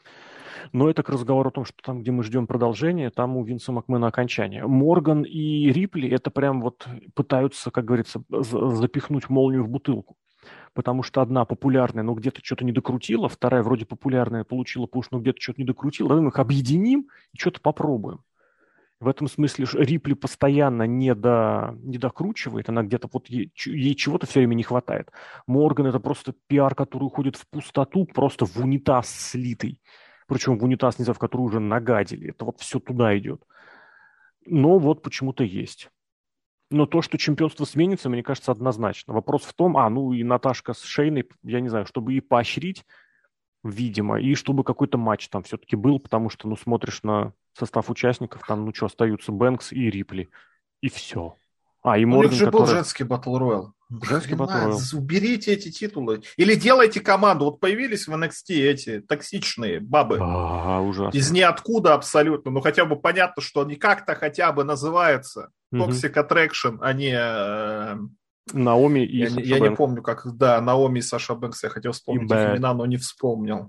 B: Но это к разговору о том, что там, где мы ждем продолжения, там у Винса Макмена окончание. Морган и Рипли это прям вот пытаются, как говорится, запихнуть молнию в бутылку. Потому что одна популярная, но где-то что-то не докрутила, вторая вроде популярная, получила пуш, но где-то что-то не докрутила. Давай мы их объединим и что-то попробуем. В этом смысле Рипли постоянно не, до, не докручивает, она где-то вот ей, ей чего-то все время не хватает. Морган это просто пиар, который уходит в пустоту, просто в унитаз слитый. Причем в унитаз, не знаю, в который уже нагадили. Это вот все туда идет. Но вот почему-то есть. Но то, что чемпионство сменится, мне кажется, однозначно. Вопрос в том, а, ну и Наташка с Шейной, я не знаю, чтобы и поощрить, видимо, и чтобы какой-то матч там все-таки был, потому что, ну, смотришь на состав участников, там, ну что, остаются Бэнкс и Рипли. И все. А, и Морган,
A: у них же
B: который...
A: был женский Battle Royale.
B: Женский Battle Royale.
A: Уберите эти титулы. Или делайте команду. Вот появились в эн экс ти эти токсичные бабы.
B: А, ужасно.
A: Из ниоткуда абсолютно. Ну, хотя бы понятно, что они как-то хотя бы называются Toxic Attraction, а не... Э...
B: Наоми и
A: я,
B: Саша
A: я
B: Бэнкс.
A: не помню, как... Да, Наоми и Саша Бэнкс. Я хотел вспомнить их имена, но не вспомнил.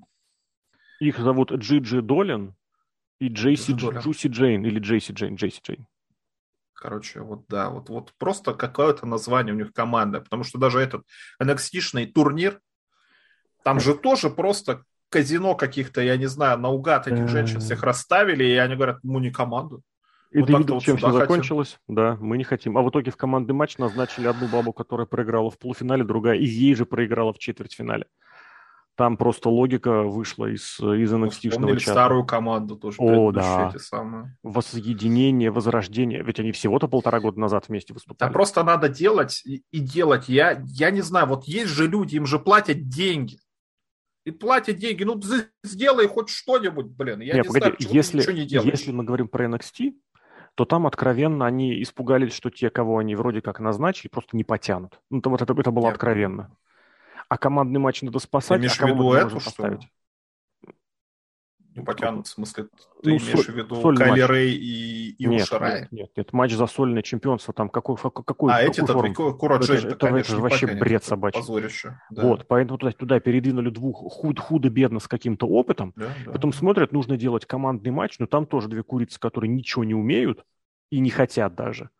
B: Их зовут Джиджи Долин и Джейси Джуси Джейн. Или Джейси Джейн. Джейси Джейн.
A: Короче, вот да, вот, вот просто какое-то название у них команда, потому что даже этот эн экс ти-шный турнир, там же тоже просто казино каких-то, я не знаю, наугад этих женщин всех расставили, и они говорят, ну не команду.
B: И ты видел, чем все закончилось? Да, мы не хотим. А в итоге в командный матч назначили одну бабу, которая проиграла в полуфинале, другая, и ей же проиграла в четвертьфинале. Там просто логика вышла из, из эн экс ти-шного
A: чата.
B: старую
A: команду тоже.
B: О, да. Эти самые. Воссоединение, возрождение. Ведь они всего-то полтора года назад вместе выступали.
A: Да просто надо делать и, и делать. Я, я не знаю, вот есть же люди, им же платят деньги. И платят деньги. Ну, сделай хоть что-нибудь, блин. Я
B: не,
A: не
B: погоди,
A: знаю, почему
B: если,
A: ты ничего не делаешь.
B: Если мы говорим про эн экс ти, то там откровенно они испугались, что те, кого они вроде как назначили, просто не потянут. Ну, там вот это, это было Нет. откровенно. А командный матч надо спасать,
A: ты
B: а кого мы можем поставить?
A: Не потянут, в смысле, ты
B: ну,
A: имеешь
B: соль,
A: в виду Кайли Рэй и, и
B: нет,
A: Ушарай?
B: Нет, нет, нет, матч за сольное чемпионство, там какой, какой
A: А эти-то Кураджей,
B: это, это, это же вообще бред собачий.
A: Позорище. Да.
B: Вот, поэтому туда, туда передвинули двух худ, худо-бедно с каким-то опытом,
A: да, да.
B: Потом смотрят, нужно делать командный матч, но там тоже две курицы, которые ничего не умеют и не хотят даже.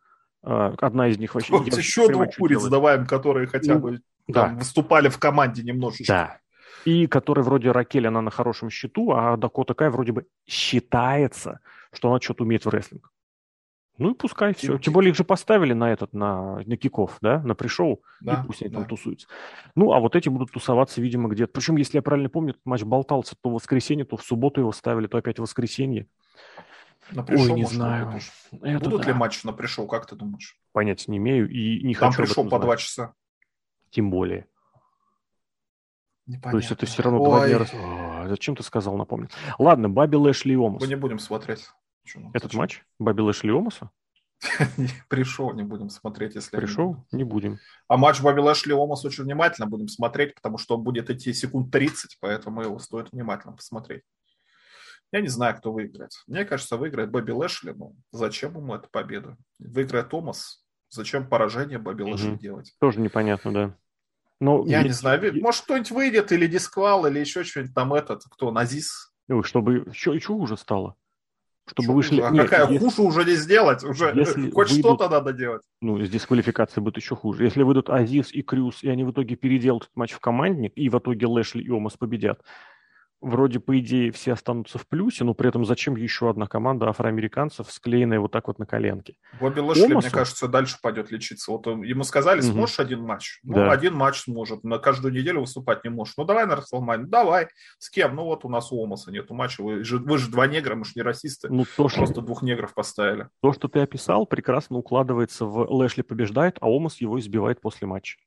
B: Одна из них вообще...
A: Вот еще двух куриц добавим, которые хотя ну, бы там, да. выступали в команде немножечко.
B: Да. И которая вроде Ракель, она на хорошем счету, а Дакота Кай вроде бы считается, что она что-то умеет в рестлинг. Ну и пускай все. Тем, Тем более их же поставили на этот, на, на киков, да, на пришоу, да, и пусть они да. там тусуются. Ну, а вот эти будут тусоваться, видимо, где-то. Причем, если я правильно помню, этот матч болтался то в воскресенье, то в субботу его ставили, то опять в воскресенье.
A: На пришоу,
B: Ой, не знаю.
A: Это Будут да. ли матчи на пришоу, как ты думаешь?
B: Понятия не имею и не
A: там
B: хочу.
A: Там пришоу по два часа.
B: Тем более.
A: Непонятно.
B: То есть это все равно Ой. два дня... Раз... О, зачем ты сказал, напомнил? Ладно, Бобби Лэшли и Омас.
A: Мы не будем смотреть.
B: Этот зачем? Матч? Бобби Лэшли и Омаса?
A: Пришел, не будем смотреть, если...
B: Пришел? Не будем.
A: А матч Бобби Лэшли и Омас очень внимательно будем смотреть, потому что он будет идти секунд тридцать, поэтому его стоит внимательно посмотреть. Я не знаю, кто выиграет. Мне кажется, выиграет Бобби Лэшли, но зачем ему эта победа? Выиграет Омас, зачем поражение Бобби Лэшли угу. делать?
B: Тоже непонятно, да. Но
A: я ведь... не знаю, может кто-нибудь выйдет, или Дисквал, или еще что-нибудь там этот, кто, Назис?
B: Ой, чтобы еще, еще хуже стало. Чтобы
A: что
B: вышли...
A: А Нет, какая если... хуже уже не сделать? Уже
B: если
A: хоть
B: выйдут...
A: что-то надо делать.
B: Ну, с дисквалификацией будет еще хуже. Если выйдут Азиз и Крюс, и они в итоге переделают этот матч в командник, и в итоге Лэшли и Омас победят, вроде, по идее, все останутся в плюсе, но при этом зачем еще одна команда афроамериканцев, склеенная вот так вот на коленке?
A: Бобби Лэшли, Омасу... мне кажется, дальше пойдет лечиться. Вот ему сказали, сможешь угу. один матч? Ну, да. один матч сможет. На каждую неделю выступать не можешь. Ну, давай на Расселмане. Давай. С кем? Ну, вот у нас у Омаса нету матча. Вы же, вы же два негра, мы же не расисты.
B: Ну, то,
A: Просто
B: что...
A: двух негров поставили.
B: То, что ты описал, прекрасно укладывается в Лэшли побеждает, а Омас его избивает после матча.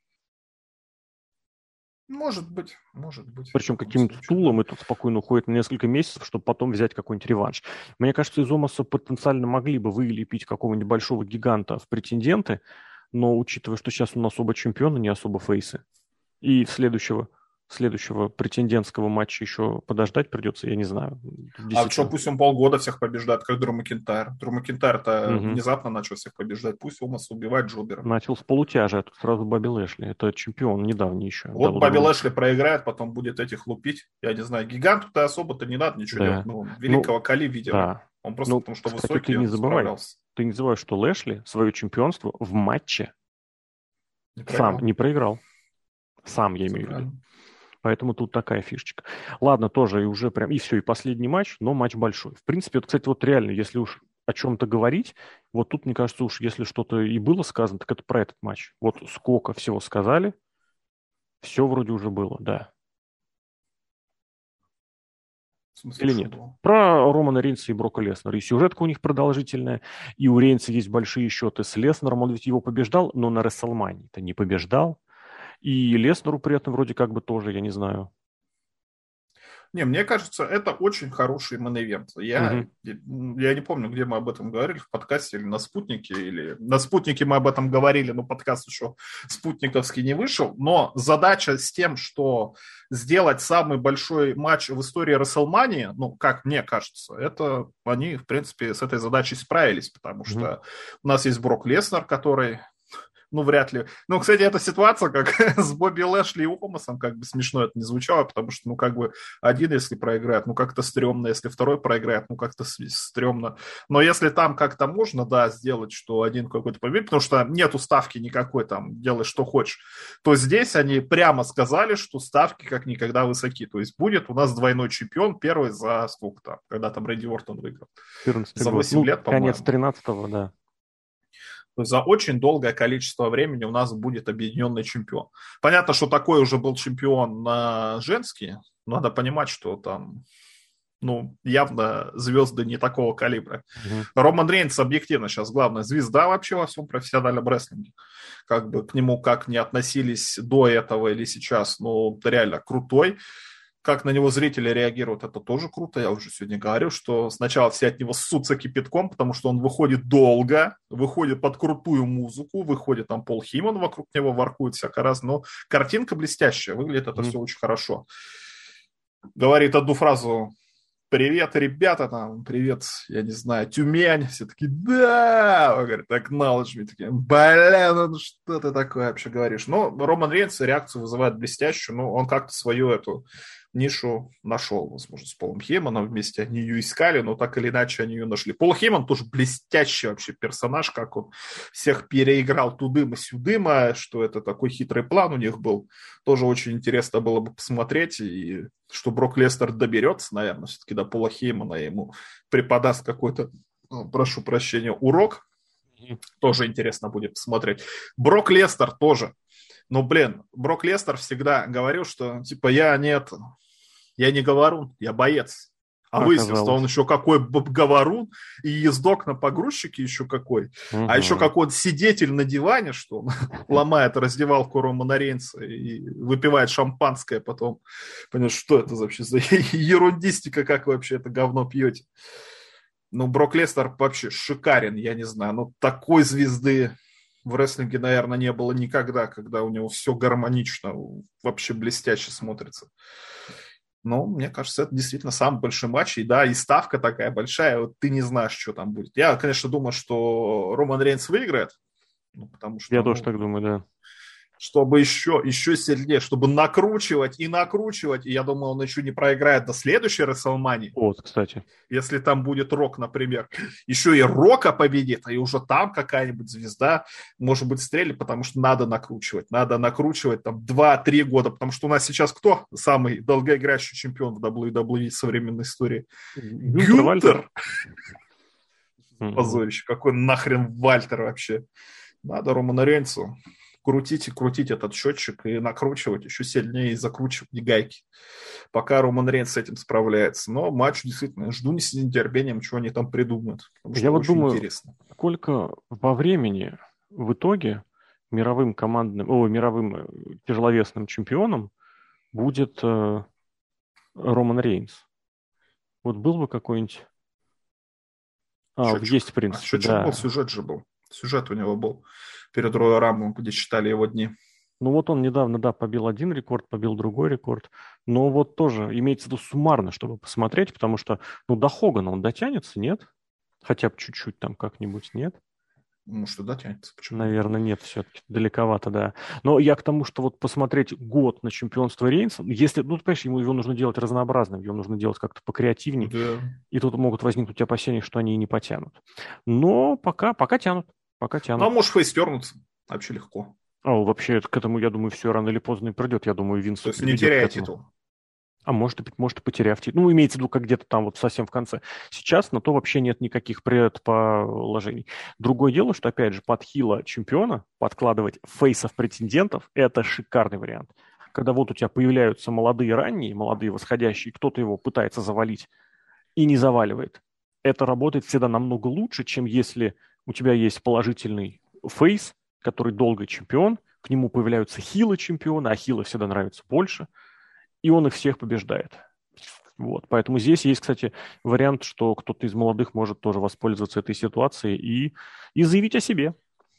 A: Может быть, может быть.
B: Причем каким-то стулом и тут спокойно уходит на несколько месяцев, чтобы потом взять какой-нибудь реванш. Мне кажется, из Омаса потенциально могли бы вылепить какого-нибудь большого гиганта в претенденты, но учитывая, что сейчас у нас оба чемпиона, не особо фейсы, и следующего, следующего претендентского матча еще подождать придется, я не знаю.
A: А что, пусть он полгода всех побеждает, как Дрю Макинтайр. Дрю Макинтайр-то угу. внезапно начал всех побеждать. Пусть Омас убивает Джобера.
B: Начал с полутяжа, а тут сразу Бобби Лэшли. Это чемпион недавний еще.
A: Вот Бобби Лэшли проиграет, потом будет этих лупить. Я не знаю, гиганту-то особо-то не надо ничего да. делать. Ну, великого ну, Кали видел. Да. Он просто ну, потому что кстати, высокий,
B: ты не забывай, ты не забывай, что Лэшли свое чемпионство в матче не сам не проиграл. Сам, я имею в виду. Поэтому тут такая фишечка. Ладно, тоже и уже прям, и все, и последний матч, но матч большой. В принципе, вот, кстати, вот реально, если уж о чем-то говорить, вот тут, мне кажется, уж если что-то и было сказано, так это про этот матч. Вот сколько всего сказали, все вроде уже было, да.
A: Смысле,
B: или нет?
A: Было?
B: Про Романа Рейнса и Брока Леснера. И сюжетка у них продолжительная, и у Рейнса есть большие счеты с Леснером, он ведь его побеждал, но на Рестлмании-то не побеждал. И Леснеру при этом вроде как бы тоже, я не знаю.
A: Не, мне кажется, это очень хороший мейн-ивент. Я, угу. я не помню, где мы об этом говорили, в подкасте или на Спутнике, или на Спутнике мы об этом говорили, но подкаст еще спутниковский не вышел. Но задача с тем, что сделать самый большой матч в истории Расселмании, ну, как мне кажется, это они, в принципе, с этой задачей справились, потому угу. что у нас есть Брок Леснер, который... Ну, вряд ли. Ну, кстати, эта ситуация, как с Бобби Лэшли и Омасом, как бы смешно это не звучало, потому что, ну, как бы один, если проиграет, ну, как-то стрёмно, если второй проиграет, ну, как-то стрёмно. Но если там как-то можно, да, сделать, что один какой-то победит, потому что нету ставки никакой, там, делай что хочешь, то здесь они прямо сказали, что ставки как никогда высоки. То есть будет у нас двойной чемпион, первый за сколько там, когда там Рэнди Ортон выиграл. За восемь
B: ну,
A: лет, по-моему.
B: Конец тринадцатого, да.
A: То есть за очень долгое количество времени у нас будет объединенный чемпион. Понятно, что такой уже был чемпион на женский. Надо понимать, что там, ну, явно звезды не такого калибра. Mm-hmm. Роман Рейнс объективно сейчас главная звезда вообще во всем профессиональном рестлинге. Как бы к нему как не относились до этого или сейчас, но реально крутой. Как на него зрители реагируют, это тоже круто. Я уже сегодня говорил, что сначала все от него ссутся кипятком, потому что он выходит долго, выходит под крутую музыку, выходит там Пол Хейман вокруг него воркует всяко раз, но картинка блестящая, выглядит это mm-hmm. все очень хорошо. Говорит одну фразу: «Привет, ребята, там, привет, я не знаю, Тюмень». Все такие: «Да!» Он говорит, acknowledge me, такие: «Бля, ну что ты такое вообще говоришь?» Но Роман Рейнс реакцию вызывает блестящую, ну, он как-то свою эту нишу нашел, возможно, с Полом Хейманом вместе они ее искали, но так или иначе они ее нашли. Пол Хейман тоже блестящий вообще персонаж, как он всех переиграл тудыма-сюдыма, что это такой хитрый план у них был. Тоже очень интересно было бы посмотреть, и что Брок Лестер доберется, наверное, все-таки до Пола Хеймана, ему преподаст какой-то, прошу прощения, урок. Тоже интересно будет посмотреть. Брок Лестер тоже. Ну, блин, Брок Лестер всегда говорил, что, типа, я нет, я не говорун, я боец. А выяснилось, что он еще какой говорун, и ездок на погрузчике еще какой. Угу. А еще какой он сидетель на диване, что он ломает раздевалку Романа Рейнса и выпивает шампанское потом. Понимаешь, что это вообще за ерундистика, как вы вообще это говно пьете? Ну, Брок Лестер вообще шикарен, я не знаю. Ну, такой звезды в рестлинге, наверное, не было никогда, когда у него все гармонично, вообще блестяще смотрится. Но, мне кажется, это действительно самый большой матч. И да, и ставка такая большая, вот ты не знаешь, что там будет. Я, конечно, думаю, что Роман Рейнс выиграет. Ну, потому что,
B: Я
A: ну,
B: тоже так думаю, да.
A: Чтобы еще, еще сильнее, чтобы накручивать и накручивать. И я думаю, он еще не проиграет до следующей WrestleMania.
B: Вот, кстати.
A: Если там будет Рок, например. Еще и Рока победит, а и уже там какая-нибудь звезда, может быть, стрелит, потому что надо накручивать. Надо накручивать там два-три года, потому что у нас сейчас кто самый долгоиграющий чемпион в дабл ю дабл ю и современной истории? Гюнтер. Позорище. Какой нахрен Вальтер вообще? Надо Роману Рейнсу крутить и крутить этот счетчик и накручивать еще сильнее и закручивать гайки, пока Роман Рейнс с этим справляется. Но матч действительно жду с нетерпением, чего они там придумают.
B: Я вот думаю, интересно. Сколько по времени в итоге мировым командным, о, мировым тяжеловесным чемпионом будет э, Роман Рейнс. Вот был бы какой-нибудь... А,
A: счетчик.
B: Есть, в принципе,
A: а, счетчик
B: да.
A: был, сюжет же был. Сюжет у него был перед Роял Рамблом, где считали его дни.
B: Ну вот он недавно, да, побил один рекорд, побил другой рекорд. Но вот тоже имеется в виду суммарно, чтобы посмотреть, потому что, ну, до Хогана он дотянется, нет? Хотя бы чуть-чуть там как-нибудь, нет?
A: Ну, что дотянется. Почему?
B: Наверное, нет, все-таки далековато, да. Но я к тому, что вот посмотреть год на чемпионство Рейнса, если, ну, ты понимаешь, ему его нужно делать разнообразным, его нужно делать как-то покреативнее,
A: да.
B: И тут могут возникнуть опасения, что они и не потянут. Но пока, пока тянут, пока тянут.
A: Ну, а может фейстернуться вообще легко.
B: А, вообще, к этому, я думаю, все рано или поздно и придет. Я думаю, Винс...
A: То есть не теряя титул.
B: А может, может и потеряв титул. Ну, имеется в виду, как где-то там вот совсем в конце. Сейчас на то вообще нет никаких предположений. Другое дело, что, опять же, под хила чемпиона подкладывать фейсов-претендентов – это шикарный вариант. Когда вот у тебя появляются молодые ранние, молодые восходящие, кто-то его пытается завалить и не заваливает. Это работает всегда намного лучше, чем если у тебя есть положительный фейс, который долгий чемпион, к нему появляются хилы чемпиона, а хилы всегда нравятся больше, и он их всех побеждает. Вот. Поэтому здесь есть, кстати, вариант, что кто-то из молодых может тоже воспользоваться этой ситуацией и, и заявить о себе.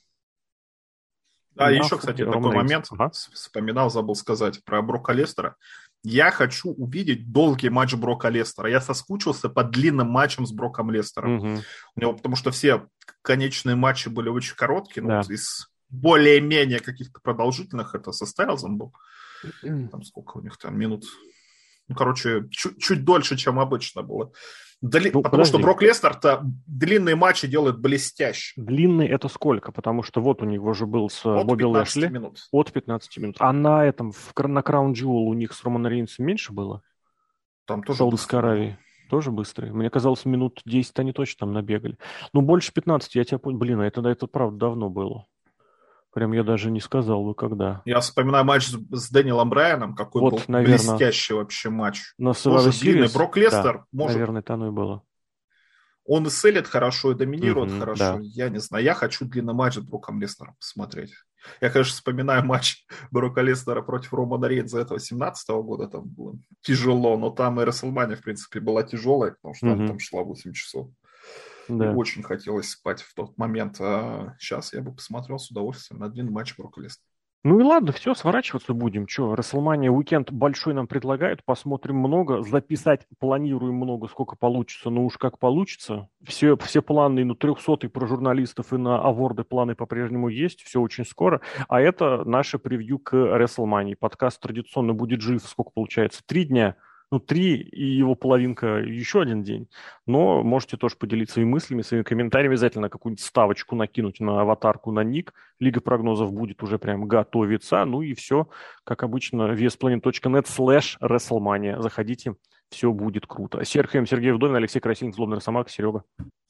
A: Да, еще, кстати, такой момент, ага. вспоминал, забыл сказать про Брока Лестера. Я хочу увидеть долгий матч Брока Лестера. Я соскучился по длинным матчам с Броком Лестером. Угу. У него, потому что все конечные матчи были очень короткие. Да. Ну, вот из более-менее каких-то продолжительных это со Стайлзом был. Там сколько у них там минут? Ну, короче, чуть, чуть дольше, чем обычно было. Дли... Ну, потому подожди. Что Брок Лестер-то длинные матчи делает блестяще.
B: Длинный это сколько? Потому что вот у него же был с
A: от
B: Бобби Лэшли.
A: Минут.
B: От пятнадцати минут. А на этом, в, на Краун Джуэл у них с Романом Рейнсом меньше было?
A: Там тоже
B: Саудовской Аравии. Тоже быстрые. Мне казалось, минут десять они точно там набегали. Ну, больше пятнадцати, я тебя понял. Блин, а это, это правда давно было. Прям я даже не сказал бы, когда.
A: Я вспоминаю матч с, с Дэниелом Брайаном, какой вот, был наверное, блестящий вообще матч.
B: На Тоже
A: длинный. Брок Лестер
B: да,
A: может...
B: Наверное, это оно и было.
A: Он и селит хорошо, и доминирует
B: угу,
A: хорошо.
B: Да.
A: Я не знаю, я хочу длинный матч с Броком Лестером посмотреть. Я, конечно, вспоминаю матч Брока Лестера против Романа Рейнса этого семнадцатого года. Там было тяжело, но там и WrestleMania, в принципе, была тяжелая, потому что угу. она там шла восемь часов. Да. И очень хотелось спать в тот момент. А сейчас я бы посмотрел с удовольствием на длинный матч Брока Лестера.
B: Ну и ладно, все, сворачиваться будем. Че, WrestleMania уикенд большой нам предлагают, посмотрим много, записать планируем много, сколько получится, но уж как получится. Все, все планы и на трехсотый про журналистов, и на аворды планы по-прежнему есть, все очень скоро. А это наше превью к WrestleMania. Подкаст традиционно будет жив, сколько получается, три дня. Ну, три и его половинка еще один день. Но можете тоже поделиться своими мыслями, своими комментариями, обязательно какую-нибудь ставочку накинуть на аватарку, на ник. Лига прогнозов будет уже прям готовиться. Ну и все, как обычно, веспланет.нет слэш WrestleMania. Заходите, все будет круто. Серхием Сергей Вдовин, Алексей Красильников, Злобный Росомаха, Серега.